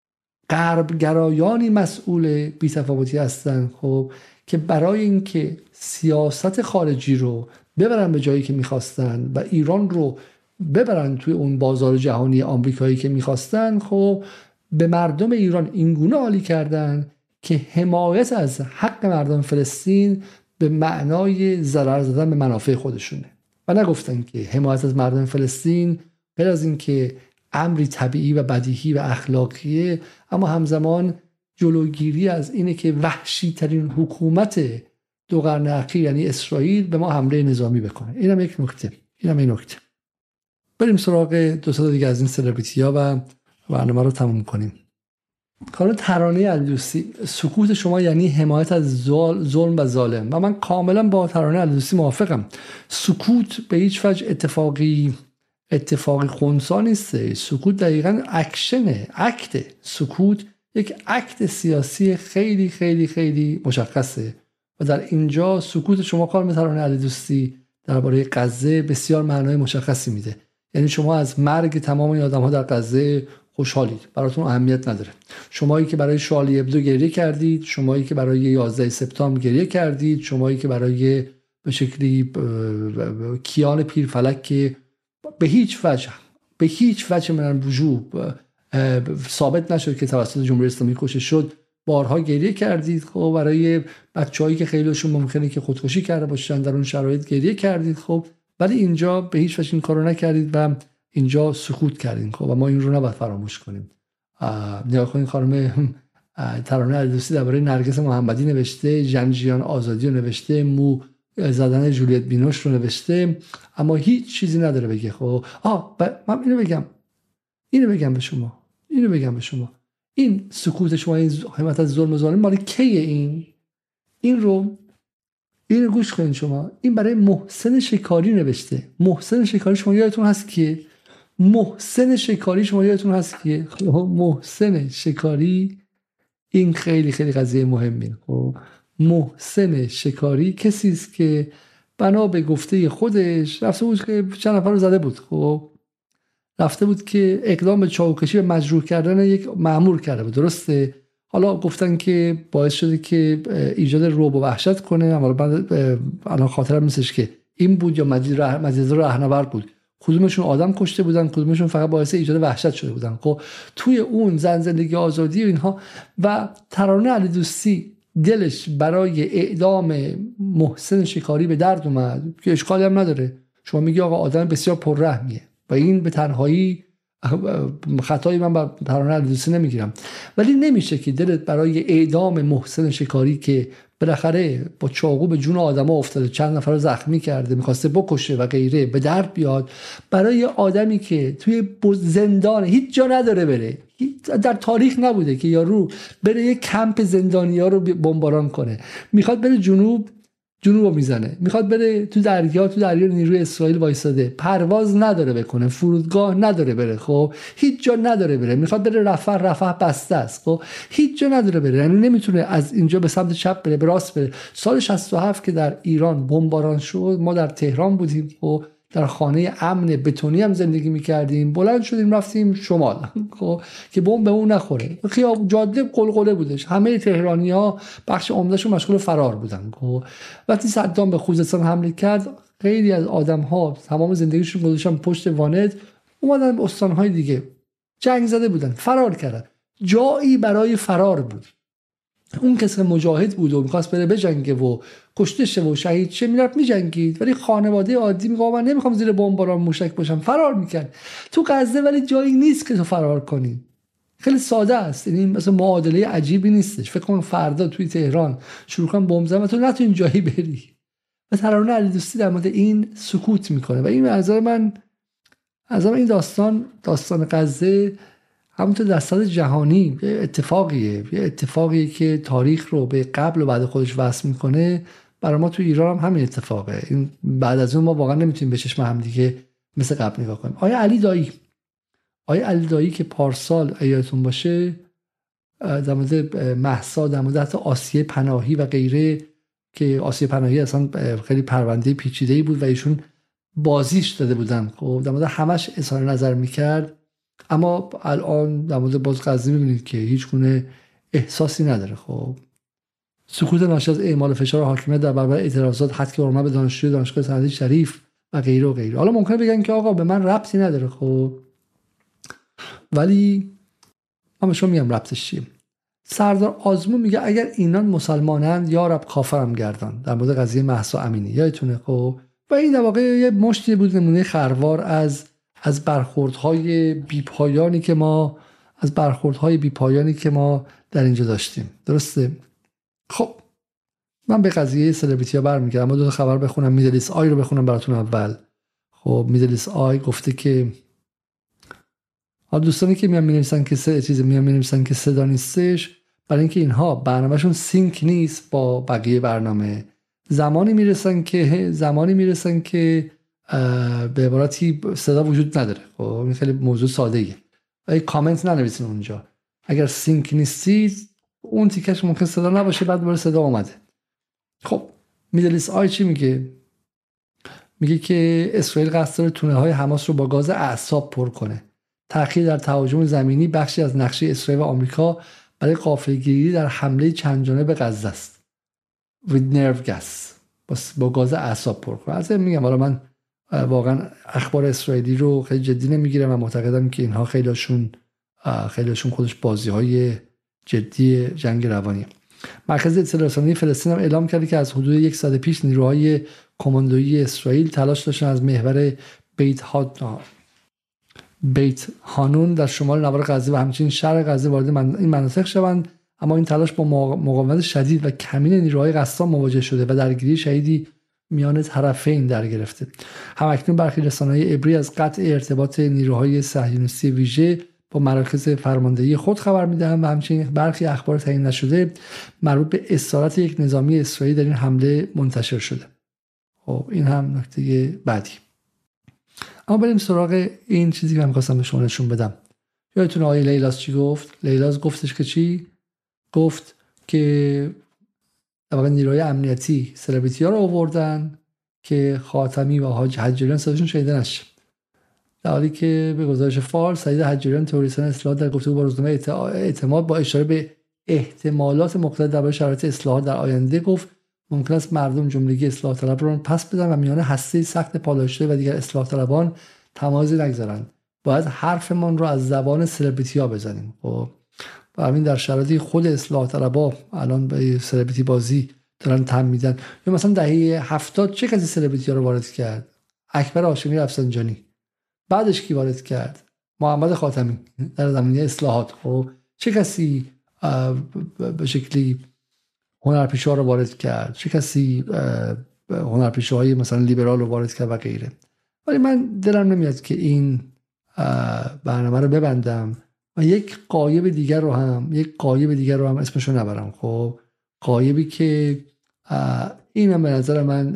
غربگرایانی مسئول بی‌تفاوتی هستن. خب که برای اینکه سیاست خارجی رو ببرن به جایی که میخواستن و ایران رو ببرن توی اون بازار جهانی آمریکایی که میخواستن، خب به مردم ایران اینگونه عالی کردن که حمایت از حق مردم فلسطین به معنای ضرر زدن به منافع خودشونه و نگفتن که حمایت از مردم فلسطین غیر از این که امری طبیعی و بدیهی و اخلاقیه، اما همزمان جلوگیری از اینه که وحشی ترین حکومت دو قرن اخیر یعنی اسرائیل به ما حمله نظامی بکنه. اینم یک نکته. بریم سراغ دو تا دیگه از این سلبریتی‌ها و برنامه رو تموم کنیم. کار ترانه علیدوستی، سکوت شما یعنی حمایت از ظلم و ظالم، و من کاملا با ترانه علیدوستی موافقم. سکوت به هیچ وجه اتفاقی خنثی نیست. سکوت دقیقاً اکته. سکوت یک اکت سیاسی خیلی خیلی خیلی مشخصه و در اینجا سکوت شما خانم ترانه علیدوستی درباره غزه بسیار معنای مشخصی میده. یعنی شما از مرگ تمام این آدم‌ها در غزه خوشحالید، براتون اهمیت نداره. شمایی که برای شارلی ابدو گریه کردید، شمایی که برای 11 سپتامبر گریه کردید، شمایی که برای به شکلی کیان پیرفلک که به هیچ وجه من وجوب ثابت نشد که توسط جمهوری اسلامی کشته شد، بارها گریه کردید. خب برای بچه‌هایی که خیلیشون ممکنه که خودکشی کرده باشن در اون شرایط گریه کردید. خب ولی اینجا به هیچ وجه این کارو نکردید و اینجا سکوت کردین. خب و ما این رو نباید فراموش کنیم. نگاه کنید خانم ترانه علیدوستی درباره نرگس محمدی نوشته، جنجیان آزادی رو نوشته، مو زدن جولیت بینوش رو نوشته، اما هیچ چیزی نداره بگه. خب من اینو بگم به شما این سکوت شما، این حمایت از ظلم و ظالم مال کیه؟ اینو گوش کنید شما. این برای محسن شکاری نوشته. محسن شکاری شما یادتون هست کیه؟ محسن شکاری این خیلی خیلی قضیه مهمیه. خب محسن شکاری کسی است که بنا به گفته خودش رفته بود که چند نفر رو زده بود. خب رفته بود که اقدام به چاوکشی و مجروح کردن یک مأمور کرده بود، درسته؟ حالا گفتن که باعث شده که ایجاد رعب و وحشت کنه، اما الان خاطرم نیستش که این بود یا مجید رهنورد بود، کدومشون آدم کشته بودن، کدومشون فقط باعث ایجاد وحشت شده بودن. خب توی اون زندگی آزادی و اینها و ترانه علیدوستی دلش برای اعدام محسن شکاری به درد اومد که اشکالی هم نداره. شما میگی آقا آدم بسیار پررحمیه و این به تنهایی خطایی من بر ترانه علیدوستی نمیگیرم، ولی نمیشه که دلت برای اعدام محسن شکاری که بالاخره با چاقو به جون آدما افتاده، چند نفر رو زخمی کرده، میخواسته بکشه و غیره، به درد بیاد برای آدمی که توی زندان هیچ جا نداره بره، در تاریخ نبوده که یارو بره یک کمپ زندانیا رو بمباران کنه، میخواد بره جنوب رو میزنه، میخواد بره تو دریا نیروی اسرائیل وایساده، پرواز نداره بکنه، فرودگاه نداره بره، خب هیچ جا نداره بره، میخواد بره رفح بسته است، خب هیچ جا نداره بره، یعنی نمیتونه از اینجا به سمت چپ بره، به راست بره. سال 67 که در ایران بمباران شد، ما در تهران بودیم، خب در خانه امن بتونی هم زندگی میکردیم، بلند شدیم رفتیم شمال، خب که بمب به اون نخوره. خیابون جاده قلقله بودش، همه تهرانی‌ها بخش عمدهشون مشغول فرار بودن. خب وقتی صدام به خوزستان حمله کرد، خیلی از آدم‌ها تمام زندگیشون گذاشتن پشت وانت، اومدن به استان‌های دیگه، جنگ زده بودن، فرار کردن، جایی برای فرار بود. اون کسی مجاهد بود و می‌خواست بره بجنگه و کشته شه و شهید شه، میرفت میجنگید، ولی خانواده عادی میگه من نمیخوام زیر بمباران موشک باشم، فرار میکرد. تو غزه ولی جایی نیست که تو فرار کنی، خیلی ساده است، یعنی مثلا معادله عجیبی نیستش. فکر کن فردا توی تهران شروع کن بمب زدن و تو نتونی جایی بری. و ترانه علیدوستی در مورد این سکوت میکنه و این از نظر من این داستان غزه همونطور در سطح جهانی یه اتفاقیه که تاریخ رو به قبل و بعد خودش وصل میکنه. برای ما تو ایران هم همین اتفاقه. این بعد از اون ما واقعا نمیتونیم به چشم هم دیگه مثل قبل نگاه کنیم. آیا علی دایی که پارسال یادتون باشه در مورد مهسا، در مورد حتی آسیه پناهی و غیره، که آسیه پناهی اصلا خیلی پرونده پیچیده‌ای بود و ایشون بازیش داده بودن، خب در مورد همش اظهار نظر میکرد، اما الان در مورد باز غزه میبینید که هیچ گونه احساسی نداره. خب سکوت ناشی از اعمال فشار حاکمیت در برابر اعتراضات، حد که حرمت به دانشگاه صنعتی شریف و غیره و غیره. حالا ممکنه بگن که آقا به من ربطی نداره، خب ولی من شما میگم ربطش چیه. سردار آزمون میگه اگر اینان مسلمانند یا رب کافرم گردان، در مورد قضیه مهسا امینی یادتونه. خب و این در واقع یه مشتی بود نمونه خروار از برخوردهای بیپایانی که ما در اینجا داشتیم. درسته؟ خب من به قضیه سلبریتی‌ها برمیگردم. دو تا خبر بخونم. میدلیس آی رو بخونم براتون اول. خب میدلیس آی گفته که دوستانی که میان می‌نویسن که صدا نیستش، برای اینکه اینها برنامه‌شون سینک نیست با بقیه برنامه. زمانی میرسن که به عبارتی صدا وجود نداره. خب این خیلی موضوع ساده ایه. اگه کامنت ننویسین اونجا، اگر سینک نیستید اون تیکش ممکن صدا نباشه، بعد دوباره صدا اومده. خب میدلیس آی چی میگه؟ میگه که اسرائیل قصد داره تونل‌های حماس رو با گاز اعصاب پر کنه. تأخیر در تهاجم زمینی بخشی از نقشه اسرائیل و آمریکا برای غافلگیری در حمله چند جانبه غزه است. with nerve gas، با گاز اعصاب پر کنه. از این میگم حالا من واقعا اخبار اسرائیلی رو خیلی جدی نمیگیرم و معتقدم که اینها خیلیشون خودش بازی‌های جدی جنگ روانیه. مرکز اطلاعات رسانی فلسطین هم اعلام کرده که از حدود یک ساعت پیش نیروهای کماندویی اسرائیل تلاش داشتن از محور بیت هانون در شمال نوار غزه و همچنین شرق غزه وارد این مناطق شوند، اما این تلاش با مقاومت شدید و کمین نیروهای قسام مواجه شده و درگیری شدیدی میان طرفین در گرفته. همکنون برخی رسانه‌های عبری از قطع ارتباط نیروهای صهیونیستی ویژه با مراکز فرماندهی خود خبر میدهند و همچنین برخی اخبار تعیین نشده مربوط به اسارت یک نظامی اسرائیلی در این حمله منتشر شده. خب این هم نکته بعدی. اما بریم سراغ این چیزی که من خواستم به شما نشون بدم. یادتونه آقای لیلاس چی گفت؟ لیلاس گفتش که چی؟ گفت که در واقع نیروهای امنیتی سلبریتی‌ها رو آوردن که خاتمی و حاج حجاریان صداشون شنیده نشه، در حالی که به گزارش فارس سعید حجاریان تئوریسین اصلاحات در گفتگو با روزنامه اعتماد با اشاره به احتمالات مختلف درباره شرایط اصلاحات در آینده گفت ممکن است مردم جملگی اصلاح طلب رو پس بدن و میان هسته سخت پالایش‌شده و دیگر اصلاح طلبان تمایزی نگذارند. باید حرفمان رو از زبان سلبریتی‌ها بزنیم. خب و همین در شرایطی خود اصلاح طلبها الان به سلبریتی بازی دارن تم میدن. یا مثلا دهه 70 چه کسی سلبریتی‌ها رو وارد کرد؟ اکبر هاشمی رفسنجانی. بعدش کی وارد کرد؟ محمد خاتمی در زمینه اصلاحات. خب چه کسی به شکلی هنرپیشه ها رو وارد کرد، چه کسی هنرپیشه های مثلا لیبرال رو وارد کرد و غیره. ولی من دلم نمیاد که این برنامه رو ببندم و یک قایب دیگر رو هم اسمشو نبرم. خب قایبی که اینم به نظر من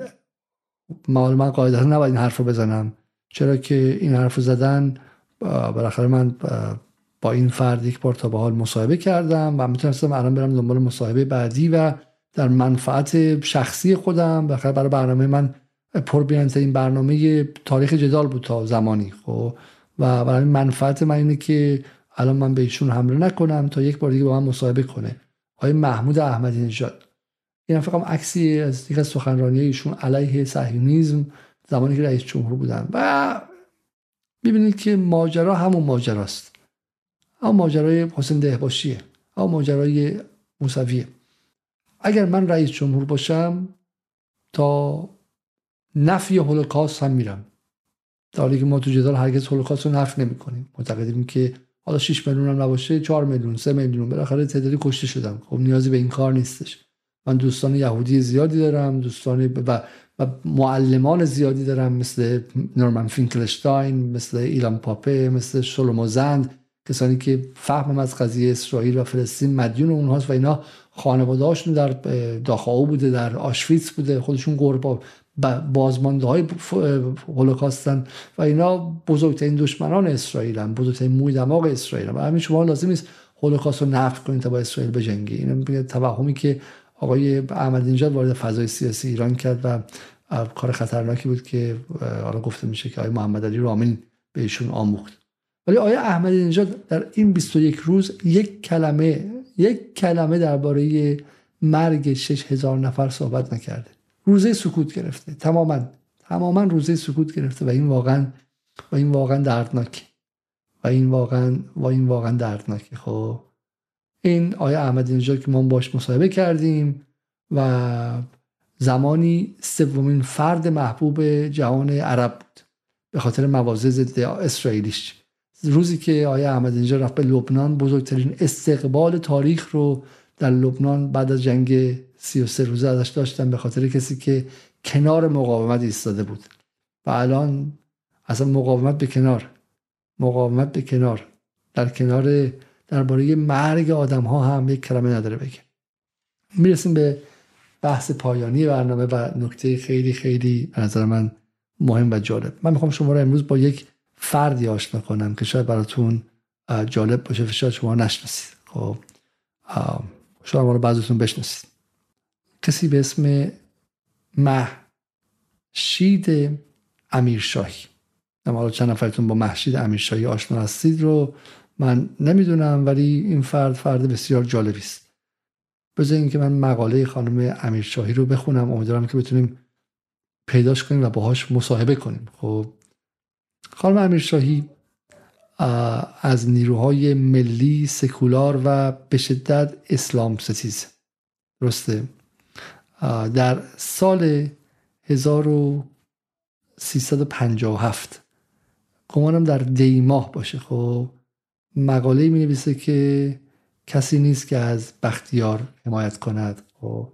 قاعدتا نباید این حرف رو بزنم، چرا که این حرف رو زدن بالاخره من با این فرد یک بار تا به حال مصاحبه کردم و میتونستم الان برم دنبال مصاحبه بعدی و در منفعت شخصی خودم بالاخره برای برنامه من پربین‌ترین برنامه تاریخ جدال بود تا زمانی. خب و برای منفعت من اینه که الان من به ایشون حمله نکنم تا یک بار دیگه با من مصاحبه کنه. آقای محمود احمدی نژاد، این فکر کنم عکسی از یک سخنرانی ایشون علیه صهیونیسم زمانی که رئیس جمهور بودن و ببینید که ماجرا همون ماجراست، اما ماجرای حسین دهباشیه، اما ماجرای موسویه. اگر من رئیس جمهور باشم تا نفی هولوکاست هم میرم، در حالی که ما تو جدال هرگز هولوکاست رو نفی نمی‌کنیم. معتقدیم که حالا 6 میلیون هم نباشه، 4 میلیون، 3 میلیون بالاخره تعدادی کشته شدن. خب نیازی به این کار نیستش. من دوستان یهودی زیادی دارم، دوستان و معلمان زیادی دارم مثل نورمن فینکلشتاین، مثل ایلان پاپه، مثل شلومو زند، کسانی که فهمم از قضیه اسرائیل و فلسطین مدیون اونهاست و اینا خانواده‌هاشون در داخاو بوده، در آشویتس بوده، خودشون قربان بازمانده‌های هولوکاستن و اینا بزرگترین دشمنان اسرائیلن، بزرگترین موی دماغ اسرائیلن و همین شما لازم نیست هولوکاست رو نفی کنید تا با اسرائیل بجنگی. این توهمی که آقای احمدی نژاد وارد فضای سیاسی ایران کرد و کار خطرناکی بود که حالا گفته میشه که آقای محمد علی رامین بهشون آموخت. ولی آقای احمدی نژاد در این 21 روز یک کلمه درباره مرگ 6000 نفر صحبت نکرده. روزه سکوت گرفته، تماما روزه سکوت گرفته و این واقعا دردناکه و این واقعا دردناکه. خب این آقای احمدی نژاد که ما باش مصاحبه کردیم و زمانی سومین فرد محبوب جهان عرب بود به خاطر مواضع ضد اسرائیلیش. روزی که آقای احمدی نژاد رفت به لبنان، بزرگترین استقبال تاریخ رو در لبنان بعد از جنگ 33 روزه ازش داشتن به خاطر کسی که کنار مقاومت ایستاده بود. و الان اصلا مقاومت به کنار درباره مرگ آدم ها هم یک کلمه نداره بگه. میرسیم به بحث پایانی برنامه و نکته خیلی خیلی به نظر من مهم و جالب. من میخوام شما رو امروز با یک فردی آشنا کنم که شاید براتون جالب باشه و شاید شما نشناسید. خب شاید ما رو بعضیتون بشناسید. کسی به اسم مهشید امیرشاهی. حالا چند نفرتون با مهشید امیرشاهی آشنا هستید رو من نمیدونم، ولی این فرد بسیار جالبی است. بذارین که من مقاله خانم امیرشاهی رو بخونم، امیدوارم که بتونیم پیداش کنیم و باهاش مصاحبه کنیم. خب خانم امیرشاهی از نیروهای ملی، سکولار و به شدت اسلام ستیز، درسته، در سال 1357 گمانم در دی ماه باشه، خب مقاله می نویسه که کسی نیست که از بختیار حمایت کند. خب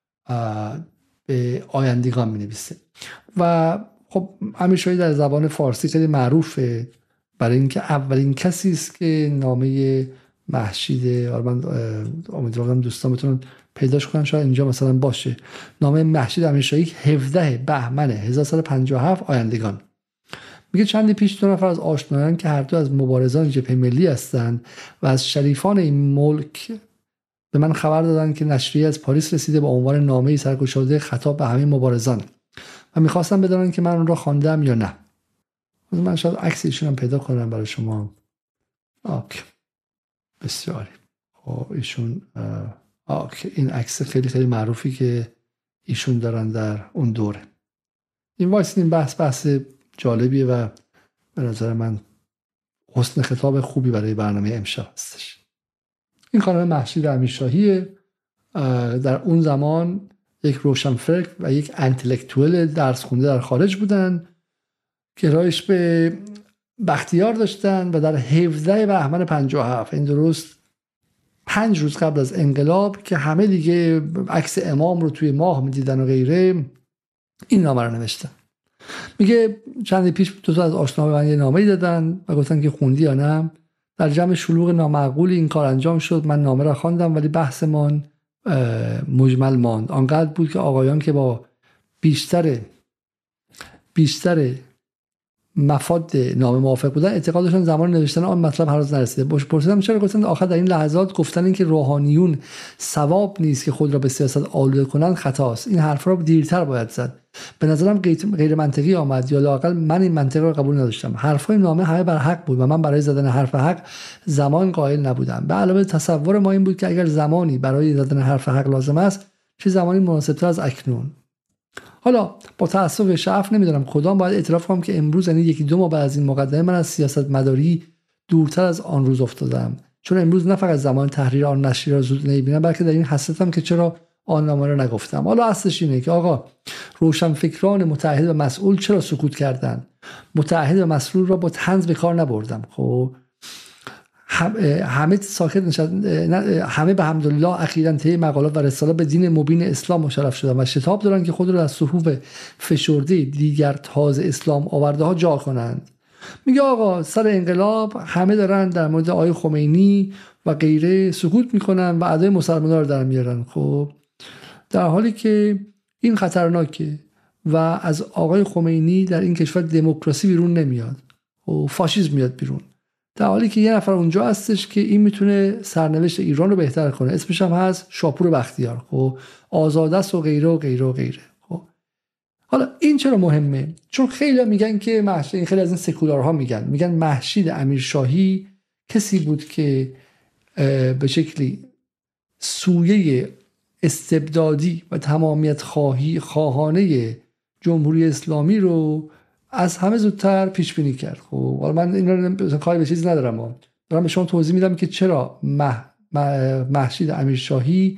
به آیندگان می نویسه و خب امیرشاهی در زبان فارسی خیلی معروفه برای اینکه اولین کسی است که نامه مهشید، من امیدوارم دوستان بتونن پیداش کنن، شاید اینجا مثلا باشه، نامه مهشید امیرشاهی 17 بهمن 1157 آیندگان. میگه چندی پیش 2 نفر از آشنایان که هر دو از مبارزان جبهه ملی هستند و از شریفان این ملک به من خبر دادن که نشریه از پاریس رسیده با عنوان نامه‌ای سرگشاده خطاب به همه مبارزان و میخواستم بدونن که من اون را خواندم یا نه. من شاید عکس ایشون هم پیدا کنم برای شما. بسیاری. خب ایشون این عکس خیلی خیلی معروفی که ایشون دارن در اون دوره. این بحث جالبیه و به نظر من حسن خطاب خوبی برای برنامه امشب هستش. این خانم مهشید امیرشاهی در اون زمان یک روشنفکر و یک انتلکتوئل درس خونده در خارج بودن. گرایش به بختیار داشتن و در 17 بهمن 57 این درست 5 روز قبل از انقلاب که همه دیگه عکس امام رو توی ماه میدیدن و غیره، این نامه رو نوشتن. میگه چند پیش 2 تا از آشنا به من یه نامه دادن و گفتن که خوندی یا نه. در جمع شلوغ نامعقولی این کار انجام شد. من نامه را خواندم ولی بحثمان مجمل ماند. آنقدر بود که آقایان که با بیشتر مفاد نامه موافق بودن اعتقاد داشتن زمان نوشتن آن مطلب هنوز نرسیده. پرسیدم چرا؟ گفتن آخر در این لحظات گفتن این که روحانیون ثواب نیست که خود را به سیاست آلوده کنند خطاست. این حرفا رو دیرتر باید زد. به نظرم غیر منطقی آمد، یا لااقل من این منطق رو قبول نداشتم. حرفای نامه همه بر حق بود و من برای زدن حرف حق زمان قائل نبودم. به علاوه تصور ما این بود که اگر زمانی برای زدن حرف حق لازم است، چه زمانی مناسب‌تر از اکنون. حالا با تأسف شعف نمیدونم کدام باید اعتراف کنم که امروز، یعنی 1-2 ماه بعد از این مقدمه، من از سیاست مداری دورتر از آن روز افتادم. چون امروز نه فقط زمان تحریر آن نشریه را زود نمیبینم، بلکه در این حسرتم که چرا آن نامه را نگفتم. حالا اصلش اینه که آقا روشنفکران متعهد و مسئول چرا سکوت کردن؟ متعهد و مسئول را با طنز به کار نبردم. خب همه ساکت نشد، همه به حمدالله اخیراً طی مقالات و رسالات به دین مبین اسلام مشرف شدن و شتاب دارن که خود را از صفوف فشرده دیگر تازه اسلام آورده ها جا کنند. میگه آقا سر انقلاب همه دارن در مورد آقای خمینی و غیره سکوت میکنن و ادای مسلمان‌ها رو در میارن. خب در حالی که این خطرناکه و از آقای خمینی در این کشور دموکراسی بیرون نمیاد و فاشیسم میاد بیرون، در حالی که یه نفر اونجا هستش که این میتونه سرنوشت ایران رو بهتر کنه. اسمش هم هست شاپور بختیار. خب آزاده است و غیره و غیره و غیره. خب حالا این چرا مهمه؟ چون خیلی میگن که خیلی از این سکولارها میگن مهشید امیرشاهی کسی بود که به شکلی سویه استبدادی و تمامیت خواهانه جمهوری اسلامی رو از همه زودتر پیش بینی کرد. خب حالا من این رو کاری به چیزی ندارم، دارم به شما توضیح میدم که چرا مهشید امیرشاهی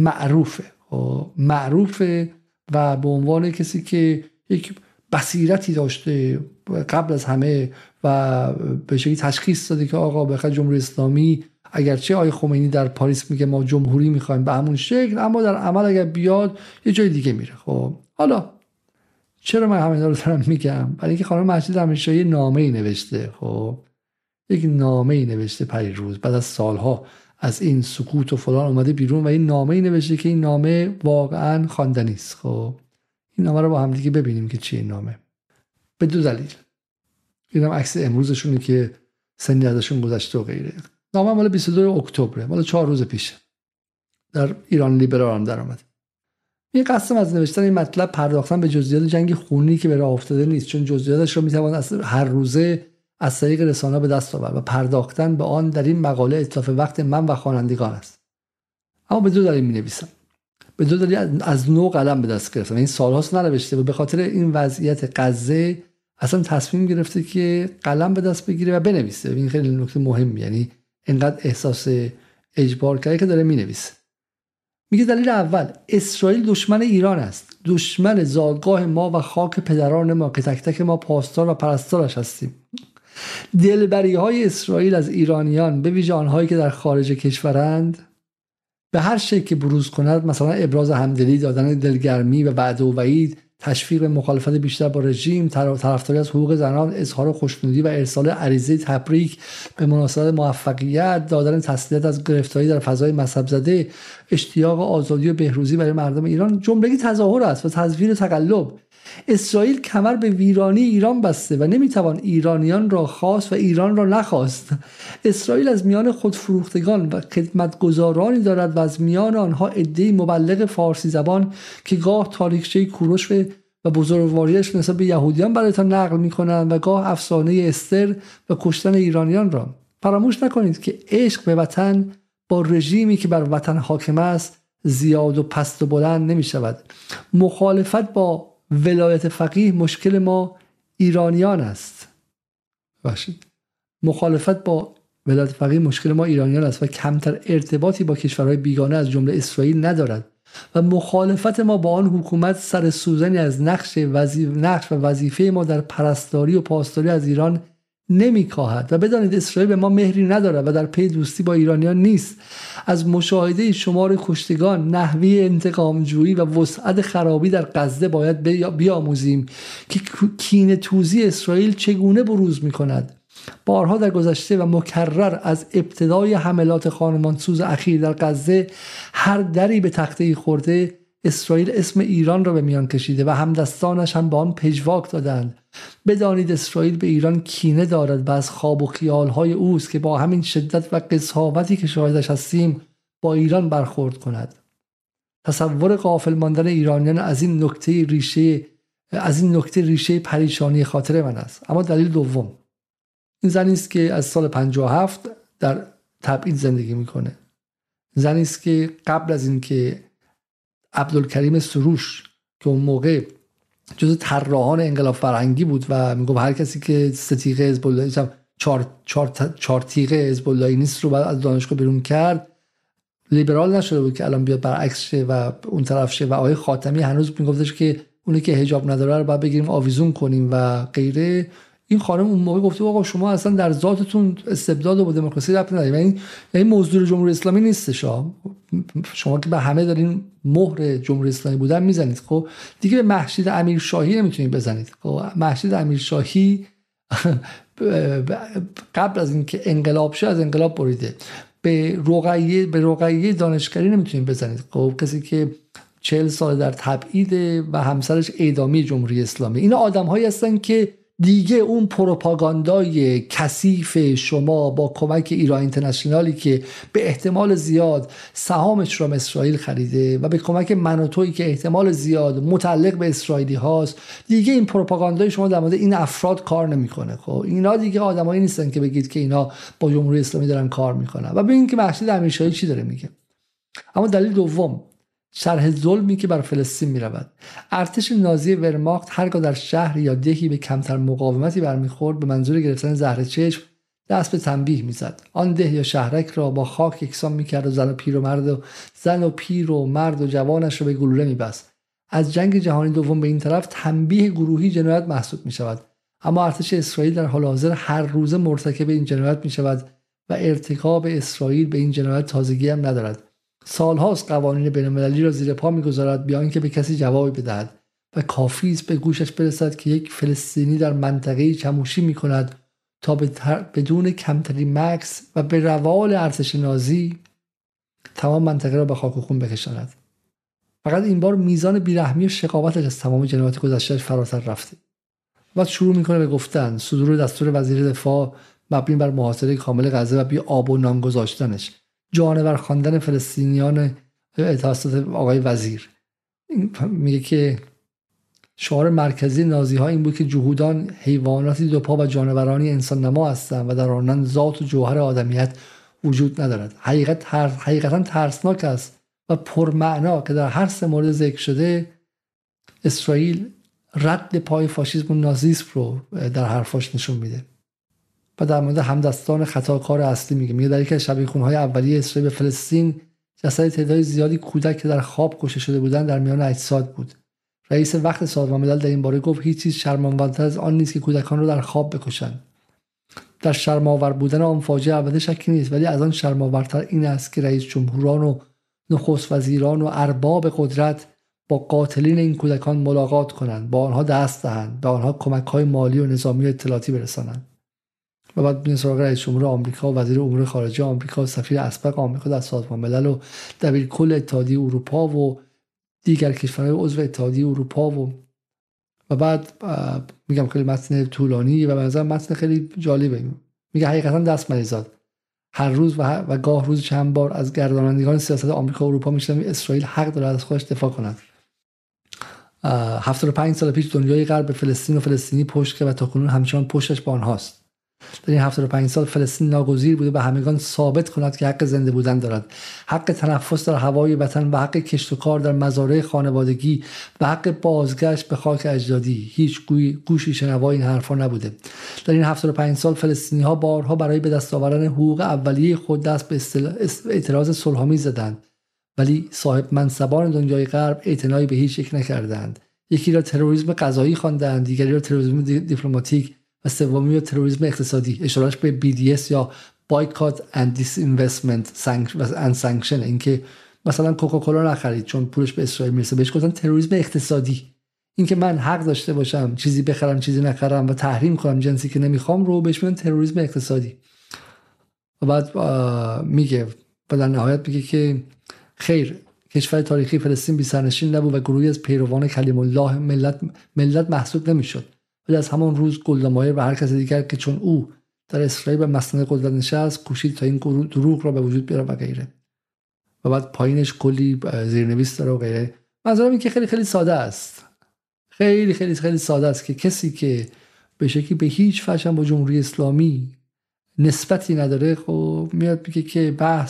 معروفه و به عنوان کسی که یک بصیرتی داشته قبل از همه و به شکلی تشخیص داده که آقا بخاطر جمهوری اسلامی، اگرچه آقای خمینی در پاریس میگه ما جمهوری میخوایم به همون شکل، اما در عمل اگر بیاد یه جای دیگه میره. خب حالا چرا من همین رو دارم میگم؟ برای اینکه خانم مهشید امیرشاهی نامه‌ای نوشته. خب یک نامه‌ای نوشته پریروز بعد از سالها از این سکوت و فلان اومده بیرون و این نامه‌ای نوشته که این نامه واقعا خواندنی است. خب این نامه رو با هم دیگه ببینیم که چیه نامه. به 2 دلیل. اینم عکس امروزشونه که سنی ازشون گذشته و غیره. نامه مال 22 اکتبر، مال 4 روز پیشه. در ایران لیبرال در اومد. این قسم از نوشتن این مطلب پرداختن به جزئیات جنگ خونی که به راه افتاده نیست، چون جزئیاتش رو میتوان هر روزه از طریق رسانه‌ها به دست آورد و پرداختن به آن در این مقاله اتلاف وقت من و خوانندگان است. اما به 2 دلیل می‌نویسم. به 2 دلیل از نو قلم به دست گرفتم. این سال‌هاست ننوشته و به خاطر این وضعیت غزه اصلا تصمیم گرفته که قلم به دست بگیره و بنویسه. این خیلی نکته مهمه، یعنی اینقدر احساس اجبار کرده که داره می‌نویسه. میگه دلیل اول، اسرائیل دشمن ایران است، دشمن زادگاه ما و خاک پدران ما که تک تک ما پاسدار و پرستارش هستیم. دلبری های اسرائیل از ایرانیان، به ویژه آنهایی که در خارج کشورند، به هر شکل که بروز کند، مثلا ابراز همدلی، دادن دلگرمی و وعده و وعید، تشویق مخالفت بیشتر با رژیم، طرفداری از حقوق زنان، اظهار خوشنودی و ارسال عریضه تبریک به مناسبت موفقیت، دادن تسلیت از گرفتاری در فضای مذهب زده، اشتیاق آزادی و بهروزی برای مردم ایران، جملگی تظاهر است و تزویر و تقلب. اسرائیل کمر به ویرانی ایران بسته و نمیتوان ایرانیان را خواست و ایران را نخواست. اسرائیل از میان خود فروختگان و خدمتگزارانی دارد و از میان آنها عده‌ای مبلغ فارسی زبان که گاه تاریخچه کوروش و بزرگواریش نسبت به یهودیان برایتان نقل میکنند و گاه افسانه استر و کشتن ایرانیان را. فراموش نکنید که عشق به وطن با رژیمی که بر وطن حاکم است زیاد و پست و بلند نمی شود. مخالفت با ولایت فقیه مشکل ما ایرانیان است. باشید. مخالفت با ولایت فقیه مشکل ما ایرانیان است و کمتر ارتباطی با کشورهای بیگانه از جمله اسرائیل ندارد و مخالفت ما با آن حکومت سر سوزنی از نقش و وظیفه ما در پرستاری و پاسداری از ایران نمی‌کاهد و بدانید اسرائیل به ما مهری ندارد و در پی دوستی با ایرانیان نیست. از مشاهده شمار کشتگان، نحوه انتقام‌جویی و وسعت خرابی در غزه باید بیاموزیم که کینه‌توزی اسرائیل چگونه بروز می‌کند. بارها در گذشته و مکرر از ابتدای حملات خانمانسوز اخیر در غزه هر دری به تخته خورده اسرائیل اسم ایران را به میان کشیده و همدستانش هم به آن پژواک دادند. بدانید اسرائیل به ایران کینه دارد و از خواب و خیالهای اوست که با همین شدت و قساوتی که شاهدش هستیم با ایران برخورد کند. تصور غافل ماندن ایرانیان از این نکته ریشه پریشانی خاطر من است. اما دلیل دوم، این زنی است که از سال 57 در تبعید زندگی میکنه. زنی است که قبل از این که عبدالکریم سروش که اون موقع جزو طراحان انقلاب فرهنگی بود و میگفت هر کسی که سه تیغه حزب الله چهار تیغه حزب الله نیست رو بعد از دانشگاه بیرون کرد، لیبرال نشده بود که الان بیاد برعکس شه و اون طرف شه. و آقای خاتمی هنوز میگفتش که اونی که حجاب نداره رو باید بگیریم آویزون کنیم و غیره. این خانم اون موقع گفته آقا شما اصلا در ذاتتون استبداد و دموکراسی ربطی نداره. این موضوع جمهوری اسلامی نیستش. شما که به همه دارین مهر جمهوری اسلامی بودن میزنید، خب دیگه به مهشید امیرشاهی نمیتونید بزنید. خب مهشید امیرشاهی قبل از اینکه انقلاب شه از انقلاب بریده. به رقیه دانشگری نمیتونید بزنید. خب کسی که 40 سال در تبعید و همسرش اعدامی جمهوری اسلامی. اینا آدم‌هایی هستن که دیگه اون پروپاگاندای کثیف شما با کمک ایران اینترنشنالی که به احتمال زیاد سهامش رو اسرائیل خریده و به کمک من و تویی که احتمال زیاد متعلق به اسرائیلی هاست، دیگه این پروپاگاندای شما در مورد این افراد کار نمیکنه. خب اینا دیگه آدمایی نیستن که بگید که اینا با جمهوری اسلامی دارن کار میکنن. و ببینید که مهشید امیرشاهی چی داره میگه. اما دلیل دوم، شرح ظلمی که بر فلسطین می رود. ارتش نازی ورماخت هرگاه در شهر یا دهی به کمتر مقاومتی برمیخورد به منظور گرفتن زهر چشم دست به تنبیه میزد. آن ده یا شهرک را با خاک یکسان میکرد و زن و پیر و مرد و جوانش را به گلوله میبست. از جنگ جهانی دوم به این طرف تنبیه گروهی جنایت محسوب میشود. اما ارتش اسرائیل در حال حاضر هر روز مرتکب این جنایت میشود و ارتکاب اسرائیل به این جنایت تازگی هم ندارد. سالهاست قوانین بین‌المللی را زیر پا می‌گذارد بیان که به کسی جوابی بدهد و کافی است به گوشش برسد که یک فلسطینی در منطقه‌ای چموشی می‌کند تا بدون کمترین مکث و به روال ارتش نازی تمام منطقه را به خاک و خون بکشاند. فقط این بار میزان بیرحمی و شقاوتش از تمام جنایات گذشته‌اش فراتر رفته. بعد شروع می‌کنه به گفتن صدور دستور وزیر دفاع مبنی بر محاصره کامل غزه و بی آب و نان گذاشتنش، جانور خواندن فلسطینیان توسط آقای وزیر. میگه که شعار مرکزی نازی ها این بود که جهودان حیواناتی دو پا و جانورانی انسان نما هستند و در آنان ذات و جوهر آدمیت وجود ندارد. حقیقتا ترسناک است و پرمعنا که در هر سه مورد ذکر شده اسرائیل رد پای فاشیسم و نازیسم رو در حرفاش نشون میده. و در مورد همدستان خطاکار اصلی میگه در یکی از شبیه‌خونی‌های اولیه اسرائیل به فلسطین جسد تعداد زیادی کودک که در خواب کشته شده بودند در میان اجساد بود. رئیس وقت سازمان ملل در این باره گفت هیچ چیز شرم‌آورتر از آن نیست که کودکان را در خواب بکشند. در شرم‌آور بودن آن فاجعه البته شکی نیست، ولی از آن شرم‌آورتر این است که رئیس جمهوران و نخست وزیران و ارباب قدرت با قاتلین این کودکان ملاقات کنند، با آنها دست دهند، به آنها کمک‌های مالی و نظامی و اطلاعاتی برسانند. و بعد بین سراغ رئیس جمهور آمریکا و وزیر امور خارجه آمریکا، سفیر اسبق آمریکا در سازمان ملل و دبیرکل اتحادیه اروپا و دیگر کشورهای عضو اتحادیه اروپا و بعد میگم خیلی متن طولانی و به نظر متن خیلی جالبه. میگه حقیقتا دست مریزاد هر روز و گاه روز چند بار از گردانندگان سیاست آمریکا و اروپا میشنم اسرائیل حق داره از خودش دفاع کند. 75 سال پیش دنیای غرب به فلسطین و فلسطینی پشت کرد و تاکنون همچنان پشتش با آنهاست. در این 75 سال فلسطین ناگزیر بوده به همگان ثابت کند که حق زنده بودن دارد، حق تنفس در هوای وطن و حق کشت و کار در مزارع خانوادگی و حق بازگشت به خاک اجدادی. هیچ گوشی شنوای این حرفا نبوده. در این 75 سال فلسطینی ها بارها برای به دست آوردن حقوق اولیه خود دست به اعتراض صلح‌آمیز زدند، ولی صاحب منصبان دنیای غرب اعتنایی به هیچ یک نکردند. یکی را تروریسم قضایی خواندند، دیگری را تروریسم دیپلماتیک و سومی تروریسم اقتصادی، اشارهش به BDS یا Boycott and Disinvestment and Sanction، اینکه مثلا کوکاکولا نخرید چون پولش به اسرائیل میرسه، بهش گفتن تروریسم اقتصادی. اینکه من حق داشته باشم چیزی بخرم چیزی نخرم و تحریم کنم جنسی که نمیخوام رو بهش میگن تروریسم اقتصادی. و بعد میگه و در نهایت میگه که خیر، کشور تاریخی فلسطین بی سرنشین نبود و گروهی از پیروان کلیم الله ملت محسوب نمیشد، ولی از همان روز گلدا مایر و هر کس دیگر که چون او در اسرائیل به مسند قدرت نشست کوشید تا این دروغ را به وجود بیاره و غیره. و بعد پایینش کلی زیرنویس داره و غیره. منظورم این که خیلی خیلی ساده است، خیلی خیلی خیلی ساده است که کسی که به شکلی به هیچ وجه با جمهوری اسلامی نسبتی نداره خب میاد میگه که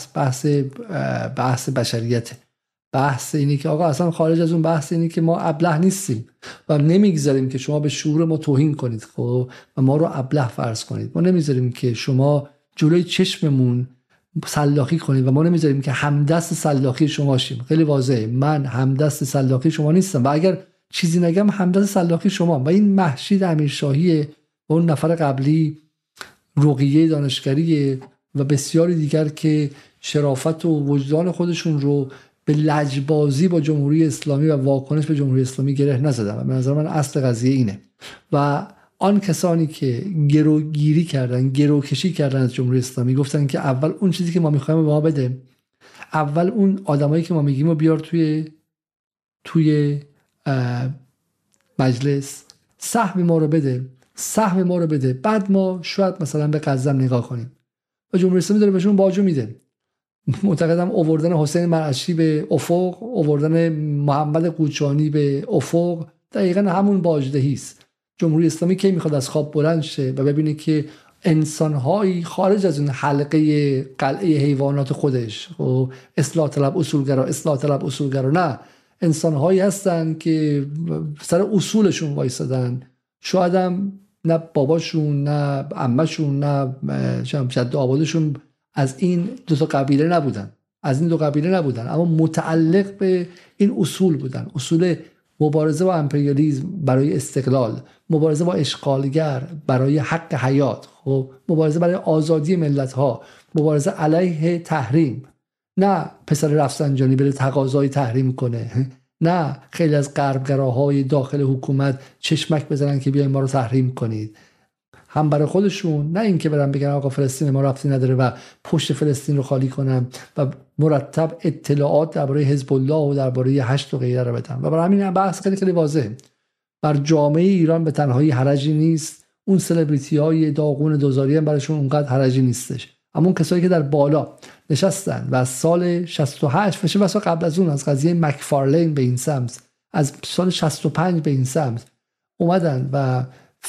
بحث بشریته، بحث اینه که آقا اصلا خارج از اون بحث اینه که ما ابله نیستیم و نمیگذاریم که شما به شعور ما توهین کنید خب و ما رو ابله فرض کنید. ما نمیذاریم که شما جلوی چشممون سلاخی کنید و ما نمیذاریم که همدست سلاخی شما شیم. خیلی واضحه، من همدست سلاخی شما نیستم و اگر چیزی نگم همدست سلاخی شما. و این مهشید امیرشاهی و اون نفر قبلی رقیه دانشگری و بسیاری دیگر که شرافت و وجدان خودشون رو به لجبازی با جمهوری اسلامی و واکنش به جمهوری اسلامی گره نزدن. و به نظر من اصل قضیه اینه. و آن کسانی که گروگیری کردن، گروکشی کردن از جمهوری اسلامی، گفتن که اول اون چیزی که ما میخوایم به ما بده، اول اون آدمایی که ما میگیم رو بیار توی مجلس، سهم ما رو بده، بعد ما شاید مثلا به قزم نگاه کنیم. و جمهوری اسلامی داره بهشون باجو میده. معتقدم آوردن حسین مرعشی به افق، آوردن محمد قوچانی به افق دقیقاً همون باجدهی است. جمهوری اسلامی که میخواد از خواب بلند شه و ببینه که انسان‌هایی خارج از اون حلقه قلعه حیوانات خودش و اصلاح طلب اصولگرا نه، انسان‌هایی هستن که سر اصولشون وایسادن. شاید هم نه باباشون نه عمه‌شون نه جد آبادشون از این دو قبیله نبودن، اما متعلق به این اصول بودن. اصول مبارزه با امپریالیسم برای استقلال، مبارزه با اشغالگر برای حق حیات، خب مبارزه برای آزادی ملت‌ها، مبارزه علیه تحریم. نه پسر رفسنجانی بره تقاضای تحریم کنه، نه خیلی از غربگراهای داخل حکومت چشمک بزنن که بیاین ما رو تحریم کنید. هم برای خودشون، نه اینکه برن بگن آقا فلسطین ما ربطی نداره و پشت فلسطین رو خالی کنن و مرتب اطلاعات درباره حزب الله و درباره هشت و غیره رو بدن. و برای همین بحث خیلی خیلی واضحه. بر جامعه ایران به تنهایی حرجی نیست. اون سلبریتی‌های داغون دوزاری هم براشون اونقدر حرجی نیستش. اما اون کسایی که در بالا نشستن و از سال 68 و قبل از اون از قضیه مکفارلین به این سمت، از سال 65 به این سمت اومدن و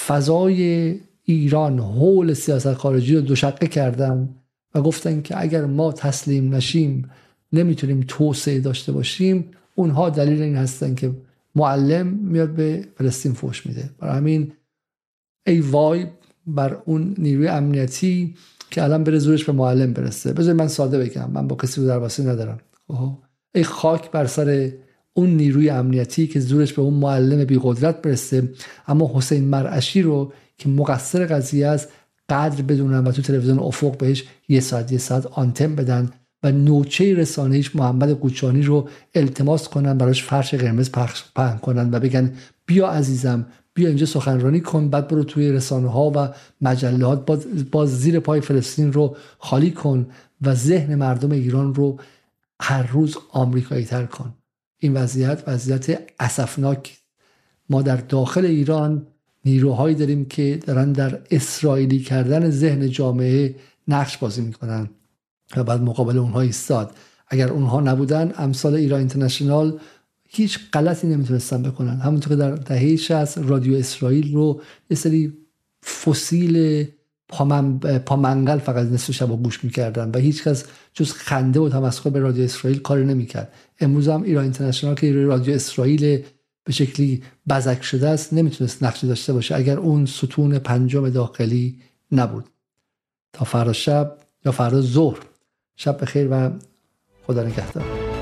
فضای ایران حول سیاست خارجی رو دوشقه کردن و گفتن که اگر ما تسلیم نشیم نمیتونیم توسعه داشته باشیم. اونها دلیل این هستن که معلم میاد به فلسطین فوش میده. برای همین ای وای بر اون نیروی امنیتی که الان بره زورش به معلم برسه. بذارید من ساده بگم، من با کسی رو درواسی ندارم. ای خاک بر سر اون نیروی امنیتی که زورش به اون معلم بی قدرت برسه، اما حسین مرعشی رو که مقصر قضیه است قدر بدونن و تو تلویزیون افق بهش یه ساعت آنتن بدن و نوچه رسانه‌ایش محمد قوچانی رو التماس کنن براش فرش قرمز پهن کنن و بگن بیا عزیزم بیا اینجا سخنرانی کن، بعد برو توی رسانه‌ها و مجلات باز زیر پای فلسطین رو خالی کن و ذهن مردم ایران رو هر روز آمریکایی تر کن. این وضعیت اسفناک. ما در داخل ایران نیروهایی داریم که دارن در اسرائیلی کردن ذهن جامعه نقش بازی میکنن و بعد مقابل اونها ایستاد. اگر اونها نبودن امثال ایران اینترنشنال هیچ غلطی نمیتونستن بکنن. همونطور که در دهه 60 رادیو اسرائیل رو یه سری فسیل پامنگل فقط نصف شب گوش میکردن و هیچ کس جز خنده و تمسخر به رادیو اسرائیل کاری نمیکرد. امروز هم ایران اینترنشنال که رادیو اسرائیل به شکلی بزک شده است نمیتونست نقشی داشته باشه اگر اون ستون پنجم داخلی نبود. تا فردا شب یا فردا ظهر، شب بخیر و خدا نگهدار.